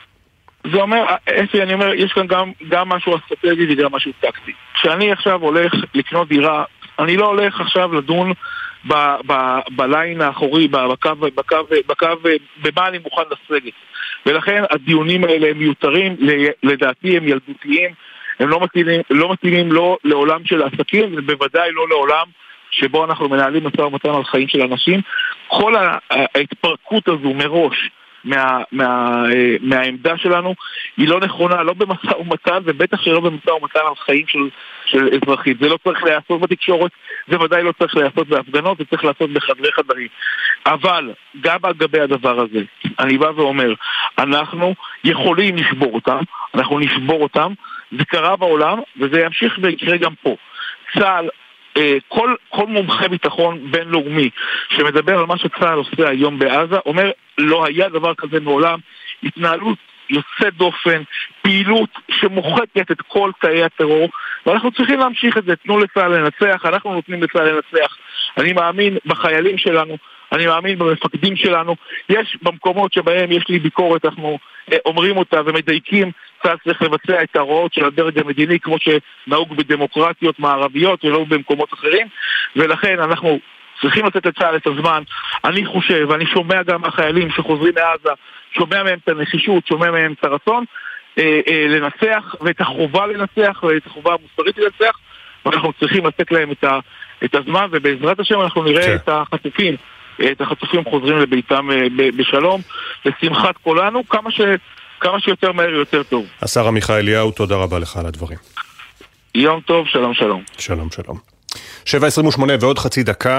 זה אומר, אפי, אני אומר, יש כאן גם, גם משהו אסטרטגי וגם משהו טקטי. כשאני עכשיו הולך לקנות דירה, אני לא הולך עכשיו לדון ב, ב, בליין האחורי, בקו, בקו, בקו, במה אני מוכן לסגת. ולכן הדיונים האלה הם מיותרים, לדעתי הם ילדותיים, הם לא מתאימים, לא מתאימים לא לעולם של העסקים, ובוודאי לא לעולם שבו אנחנו מנהלים משא ומתן על חיים של אנשים. כל ההתפרקות הזו מראש מה, מה, מהעמדה שלנו היא לא נכונה, לא במשא ומתן, ובטח שלא במשא ומתן על חיים של, של אזרחית. זה לא צריך לעשות בתקשורת, זה ודאי לא צריך לעשות בהפגנות, זה צריך לעשות בחדרי חדרים. אבל גם על גבי הדבר הזה, אני בא ואומר, אנחנו יכולים לשבור אותם, אנחנו נשבור אותם, זה קרה בעולם, וזה ימשיך ויקרה גם פה. צה"ל, כל, כל מומחה ביטחון בינלאומי שמדבר על מה שצה"ל עושה היום בעזה, אומר, לא היה דבר כזה מעולם, התנהלות יוצאת דופן, פעילות שמוחקת את כל תאי הטרור, ואנחנו צריכים להמשיך את זה. תנו לצה"ל לנצח, אנחנו נותנים לצה"ל לנצח. אני מאמין בחיילים שלנו, אני מאמין במפקדים שלנו. יש במקומות שבהם יש לי ביקורת, אנחנו אומרים אותה ומדייקים, צה"ל צריך לבצע את ההוראות של הדרג המדיני כמו שנהוג בדמוקרטיות מערביות ולא במקומות אחרים, ולכן אנחנו צריכים לתת לצה"ל את הזמן. אני חושב, ואני שומע גם מהחיילים שחוזרים מעזה, שומע מהם את הנחישות, שומע מהם את הרצון אה, אה, לנצח, ואת החובה לנצח, ואת החובה המוסרית לנצח, ואנחנו צריכים לתת להם את, ה, את הזמן, ובעזרת השם אנחנו נראה כן. את החטופים, את החטופים חוזרים לביתם אה, ב, בשלום, לשמחת כולנו, כמה, ש, כמה שיותר מהר יותר טוב. השר עמיחי אליהו, תודה רבה לך על הדברים. יום טוב, שלום שלום. שלום שלום. שבע עשרים ושמונה ועוד חצי דקה,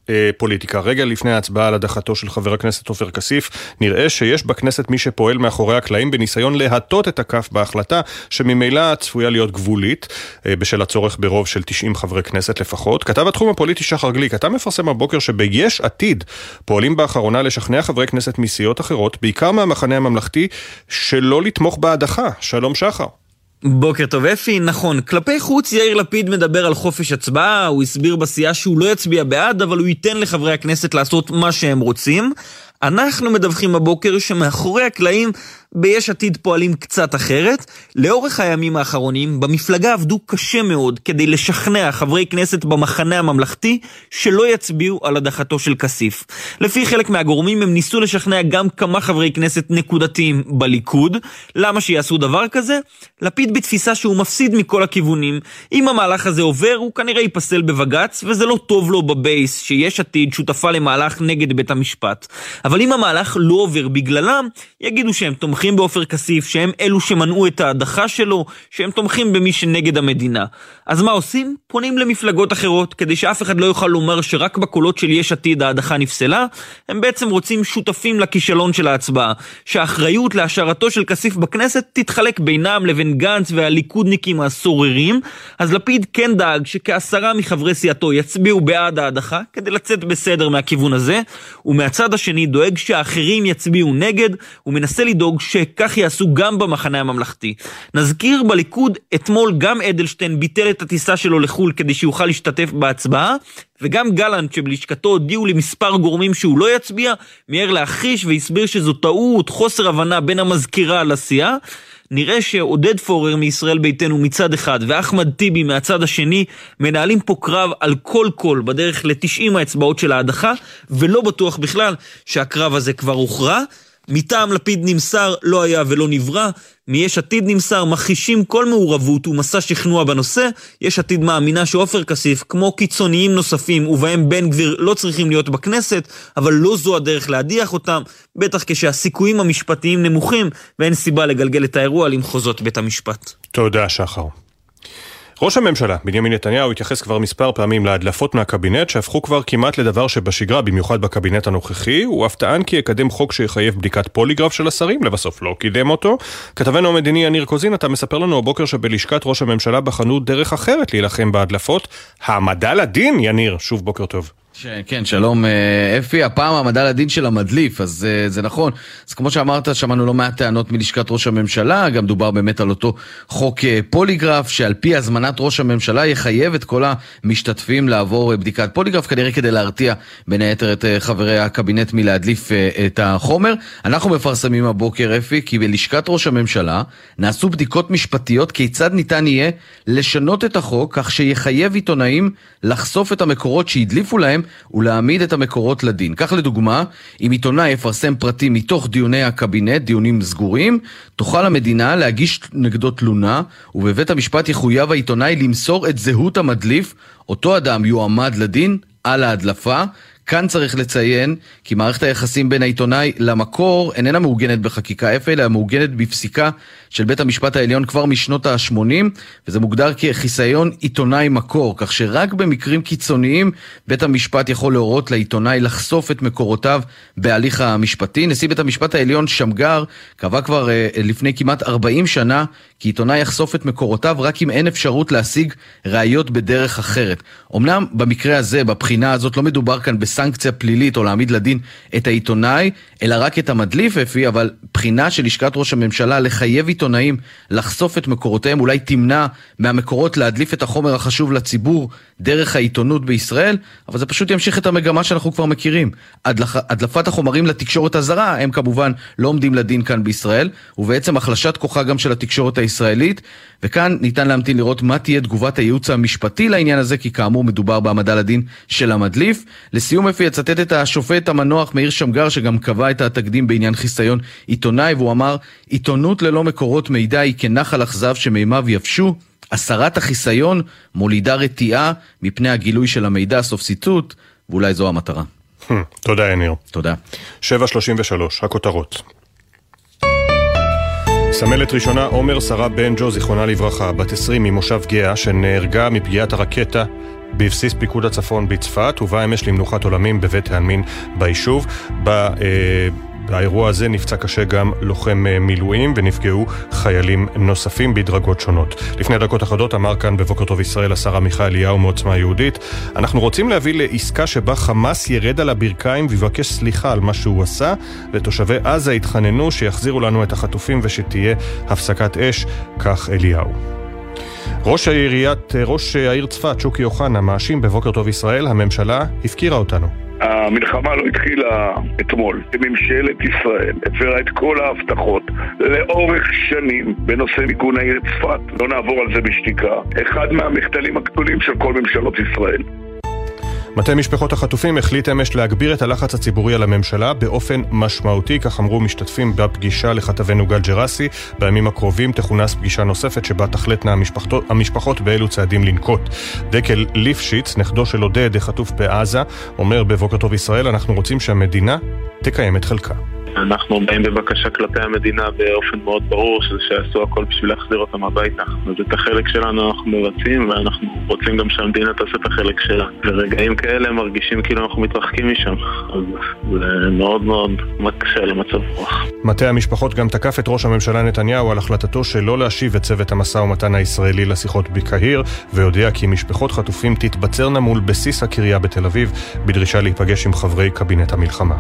פוליטיקה. רגע לפני ההצבעה על הדחתו של חבר הכנסת עופר כסיף, נראה שיש בכנסת מי שפועל מאחורי הקלעים בניסיון להטות את הכף בהחלטה, שממילא צפויה להיות גבולית, בשל הצורך ברוב של תשעים חברי כנסת לפחות. כתב התחום הפוליטי שחר גליק, אתה מפרסם הבוקר שביש עתיד פועלים באחרונה לשכנע חברי כנסת מסיעות אחרות, בעיקר מהמחנה הממלכתי, שלא לתמוך בהדחה. שלום שחר. בוקר טוב אפי, נכון, כלפי חוץ יאיר לפיד מדבר על חופש הצבעה, הוא הסביר בסיעה שהוא לא יצביע בעד, אבל הוא ייתן לחברי הכנסת לעשות מה שהם רוצים. אנחנו מדווחים בבוקר שמאחורי הקלעים ביש עתיד פועלים קצת אחרת. לאורך הימים האחרונים במפלגה עבדו קשה מאוד כדי לשכנע חברי כנסת במחנה הממלכתי שלא יצביעו על הדחתו של כסיף. לפי חלק מהגורמים הם ניסו לשכנע גם כמה חברי כנסת נקודתיים בליכוד. למה שיעשו דבר כזה? לפיד בתפיסה שהוא מפסיד מכל הכיוונים. אם המהלך הזה עובר הוא כנראה ייפסל בבגץ, וזה לא טוב לו בבייס שיש עתיד שותפה למהלך נגד בית המשפט. אבל אם המהלך לא עובר בגללם, יגידו שהם תומכים בעופר כסיף, שהם אלו שמנעו את ההדחה שלו, שהם תומכים במי שנגד המדינה. אז מה עושים? פונים למפלגות אחרות, כדי שאף אחד לא יוכל לומר שרק בקולות של יש עתיד ההדחה נפסלה. הם בעצם רוצים שותפים לכישלון של ההצבעה, שהאחריות להשארתו של כסיף בכנסת תתחלק בינם לבין גנץ והליכודניקים הסוררים. אז לפיד כן דאג שכעשרה מחברי סיעתו יצביעו בעד ההדחה, כדי לצאת בסדר מהכיוון הזה, ומהצד השני דואג שהאחרים יצביעו נגד, ומנסה לדאוג שכך יעשו גם במחנה הממלכתי. נזכיר בליכוד, אתמול גם אדלשטיין ביטל את הטיסה שלו לחול כדי שיוכל להשתתף בהצבעה, וגם גלנט שבלשכתו הודיעו למספר גורמים שהוא לא יצביע, מיהר להחיש והסביר שזו טעות, חוסר הבנה בין המזכירה לסיעה. נראה שעודד פורר מישראל ביתנו מצד אחד ואחמד טיבי מהצד השני מנהלים פה קרב על כל קול בדרך ל-תשעים האצבעות של ההדחה, ולא בטוח בכלל שהקרב הזה כבר הוכרע. מטעם לפיד נמסר לא היה ולא נברא, מיש עתיד נמסר מכחישים כל מעורבות ומסע שכנוע בנושא. יש עתיד מאמינה שעופר כסיף כמו קיצוניים נוספים ובהם בן גביר לא צריכים להיות בכנסת, אבל לא זו הדרך להדיח אותם, בטח כשהסיכויים המשפטיים נמוכים ואין סיבה לגלגל את האירוע למחוזות בית המשפט. תודה שחר. ראש הממשלה, בנימין נתניהו, התייחס כבר מספר פעמים להדלפות מהקבינט, שהפכו כבר כמעט לדבר שבשגרה, במיוחד בקבינט הנוכחי. הוא אף טען כי יקדם חוק שיחייב בדיקת פוליגרף של השרים, לבסוף לא קידם אותו. כתבנו המדיני יניר קוזין, אתה מספר לנו הבוקר שבלשכת ראש הממשלה בחנו דרך אחרת להילחם בהדלפות. העמדה לדין, יניר, שוב בוקר טוב. כן, שלום אפי, הפעם העמדה לדין של המדליף, אז זה נכון. אז כמו שאמרת, שמענו לא מעט טענות מלשכת ראש הממשלה, גם דובר באמת על אותו חוק פוליגרף, שעל פי הזמנת ראש הממשלה יחייב את כל המשתתפים לעבור בדיקת פוליגרף, כנראה כדי להרתיע בין היתר את חברי הקבינט מלהדליף את החומר. אנחנו מפרסמים הבוקר אפי, כי בלשכת ראש הממשלה נעשו בדיקות משפטיות כיצד ניתן יהיה לשנות את החוק, כך שיחייב עיתונאים לחשוף את המקורות שהדליפו להם, ולהעמיד את המקורות לדין. כך לדוגמה, אם עיתונאי יפרסם פרטים מתוך דיוני הקבינט, דיונים סגורים, תוכל המדינה להגיש נגדו תלונה, ובבית המשפט יחויב העיתונאי למסור את זהות המדליף, אותו אדם יועמד לדין על ההדלפה. כאן צריך לציין כי מערכת היחסים בין העיתונאי למקור איננה מעוגנת בחקיקה אפל, אלא מעוגנת בפסיקה של בית המשפט העליון כבר משנות ה-שמונים, וזה מוגדר כחיסיון עיתונאי מקור, כך שרק במקרים קיצוניים בית המשפט יכול להורות לעיתונאי לחשוף את מקורותיו בהליך המשפטי. נשיא בית המשפט העליון שמגר קבע כבר uh, לפני כמעט ארבעים שנה כי עיתונאי יחשוף את מקורותיו רק אם אין אפשרות להשיג ראיות בדרך אחרת. אמנם במקרה הזה, בבחינה הזאת, לא מדובר כאן בסנקציה פלילית או להעמיד לדין את העיתונאי, אלא רק את המדליף אפי, אבל בחינה של לשכת ראש הממשלה לחייב עיתונאים לחשוף את מקורותיהם אולי תמנע מהמקורות להדליף את החומר החשוב לציבור דרך העיתונות בישראל, אבל זה פשוט ימשיך את המגמה שאנחנו כבר מכירים. הדלפ... הדלפת החומרים לתקשורת הזרה הם כמובן לא עומדים לדין כאן בישראל, ובעצם החלשת כוחה גם של התקשורת הישראלית, וכאן ניתן להמתין לראות מה תהיה תגובת הייעוץ המשפטי לעניין הזה, כי כאמור מדובר בעמדה לדין של המדליף. לסיום אפי יצטט את השופט המנוח מאיר שמגר, שגם קבע את התקדים בעניין חיסיון עיתונאי, והוא אמר, עיתונות ללא מקורות מידע היא כנחל אכזב שמימיו יבשו, הסרת החיסיון מולידה רתיעה מפני הגילוי של המידע, סוף ציטוט, ואולי זו המטרה. תודה יניר. תודה. שבע שלושים ושלוש, הכותרות. סמלת ראשונה עומר שרה בן ג'ו, זיכרונה לברכה, בת עשרים ממושב גאה, שנהרגה מפגיעת הרקטה בבסיס פיקוד הצפון בצפת, ובה אמש למנוחת עולמים בבית העלמין ביישוב. ב... באירוע הזה נפצע קשה גם לוחם מילואים ונפגעו חיילים נוספים בדרגות שונות. לפני דקות אחדות אמר כאן בבוקר טוב ישראל השר עמיחי אליהו מעוצמה יהודית, אנחנו רוצים להביא לעסקה שבה חמאס ירד על הברכיים ויבקש סליחה על מה שהוא עשה, ותושבי עזה התחננו שיחזירו לנו את החטופים ושתהיה הפסקת אש, כך אליהו. ראש העיריית, ראש העיר צפת, שוקי אוחנה, מאשים בבוקר טוב ישראל, הממשלה הפקירה אותנו. המלחמה לא התחילה אתמול. ממשלת ישראל הפרה את כל ההבטחות לאורך שנים בנושא מיגון העיר צפת. לא נעבור על זה בשתיקה. אחד מהמחדלים הגדולים של כל ממשלות ישראל. מטה משפחות החטופים החליט אמש להגביר את הלחץ הציבורי על הממשלה באופן משמעותי, כך אמרו משתתפים בפגישה לכתבנו גל ג'רסי. בימים הקרובים תכונס פגישה נוספת שבה תחלטנה המשפחות, המשפחות באילו צעדים לנקוט. דקל ליפשיץ, נכדו של עודד החטוף בעזה, אומר בבוקר טוב ישראל, אנחנו רוצים שהמדינה תקיים את חלקה. אנחנו באים בבקשה כלפי המדינה באופן מאוד ברור שזה שיעשו הכל בשביל להחזיר אותם הביתה. אז את החלק שלנו אנחנו מבצעים ואנחנו רוצים גם שהמדינה תעשה את החלק שלה. ורגעים כאלה מרגישים כאילו אנחנו מתרחקים משם. אז זה מאוד מאוד מקשה למצב רוח. מטה המשפחות גם תקף את ראש הממשלה נתניהו על החלטתו שלא להשיב את צוות המשא ומתן הישראלי לשיחות בקהיר, והודיע כי משפחות חטופים תתבצרנה מול בסיס הקריה בתל אביב בדרישה להיפגש עם חברי קבינט המלחמה.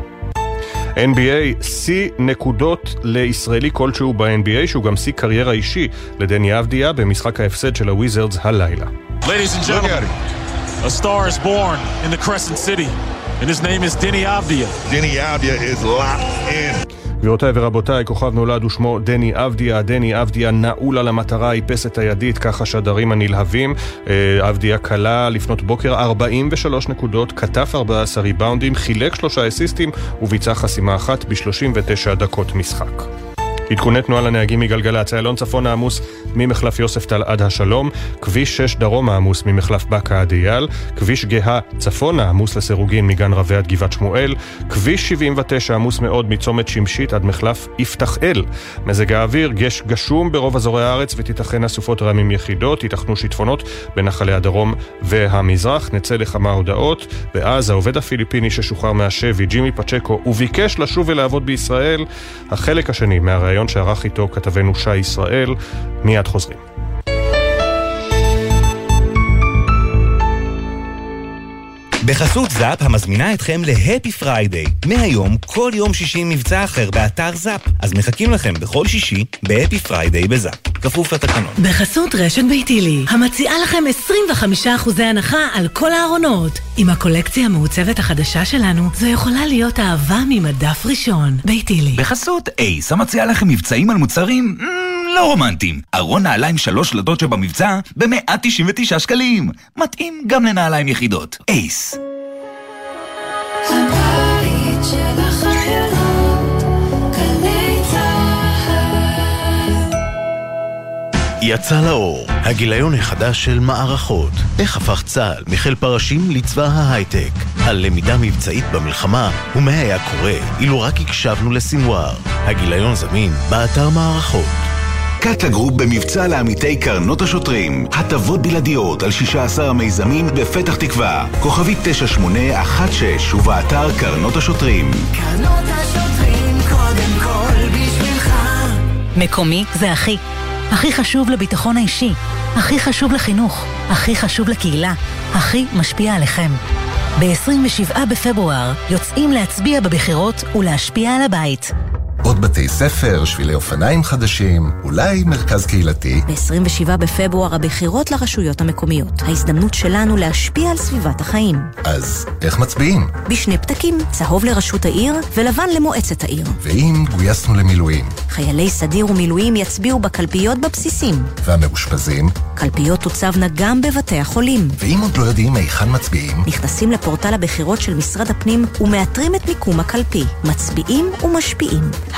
אן בי איי, שיא נקודות לישראלי כלשהו ב-אן בי איי, שהוא גם שיא קריירה אישי לדני אבדיה במשחק ההפסד של הוויזרדס הלילה. Ladies and gentlemen, a star is born in the Crescent City, and his name is Deni Avdia. Deni Avdia is locked in. גבירותיי ורבותיי, כוכב נולד ושמו דני אבדיה. דני אבדיה נעול על המטרה, איפס את הידית, ככה שדרים הנלהבים. אבדיה קלה לפנות בוקר ארבעים ושלוש נקודות, כתף ארבעה עשר ריבאונדים, חילק שלושה אסיסטים וביצע חסימה אחת ב-שלושים ותשע דקות משחק. עדכוני תנועה לנהגים מגלגלצ, איילון צפון העמוס ממחלף יוספטל עד השלום, כביש שש דרום העמוס ממחלף בקה עד אייל, כביש גאה צפון העמוס לסירוגין מגן רבי עד גבעת שמואל, כביש שבעים ותשע עמוס מאוד מצומת שמשית עד מחלף יפתח אל. מזג האוויר, גש גשום ברוב אזורי הארץ ותיתכן אסופות רעמים יחידות, תיתכנו שיטפונות בנחלי הדרום והמזרח. נצא לכמה הודעות. ואז העובד הפיליפיני ששוחרר מהשבי, ג'ימי פצ'קו, וביקש לשוב ולעבוד בישראל. החלק השני מהראיון שערך איתו כתבנו שי ישראל. מיד חוזרים. בחסות זאפ המזמינה אתכם להפי פריידיי. מהיום כל יום שישי מבצע אחר באתר זאפ. אז מחכים לכם בכל שישי בהפי פריידיי בזאפ. כפוף לתקנון. בחסות רשת ביתילי, המציעה לכם עשרים וחמישה אחוז הנחה על כל הארונות. עם הקולקציה המעוצבת החדשה שלנו, זו יכולה להיות אהבה ממדף ראשון. ביתילי. בחסות אייס, המציעה לכם מבצעים על מוצרים לא רומנטיים. ארון נעליים שלוש שלדות שבמבצע ב-מאה תשעים ותשעה שקלים. מתאים גם לנעליים יחידות. אייס. הבית של החיילות, גלי צהל. יצא לאור, הגיליון החדש של מערכות. איך הפך צה"ל מחיל פרשים לצבא ההייטק. על למידה מבצעית במלחמה, ומה היה קורה אילו רק הקשבנו לסינואר. הגיליון זמין באתר מערכות. קאטה גרופ במבצע לעמיתי קרנות השוטרים. הטבות בלעדיות על שישה עשר מיזמים בפתח תקווה. כוכבית תשע שמונה אחת שש ובאתר קרנות השוטרים. קרנות השוטרים קודם כל בשבילך. מקומי זה הכי. הכי חשוב לביטחון האישי. הכי חשוב לחינוך. הכי חשוב לקהילה. הכי משפיע עליכם. ב-עשרים ושבעה בפברואר יוצאים להצביע בבחירות ולהשפיע על הבית. עוד בתי ספר, שבילי אופניים חדשים, אולי מרכז קהילתי. ב-עשרים ושבעה בפברואר הבחירות לרשויות המקומיות. ההזדמנות שלנו להשפיע על סביבת החיים. אז איך מצביעים? בשני פתקים, צהוב לרשות העיר ולבן למועצת העיר. ואם גויסנו למילואים? חיילי סדיר ומילואים יצביעו בקלפיות בבסיסים. והמאושפזים? קלפיות תוצבנה גם בבתי החולים. ואם עוד לא יודעים היכן מצביעים? נכנסים לפורטל הבחירות של משרד הפנים ומאתרים את מיקום הקלפי. מצביעים ומשפיעים.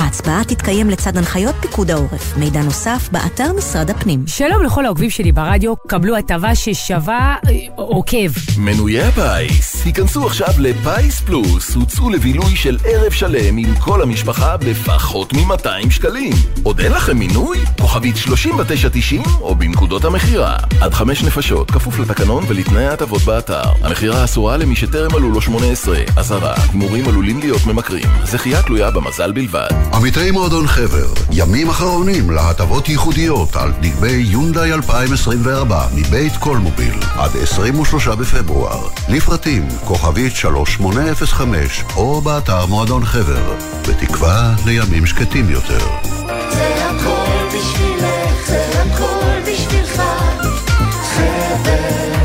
ההצבעה תתקיים לצד הנחיות פיקוד העורף. מידע נוסף באתר משרד הפנים. שלום לכל העוקבים שלי ברדיו, קבלו הטבה ששווה עוקב. מנויי הפיס, היכנסו עכשיו לפייס פלוס, הוצאו לבילוי של ערב שלם עם כל המשפחה בפחות מ-מאתיים שקלים. עוד אין לכם מינוי? כוכבית שלושים ותשע תשעים או בנקודות המחירה. עד חמש נפשות, כפוף לתקנון ולתנאי ההטבות באתר. המחירה אסורה למי שטרם מלאו לו שמונה עשרה. אזהרה, הימורים עלולים להיות ממכרים. זכייה תלויה במזל בלבד. עמיתי מועדון חבר, ימים אחרונים להטבות ייחודיות על דגמי יונדאי אלפיים עשרים וארבע מבית קולמוביל עד עשרים ושלושה בפברואר. לפרטים כוכבית שלוש שמונה אפס חמש או באתר מועדון חבר, בתקווה לימים שקטים יותר. זה הכל בשבילך, זה הכל בשבילך, חבר.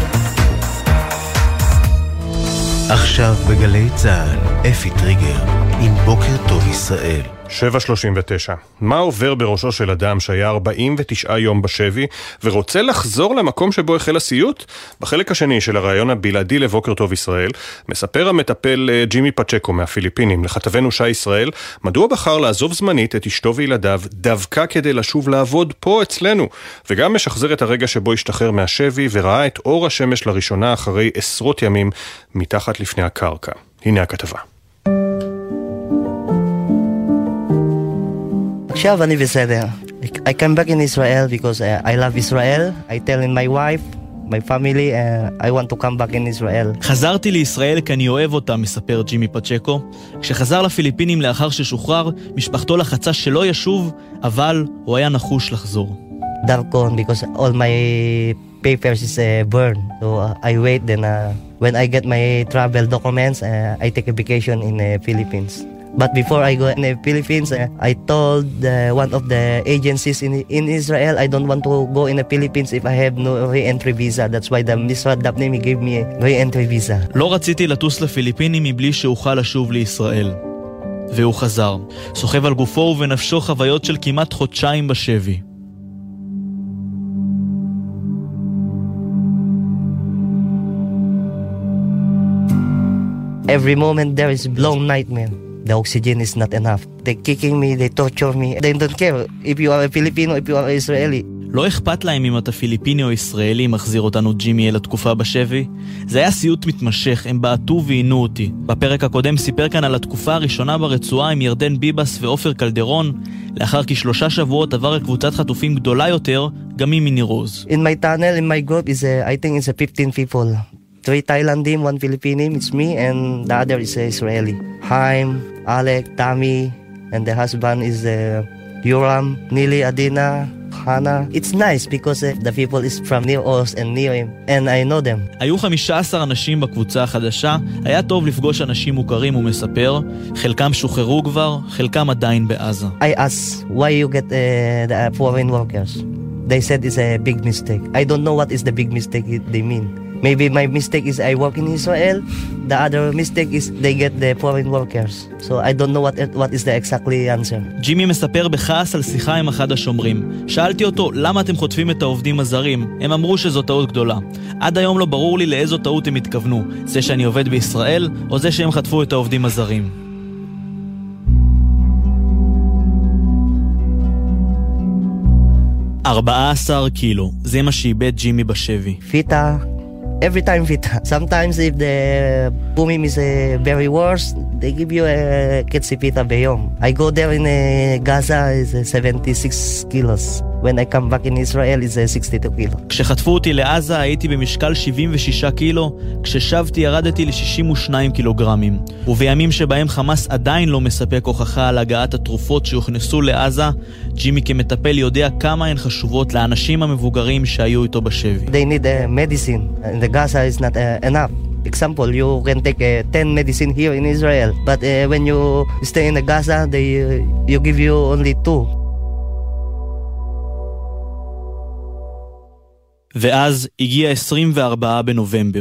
עכשיו בגלי צה"ל, אפי טריגר עם בוקר טוב ישראל. שבע שלושים ותשע. מה עובר בראשו של אדם שהיה ארבעים ותשעה יום בשבי ורוצה לחזור למקום שבו החל הסיוט? בחלק השני של הרעיון הבלעדי לבוקר טוב ישראל מספר המטפל ג'ימי פצ'קו מהפיליפינים לכתבנו שי ישראל מדוע בחר לעזוב זמנית את אשתו וילדיו דווקא כדי לשוב לעבוד פה אצלנו, וגם משחזר את הרגע שבו השתחרר מהשבי וראה את אור השמש לראשונה אחרי עשרות ימים מתחת לפני הקרקע. הנה הכתבה. עכשיו אני בסדר. I came back in Israel because uh, I love Israel. I tell in my wife, my family, uh, I want to come back in Israel. חזרתי לישראל כי אני אוהב אותה, מספר ג'ימי פצ'קו. כשחזר לפיליפינים לאחר ששוחרר, משפחתו לחצה שלא ישוב, אבל הוא היה נחוש לחזור. דרכון, because all my papers is uh, burned. So uh, I wait, then uh, when I get my travel documents, uh, I take a vacation in the uh, Philippines. But before I go in the Philippines, uh, I told uh, one of the agencies in in Israel, I don't want to go in the Philippines if I have no re-entry visa. That's why the Misrad Dapnemi gave me a re-entry visa. לא רציתי לטוס לפיליפינים מבלי שאוכל לשוב לישראל. והוא חזר. סוחב על גופו ובנפשו חוויות של כמעט חודשיים בשבי. Every moment there is a long nightmare. The oxygen is not enough. They're kicking me, they torture me. They don't care if you are a Filipino, if you are Israeli. לא אכפת להם אם אתה פיליפיני או ישראלי, מחזיר אותנו ג'ימי אל התקופה בשבי. זה היה סיוט מתמשך, הם בעטו ועינו אותי. בפרק הקודם סיפר כאן על התקופה הראשונה ברצועה עם ירדן ביבס ואופר קלדרון. לאחר כשלושה שבועות עבר על קבוצת חטופים גדולה יותר, גם עם מיני רוז. In my tunnel, in my group, is a, I think it's a fifteen people. Three Thailandim, one Filipino, it's me, and the other is Israeli. Haim, Alec, Tami, and the husband is uh, Yoram, Nili, Adina, Hannah. It's nice because uh, the people is from near us and near him, and I know them. היו חמישה עשר אנשים בקבוצה החדשה, היה טוב לפגוש אנשים מוכרים ומספר, חלקם שוחררו כבר, חלקם עדיין בעזה. I asked, why you get uh, the foreign workers? They said it's a big mistake. I don't know what is the big mistake they mean. Maybe my mistake is I work in Israel. The other mistake is they get the foreign workers. So I don't know what what is the exactly answer. ג'ימי מספר בכעס על שיחה עם אחד השומרים. שאלתי אותו, למה אתם חוטפים את העובדים הזרים? הם אמרו שזו טעות גדולה. עד היום לא ברור לי לאיזו טעות הם התכוונו. זה שאני עובד בישראל, או זה שהם חטפו את העובדים הזרים. ארבעה עשר קילו. זה מה שאיבד ג'ימי בשבי. פיתה. Every time vita. Sometimes if the booming is uh, very worse, they give you a ketsi pita beyom. I go there in uh, Gaza is uh, seventy-six kilos. When I come back in Israel is uh, sixty-two kilos. כשחטפו אותי לעזה הייתי במשקל שבעים ושישה קילו, כששבתי ירדתי ל-שישים ושניים קילוגרמים. ובימים שבהם חמאס עדיין לא מספק הוכחה על הגעת התרופות שהוכנסו לעזה, ג'ימי כמטפל יודע כמה הן חשובות לאנשים המבוגרים שהיו איתו בשבי. They need a medicine. In the Gaza is not uh, enough. Example, you can take uh, ten medicine here in Israel, but uh, when you stay in the Gaza, they uh, you give you only two. ואז הגיע עשרים וארבעה בנובמבר.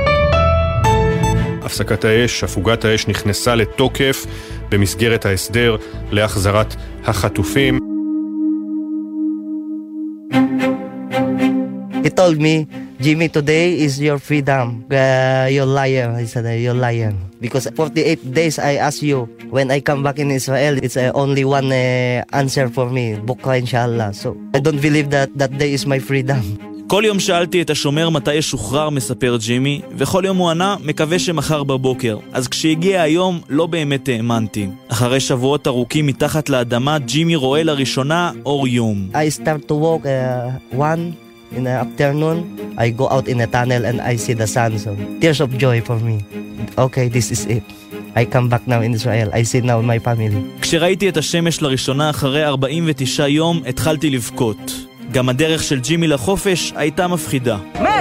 הפסקת האש, הפוגת האש נכנסה לתוקף במסגרת ההסדר להחזרת החטופים. He told me Jimmy, today is your freedom. Uh, you're liar. He said, you're liar. Because forty-eight days I ask you, when I come back in Israel, it's uh, only one uh, answer for me, Bukra inshallah. So I don't believe that that day is my freedom. כל יום שאלתי את השומר מתי ישוחרר, מספר ג'ימי, וכל יום הוא ענה, מקווה שמחר בבוקר. אז כשהגיע היום, לא באמת האמנתי. אחרי שבועות ארוכים מתחת לאדמה, ג'ימי רואה לראשונה אור יום. I start to walk uh, one in the afternoon. I go out in a tunnel and I see the sun. So tears of joy for me. Okay, this is it. I come back now in Israel. I see now my family. כשראיתי את השמש לראשונה אחרי ארבעים ותשעה יום, התחלתי לבכות. גם הדרך של ג'ימי לחופש הייתה מפחידה.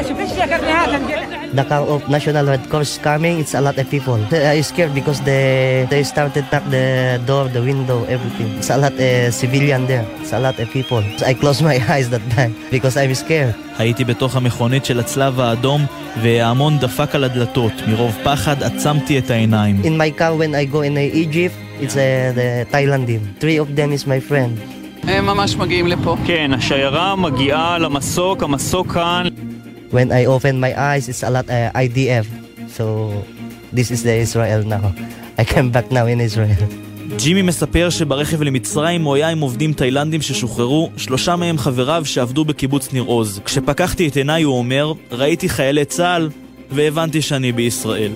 The car of National Red Cross coming, it's a lot of people. I scared because they they started to knock the door, the window, everything. It's a lot of uh, civilian there. It's a lot of people. So I closed my eyes that time because I'm scared. הייתי בתוך המכונית של הצלב האדום וההמון דפק על הדלתות. מרוב פחד עצמתי את העיניים. In my car when I go in Egypt, it's uh, the Thailandim. Three of them is my friend. הם ממש מגיעים לפה. כן, השיירה מגיעה למסוק, המסוק כאן. When I open my eyes, it's a lot uh, I D F. So this is the Israel now. I came back now in Israel. ג'ימי מספר שברכב למצרים הוא היה עם עובדים תאילנדים ששוחררו, שלושה מהם חבריו שעבדו בקיבוץ ניר עוז. כשפקחתי את עיניי, הוא אומר, ראיתי חיילי צה"ל והבנתי שאני בישראל.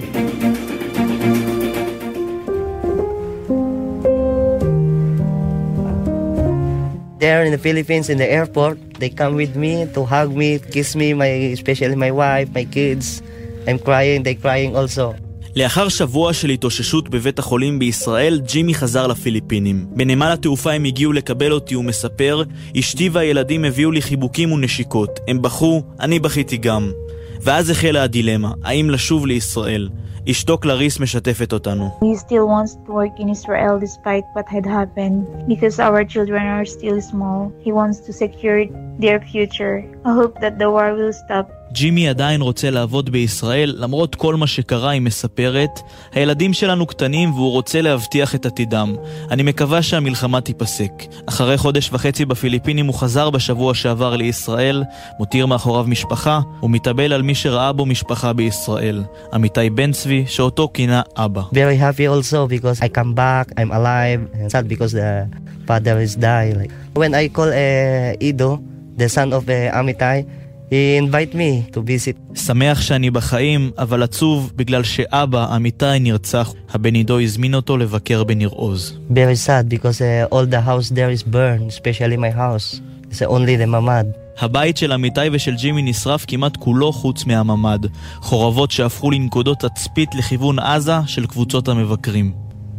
There in the Philippines, in the airport, they come with me to hug me, kiss me, my, especially my wife, my kids. I'm crying, they're crying also. לאחר שבוע של התאוששות בבית החולים בישראל, ג'ימי חזר לפיליפינים. בנמל התעופה הם הגיעו לקבל אותי, הוא מספר, אשתי והילדים הביאו לי חיבוקים ונשיקות. הם בכו, אני בכיתי גם. ואז החלה הדילמה, האם לשוב לישראל? אשתו קלריס משתפת אותנו. He still wants to work in Israel despite what had happened because our children are still small. He wants to secure their future. I hope that the war will stop. ג'ימי עדיין רוצה לעבוד בישראל, למרות כל מה שקרה, היא מספרת. הילדים שלנו קטנים והוא רוצה להבטיח את עתידם. אני מקווה שהמלחמה תיפסק. אחרי חודש וחצי בפיליפינים הוא חזר בשבוע שעבר לישראל, מותיר מאחוריו משפחה, ומתאבל על מי שראה בו משפחה בישראל. עמיתי בן צבי, שאותו כינה אבא. Very happy also because I come back, I'm alive, and sad because the father is died. Like, when I call uh, Ido, the son of uh, Amitai, he invite me to visit. שמח שאני בחיים, אבל עצוב בגלל שאבא, עמיתי, נרצח. הבן עידו הזמין אותו לבקר בניר עוז. Very sad because uh, all the house there is burned, especially my house. It's only the mamad. הבית של עמיתי ושל ג'ימי נשרף כמעט כולו חוץ מהממד. חורבות שהפכו לנקודות תצפית לכיוון עזה של קבוצות המבקרים.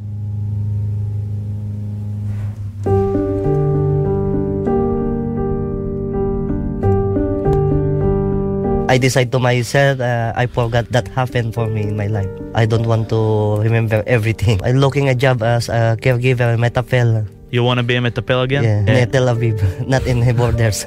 I decide to myself, uh, I forgot that happened for me in my life. I don't want to remember everything. I'm looking a job as a caregiver in Metapel. You want to be a Metapel again? Yeah, yeah. In Tel Aviv, not in the borders.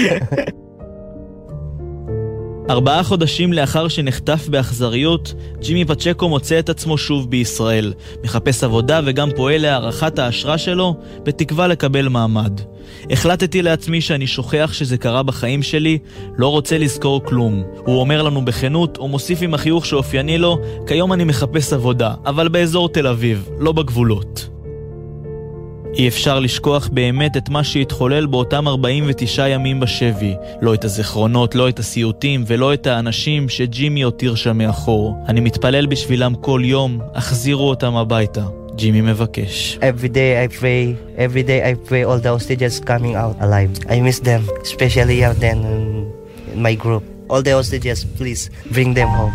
ארבעה חודשים לאחר שנחטף באכזריות, ג'ימי פצ'קו מוצא את עצמו שוב בישראל. מחפש עבודה וגם פועל להערכת האשרה שלו, בתקווה לקבל מעמד. החלטתי לעצמי שאני שוכח שזה קרה בחיים שלי, לא רוצה לזכור כלום. הוא אומר לנו בכנות, הוא מוסיף עם החיוך שאופייני לו, כיום אני מחפש עבודה, אבל באזור תל אביב, לא בגבולות. אי אפשר לשכוח באמת את מה שהתחולל באותם ארבעים ותשעה ימים בשבי. לא את הזיכרונות, לא את הסיוטים ולא את האנשים שג'ימי הותיר שם מאחור. אני מתפלל בשבילם כל יום, החזירו אותם הביתה. ג'ימי מבקש. Every day I pray, every day I pray all the hostages coming out alive. I miss them, especially Yarden in my group. All the hostages, please bring them home.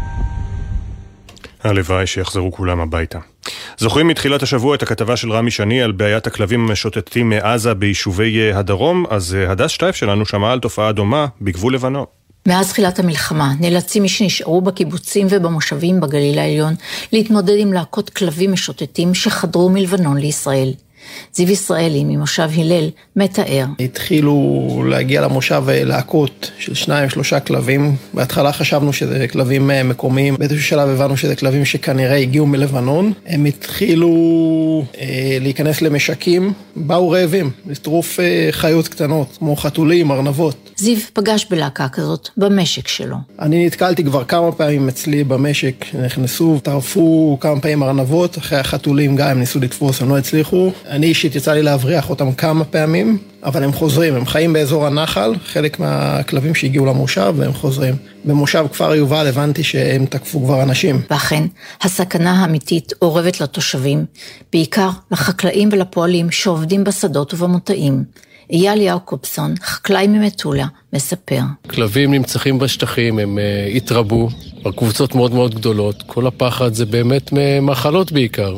הלוואי שיחזרו כולם הביתה. זוכרים מתחילת השבוע את הכתבה של רמי שני על בעיית הכלבים המשוטטים מעזה ביישובי הדרום? אז הדס שטייף שלנו שמעה על תופעה דומה בגבול לבנון. מאז תחילת המלחמה נאלצים מי שנשארו בקיבוצים ובמושבים בגליל העליון להתמודד עם להקות כלבים משוטטים שחדרו מלבנון לישראל. זיו ישראלי ממושב הלל מתאר. התחילו להגיע למושב להקות של שניים, שלושה כלבים. בהתחלה חשבנו שזה כלבים מקומיים. באיזשהו שלב הבנו שזה כלבים שכנראה הגיעו מלבנון. הם התחילו אה, להיכנס למשקים, באו רעבים, לטרוף אה, חיות קטנות, כמו חתולים, ארנבות. זיו פגש בלהקה כזאת במשק שלו. אני נתקלתי כבר כמה פעמים אצלי במשק, נכנסו, טרפו כמה פעמים ארנבות, אחרי החתולים גם הם ניסו לתפוס, הם לא הצליחו. אני אישית יצא לי להבריח אותם כמה פעמים, אבל הם חוזרים, הם חיים באזור הנחל, חלק מהכלבים שהגיעו למושב והם חוזרים. במושב כפר יובל הבנתי שהם תקפו כבר אנשים. ואכן, הסכנה האמיתית עורבת לתושבים, בעיקר לחקלאים ולפועלים שעובדים בשדות ובמוטעים. אייל יעקובסון, חקלאי ממטולה, מספר. כלבים נמצאים בשטחים, הם uh, התרבו, בקבוצות מאוד מאוד גדולות. כל הפחד זה באמת מחלות בעיקר,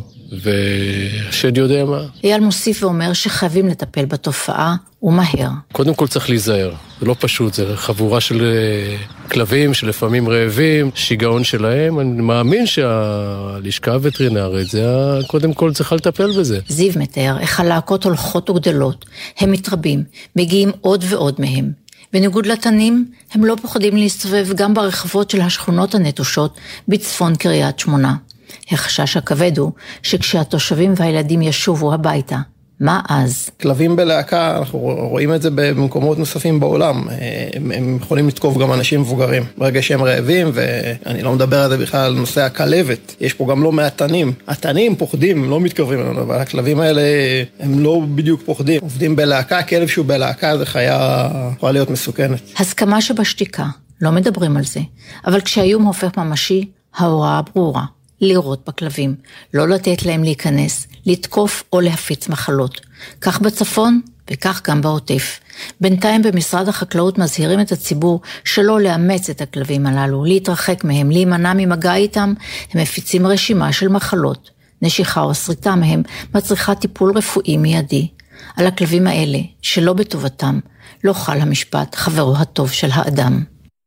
והשד יודע מה. אייל מוסיף ואומר שחייבים לטפל בתופעה ומהר. קודם כל צריך להיזהר, זה לא פשוט, זה חבורה של uh, כלבים שלפעמים רעבים, שיגעון שלהם. אני מאמין שהלשכה הווטרינרית, זה קודם כל צריכה לטפל בזה. זיו מתאר איך הלהקות הולכות וגדלות, הם מתרבים, מגיעים עוד ועוד מהם. בניגוד לתנים, הם לא פוחדים להסתובב גם ברחבות של השכונות הנטושות בצפון קריית שמונה. החשש הכבד הוא שכשהתושבים והילדים ישובו הביתה, מה אז? כלבים בלהקה, אנחנו רואים את זה במקומות נוספים בעולם. הם, הם יכולים לתקוף גם אנשים מבוגרים. ברגע שהם רעבים, ואני לא מדבר על זה בכלל על נושא הכלבת. יש פה גם לא מעט תנים. התנים פוחדים, הם לא מתקרבים אלינו, אבל הכלבים האלה הם לא בדיוק פוחדים. עובדים בלהקה, כלב שהוא בלהקה זה חיה יכולה להיות מסוכנת. הסכמה שבשתיקה, לא מדברים על זה. אבל כשהאיום הופך ממשי, ההוראה ברורה. לירות בכלבים, לא לתת להם להיכנס, לתקוף או להפיץ מחלות. כך בצפון וכך גם בעוטף. בינתיים במשרד החקלאות מזהירים את הציבור שלא לאמץ את הכלבים הללו, להתרחק מהם, להימנע ממגע איתם. הם מפיצים רשימה של מחלות. נשיכה או סריטה מהם מצריכה טיפול רפואי מיידי. על הכלבים האלה, שלא בטובתם, לא חל המשפט חברו הטוב של האדם.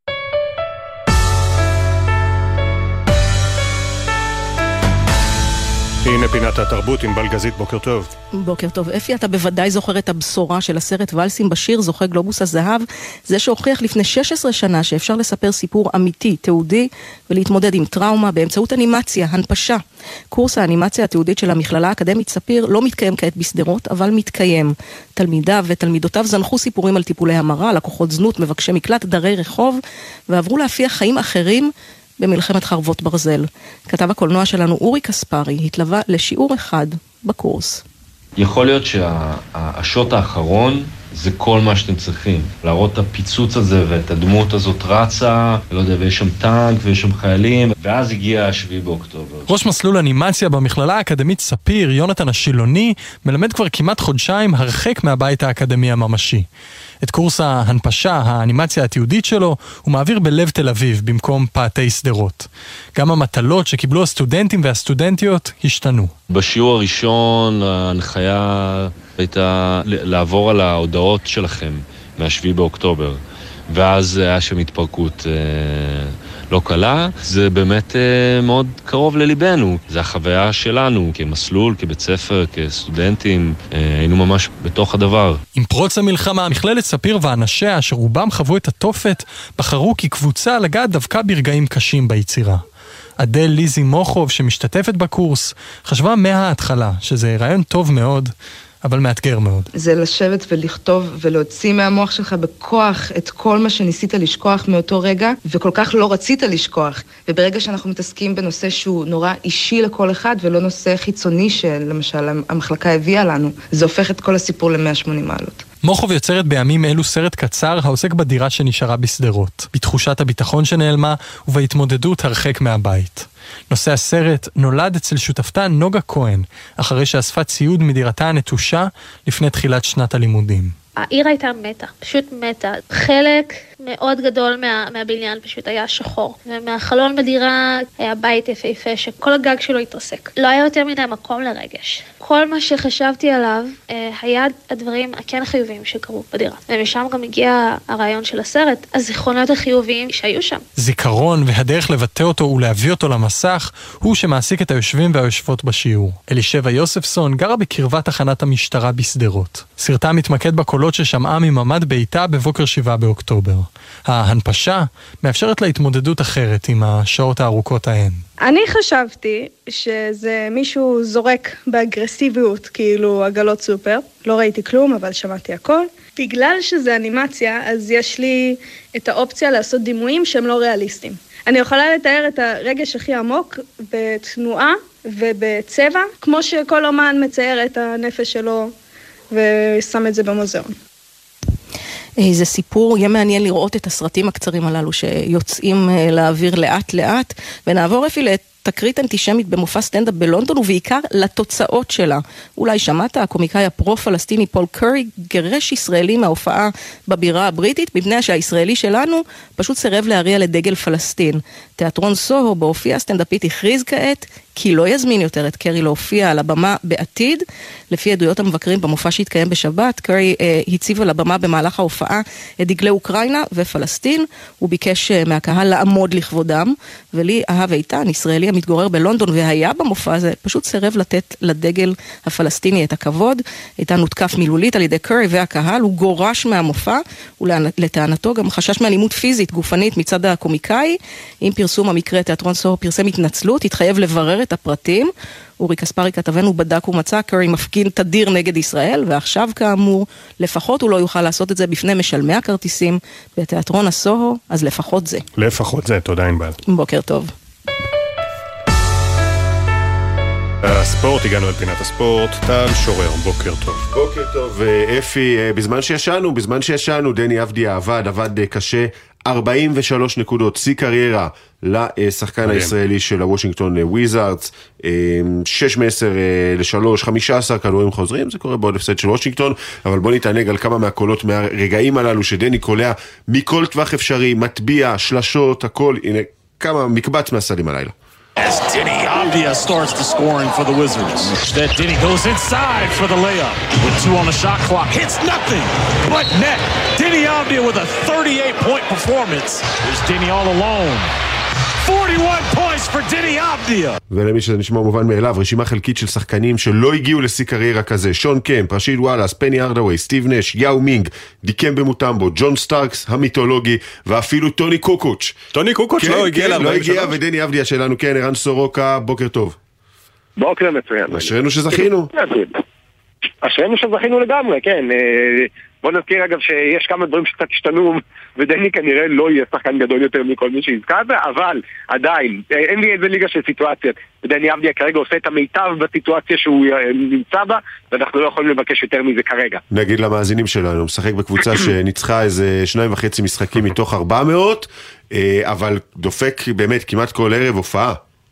הנה פינת התרבות עם בלגזית, בוקר טוב. בוקר טוב. אפי, אתה בוודאי זוכר את הבשורה של הסרט ולסים בשיר, זוכה גלובוס הזהב, זה שהוכיח לפני שש עשרה שנה שאפשר לספר סיפור אמיתי, תיעודי, ולהתמודד עם טראומה באמצעות אנימציה, הנפשה. קורס האנימציה התיעודית של המכללה האקדמית ספיר לא מתקיים כעת בסדרות, אבל מתקיים. תלמידיו ותלמידותיו זנחו סיפורים על טיפולי המרה, לקוחות זנות, מבקשי מקלט, דרי רחוב, ועברו להפיח חיים אחרים במלחמת חרבות ברזל. כתב הקולנוע שלנו אורי קספרי התלווה לשיעור אחד בקורס. יכול להיות שהשוט האחרון זה כל מה שאתם צריכים. להראות את הפיצוץ הזה ואת הדמות הזאת רצה, לא יודע, ויש שם טנק ויש שם חיילים, ואז הגיע השביעי באוקטובר. ראש מסלול אנימציה במכללה האקדמית ספיר, יונתן השילוני, מלמד כבר כמעט חודשיים הרחק מהבית האקדמי הממשי. את קורס ההנפשה, האנימציה התיעודית שלו, הוא מעביר בלב תל אביב, במקום פאתי סדרות. גם המטלות שקיבלו הסטודנטים והסטודנטיות השתנו. בשיעור הראשון ההנחיה הייתה לעבור על ההודעות שלכם מהשביעי באוקטובר, ואז היה שם התפרקות אה, לא קלה. זה באמת אה, מאוד קרוב לליבנו. זה החוויה שלנו כמסלול, כבית ספר, כסטודנטים. אה, היינו ממש בתוך הדבר. עם פרוץ המלחמה, מכללת ספיר ואנשיה, שרובם חוו את התופת, בחרו כקבוצה לגעת דווקא ברגעים קשים ביצירה. אדל ליזי מוחוב, שמשתתפת בקורס, חשבה מההתחלה שזה רעיון טוב מאוד, אבל מאתגר מאוד. זה לשבת ולכתוב ולהוציא מהמוח שלך בכוח את כל מה שניסית לשכוח מאותו רגע, וכל כך לא רצית לשכוח. וברגע שאנחנו מתעסקים בנושא שהוא נורא אישי לכל אחד, ולא נושא חיצוני שלמשל המחלקה הביאה לנו, זה הופך את כל הסיפור ל-מאה ושמונים מעלות. מוחוב יוצרת בימים אלו סרט קצר העוסק בדירה שנשארה בסדרות, בתחושת הביטחון שנעלמה ובהתמודדות הרחק מהבית. נושא הסרט נולד אצל שותפתה נוגה כהן, אחרי שאספה ציוד מדירתה הנטושה לפני תחילת שנת הלימודים. העיר הייתה מתה, פשוט מתה. חלק מאוד גדול מה, מהבניין פשוט היה שחור, ומהחלון בדירה היה בית יפהפה שכל הגג שלו התרסק. לא היה יותר מדי מקום לרגש. כל מה שחשבתי עליו אה, היה הדברים הכן חיוביים שקרו בדירה. ומשם גם הגיע הרעיון של הסרט, הזיכרונות החיוביים שהיו שם. זיכרון והדרך לבטא אותו ולהביא אותו למסך הוא שמעסיק את היושבים והיושבות בשיעור. אלישבע יוספסון גרה בקרבת תחנת המשטרה בשדרות. סרטה מתמקד בקולות ששמעה מממד ביתה בבוקר שבעה באוקטובר. ההנפשה מאפשרת לה התמודדות אחרת עם השעות הארוכות ההן. אני חשבתי שזה מישהו זורק באגרסיביות, כאילו עגלות סופר. לא ראיתי כלום, אבל שמעתי הכל. בגלל שזה אנימציה, אז יש לי את האופציה לעשות דימויים שהם לא ריאליסטיים. אני יכולה לתאר את הרגש הכי עמוק בתנועה ובצבע, כמו שכל אומן מצייר את הנפש שלו ושם את זה במוזיאון. זה סיפור, יהיה מעניין לראות את הסרטים הקצרים הללו שיוצאים לאוויר לאט לאט, ונעבור אפילו לתקרית אנטישמית במופע סטנדאפ בלונדון, ובעיקר לתוצאות שלה. אולי שמעת, הקומיקאי הפרו-פלסטיני פול קורי גרש ישראלי מההופעה בבירה הבריטית, מפני שהישראלי שלנו פשוט סירב להריע לדגל פלסטין. תיאטרון סוהו בהופיע הסטנדאפית הכריז כעת כי לא יזמין יותר את קרי להופיע על הבמה בעתיד. לפי עדויות המבקרים במופע שהתקיים בשבת, קרי אה, הציב על הבמה במהלך ההופעה את דגלי אוקראינה ופלסטין. הוא ביקש אה, מהקהל לעמוד לכבודם, ולי אהב איתן, ישראלי המתגורר בלונדון והיה במופע הזה, פשוט סירב לתת לדגל הפלסטיני את הכבוד. איתן הותקף מילולית על ידי קרי והקהל, הוא גורש מהמופע, ולטענתו גם חשש מאלימות פיזית, גופנית מצד הקומיקאי. עם פרסום המקרה, תיאטרון סוהו פרסם התנצלות, התחייב לברר את הפרטים. אורי קספרי כתבנו בדק ומצא, קרי מפגין תדיר נגד ישראל, ועכשיו כאמור, לפחות הוא לא יוכל לעשות את זה בפני משלמי הכרטיסים בתיאטרון הסוהו, אז לפחות זה. לפחות זה, תודה ענבל. בוקר טוב. הספורט, הגענו אל פינת הספורט, טל שורר, בוקר טוב. בוקר טוב, אפי, בזמן שישנו, בזמן שישנו, דני אבדיה עבד, עבד קשה, ארבעים ושלוש נקודות, שיא קריירה לשחקן הישראלי של הוושינגטון וויזארדס, שש מעשר לשלוש, חמישה עשר כדורים חוזרים, זה קורה בעוד הפסד של וושינגטון, אבל בוא נתענג על כמה מהקולות מהרגעים הללו שדני קולע מכל טווח אפשרי, מטביע, שלשות, הכל, הנה כמה מקבץ מהסלים הלילה. As Denny Avdia starts the scoring for the Wizards. That Denny goes inside for the layup. With two on the shot clock, hits nothing but net. Denny Avdia with a thirty-eight point performance. There's Denny all alone. forty-one points for Denny Avdia. ולמי שזה נשמע מובן מאליו, רשימה חלקית של שחקנים שלא הגיעו לשיא קריירה כזה: שון קמפ, רשיד וואלאס, פני ארדווי, סטיב נש, יאו מינג, דיקמבה מוטמבו, ג'ון סטארקס המיתולוגי, ואפילו טוני קוקוץ'. טוני קוקוץ' כן, לא הגיע כן, לא הגיע, ודני אבדיה שלנו, כן, ערן סורוקה, בוקר טוב. בוקר מצוין. אשרנו שזכינו. אשרנו שזכינו לגמרי, כן. בוא נזכיר אגב שיש כמה דברים שקצת השתנו, ודני כנראה לא יהיה שחקן גדול יותר מכל מי שיזכה בה, אבל עדיין, אין לי איזה ליגה של סיטואציות, ודני אבדיה כרגע עושה את המיטב בסיטואציה שהוא נמצא בה, ואנחנו לא יכולים לבקש יותר מזה כרגע. נגיד למאזינים שלנו, משחק בקבוצה שניצחה איזה שניים וחצי משחקים מתוך ארבע מאות, אבל דופק באמת כמעט כל ערב הופעה.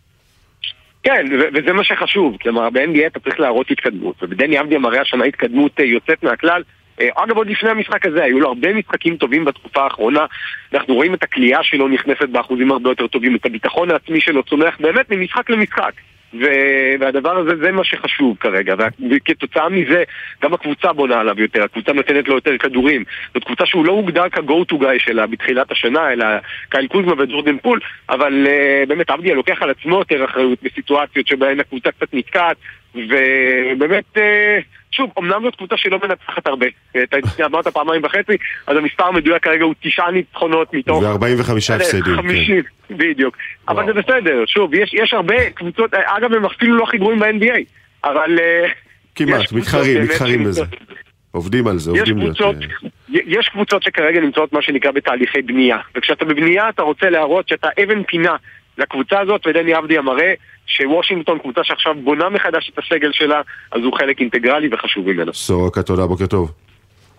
כן, וזה מה שחשוב, כלומר ב-אן בי איי אתה צריך להראות התקדמות, ובדני אבדיה מראה השנה התקדמות יוצאת מהכלל. אגב, עוד לפני המשחק הזה, היו לו הרבה משחקים טובים בתקופה האחרונה, אנחנו רואים את הקליעה שלו נכנסת באחוזים הרבה יותר טובים, את הביטחון העצמי שלו צומח באמת ממשחק למשחק, והדבר הזה זה מה שחשוב כרגע, וכתוצאה מזה גם הקבוצה בונה עליו יותר, הקבוצה נותנת לו יותר כדורים, זאת קבוצה שהוא לא הוגדר כ-go to guy שלה בתחילת השנה, אלא קייל קוזמה וג'ורדן פול, אבל באמת אבדיה לוקח על עצמו יותר אחריות בסיטואציות שבהן הקבוצה קצת נתקעת, ובאמת שוב, אמנם זאת קבוצה שלא מנצחת הרבה, אתה אמרת פעמיים וחצי, אז המספר המדויק כרגע הוא תשעה ניצחונות מתוך ו-ארבעים וחמישה הפסדים, חמישים, בדיוק, אבל זה בסדר, שוב, יש הרבה קבוצות, אגב הם אפילו לא חיבורים ב-אן בי איי, אבל כמעט, מתחרים, מתחרים בזה, עובדים על זה, עובדים על זה. יש קבוצות שכרגע נמצאות מה שנקרא בתהליכי בנייה, וכשאתה בבנייה אתה רוצה להראות שאתה אבן פינה לקבוצה הזאת, ודני אבדיה מראה שוושינגטון, קבוצה שעכשיו בונה מחדש את הסגל שלה, אז הוא חלק אינטגרלי וחשוב ממנו. סורוקה, תודה, בוקר טוב.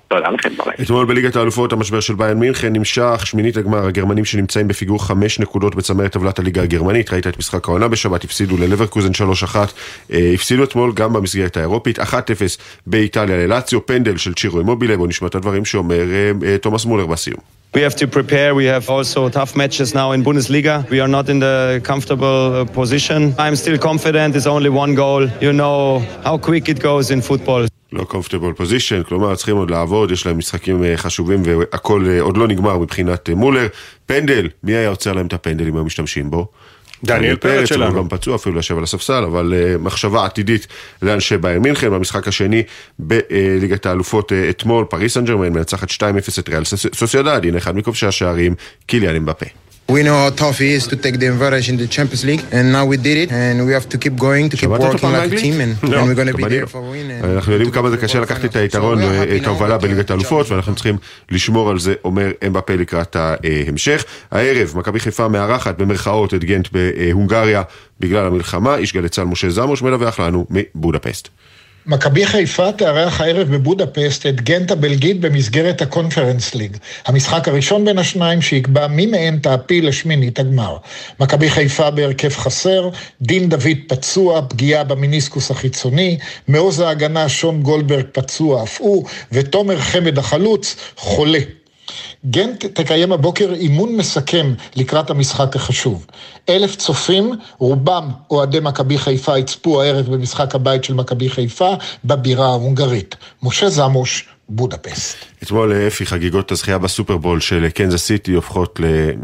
תודה לכם, ביי. אתמול בליגת האלופות המשבר של ביירן מינכן נמשך, שמינית הגמר, הגרמנים שנמצאים בפיגור חמש נקודות בצמרת טבלת הליגה הגרמנית, ראית את משחק העונה בשבת, הפסידו ללברקוזן שלוש אחת, הפסידו אתמול גם במסגרת האירופית, אחת אפס באיטליה ללאציו, פנדל של צ'ירו אימובילה, בוא נשמע את הדברים שאומר תומאס מולר בסיום. We have to prepare. We have also tough matches now in Bundesliga. We are not in the comfortable position. I'm still confident. It's only one goal. You know how quick it goes in football. לא comfortable position, כלומר צריכים עוד לעבוד, יש להם משחקים חשובים והכל עוד לא נגמר מבחינת מולר. פנדל, מי היה יוצר להם את הפנדל אם הם משתמשים בו? דניאל פרץ שלנו. הוא גם פצוע אפילו לשב על הספסל, אבל uh, מחשבה עתידית לאנשי ביירן מינכן, במשחק השני בליגת האלופות uh, אתמול, פריס סן ז'רמן מנצחת שתיים אפס את ריאל סוסיידד, הנה אחד מכובשי השערים, קיליאן אמבפה. We know how tough it is to take the advantage in the Champions League, and now we did it, and we have to keep going, to keep working like a team, and, and we're going to be there for a win. אנחנו יודעים כמה זה קשה לקחת את היתרון, את ההובלה בליגת האלופות, ואנחנו צריכים לשמור על זה, אומר אמבפה לקראת ההמשך. הערב, מכבי חיפה מארחת במרכאות את גנט בהונגריה בגלל המלחמה, איש גלי צה"ל משה זמוש מדווח לנו מבודפסט. מכבי חיפה תארח הערב בבודפסט את גנט הבלגית במסגרת הקונפרנס ליג. המשחק הראשון בין השניים שיקבע מי מהם תעפיל לשמינית הגמר. מכבי חיפה בהרכב חסר, דין דוד פצוע, פגיעה במיניסקוס החיצוני, מעוז ההגנה שון גולדברג פצוע אף הוא, ותומר חמד החלוץ חולה. גנט תקיים הבוקר אימון מסכם לקראת המשחק החשוב. אלף צופים, רובם אוהדי מכבי חיפה יצפו הערב במשחק הבית של מכבי חיפה בבירה ההונגרית. משה זמוש, בודפסט. אתמול אפי חגיגות הזכייה בסופרבול של קנזס סיטי הופכות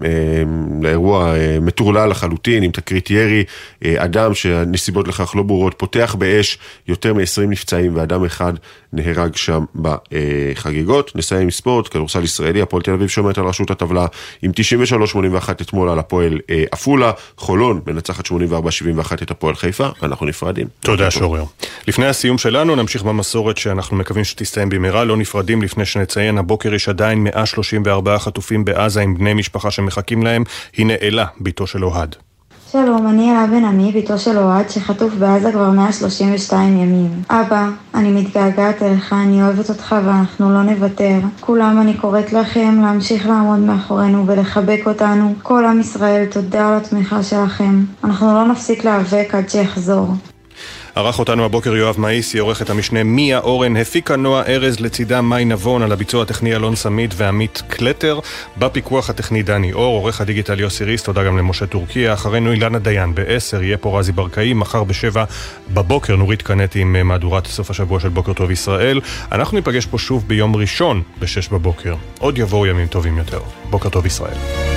לאירוע מטורלל לחלוטין עם תקרית ירי, אדם שהנסיבות לכך לא ברורות פותח באש, יותר מ-עשרים נפצעים ואדם אחד נהרג שם בחגיגות. נסיים עם ספורט, כדורסל ישראלי, הפועל תל אביב שומעת על ראשות הטבלה עם תשעים ושלוש שמונים ואחת אתמול על הפועל עפולה, חולון מנצחת שמונים וארבע שבעים ואחת את הפועל חיפה, אנחנו נפרדים. תודה שורר. לפני הסיום שלנו נמשיך במסורת שאנחנו מקווים שתסתיים במהרה, לא נפרדים לפני שנציין, הבוקר יש עדיין מאה שלושים וארבעה חטופים בעזה עם בני משפחה שמחכים להם. הנה אלה, ביתו של אוהד. שלום, אני אלה בן עמי, ביתו של אוהד, שחטוף בעזה כבר מאה שלושים ושתיים ימים. אבא, אני מתגעגעת אליך, אני אוהבת אותך ואנחנו לא נוותר. כולם אני קוראת לכם להמשיך לעמוד מאחורינו ולחבק אותנו. כל עם ישראל, תודה על התמיכה שלכם. אנחנו לא נפסיק להיאבק עד שיחזור. ערך אותנו הבוקר יואב מאיסי, עורכת המשנה מיה אורן, הפיקה נועה ארז, לצידה מי נבון, על הביצוע הטכני אלון סמית ועמית קלטר, בפיקוח הטכני דני אור, עורך הדיגיטל יוסי ריס, תודה גם למשה טורקיה, אחרינו אילנה דיין בעשר, יהיה פה רזי ברקאי, מחר בשבע בבוקר נורית קנטי עם מהדורת סוף השבוע של בוקר טוב ישראל. אנחנו ניפגש פה שוב ביום ראשון בשש בבוקר, עוד יבואו ימים טובים יותר. בוקר טוב ישראל.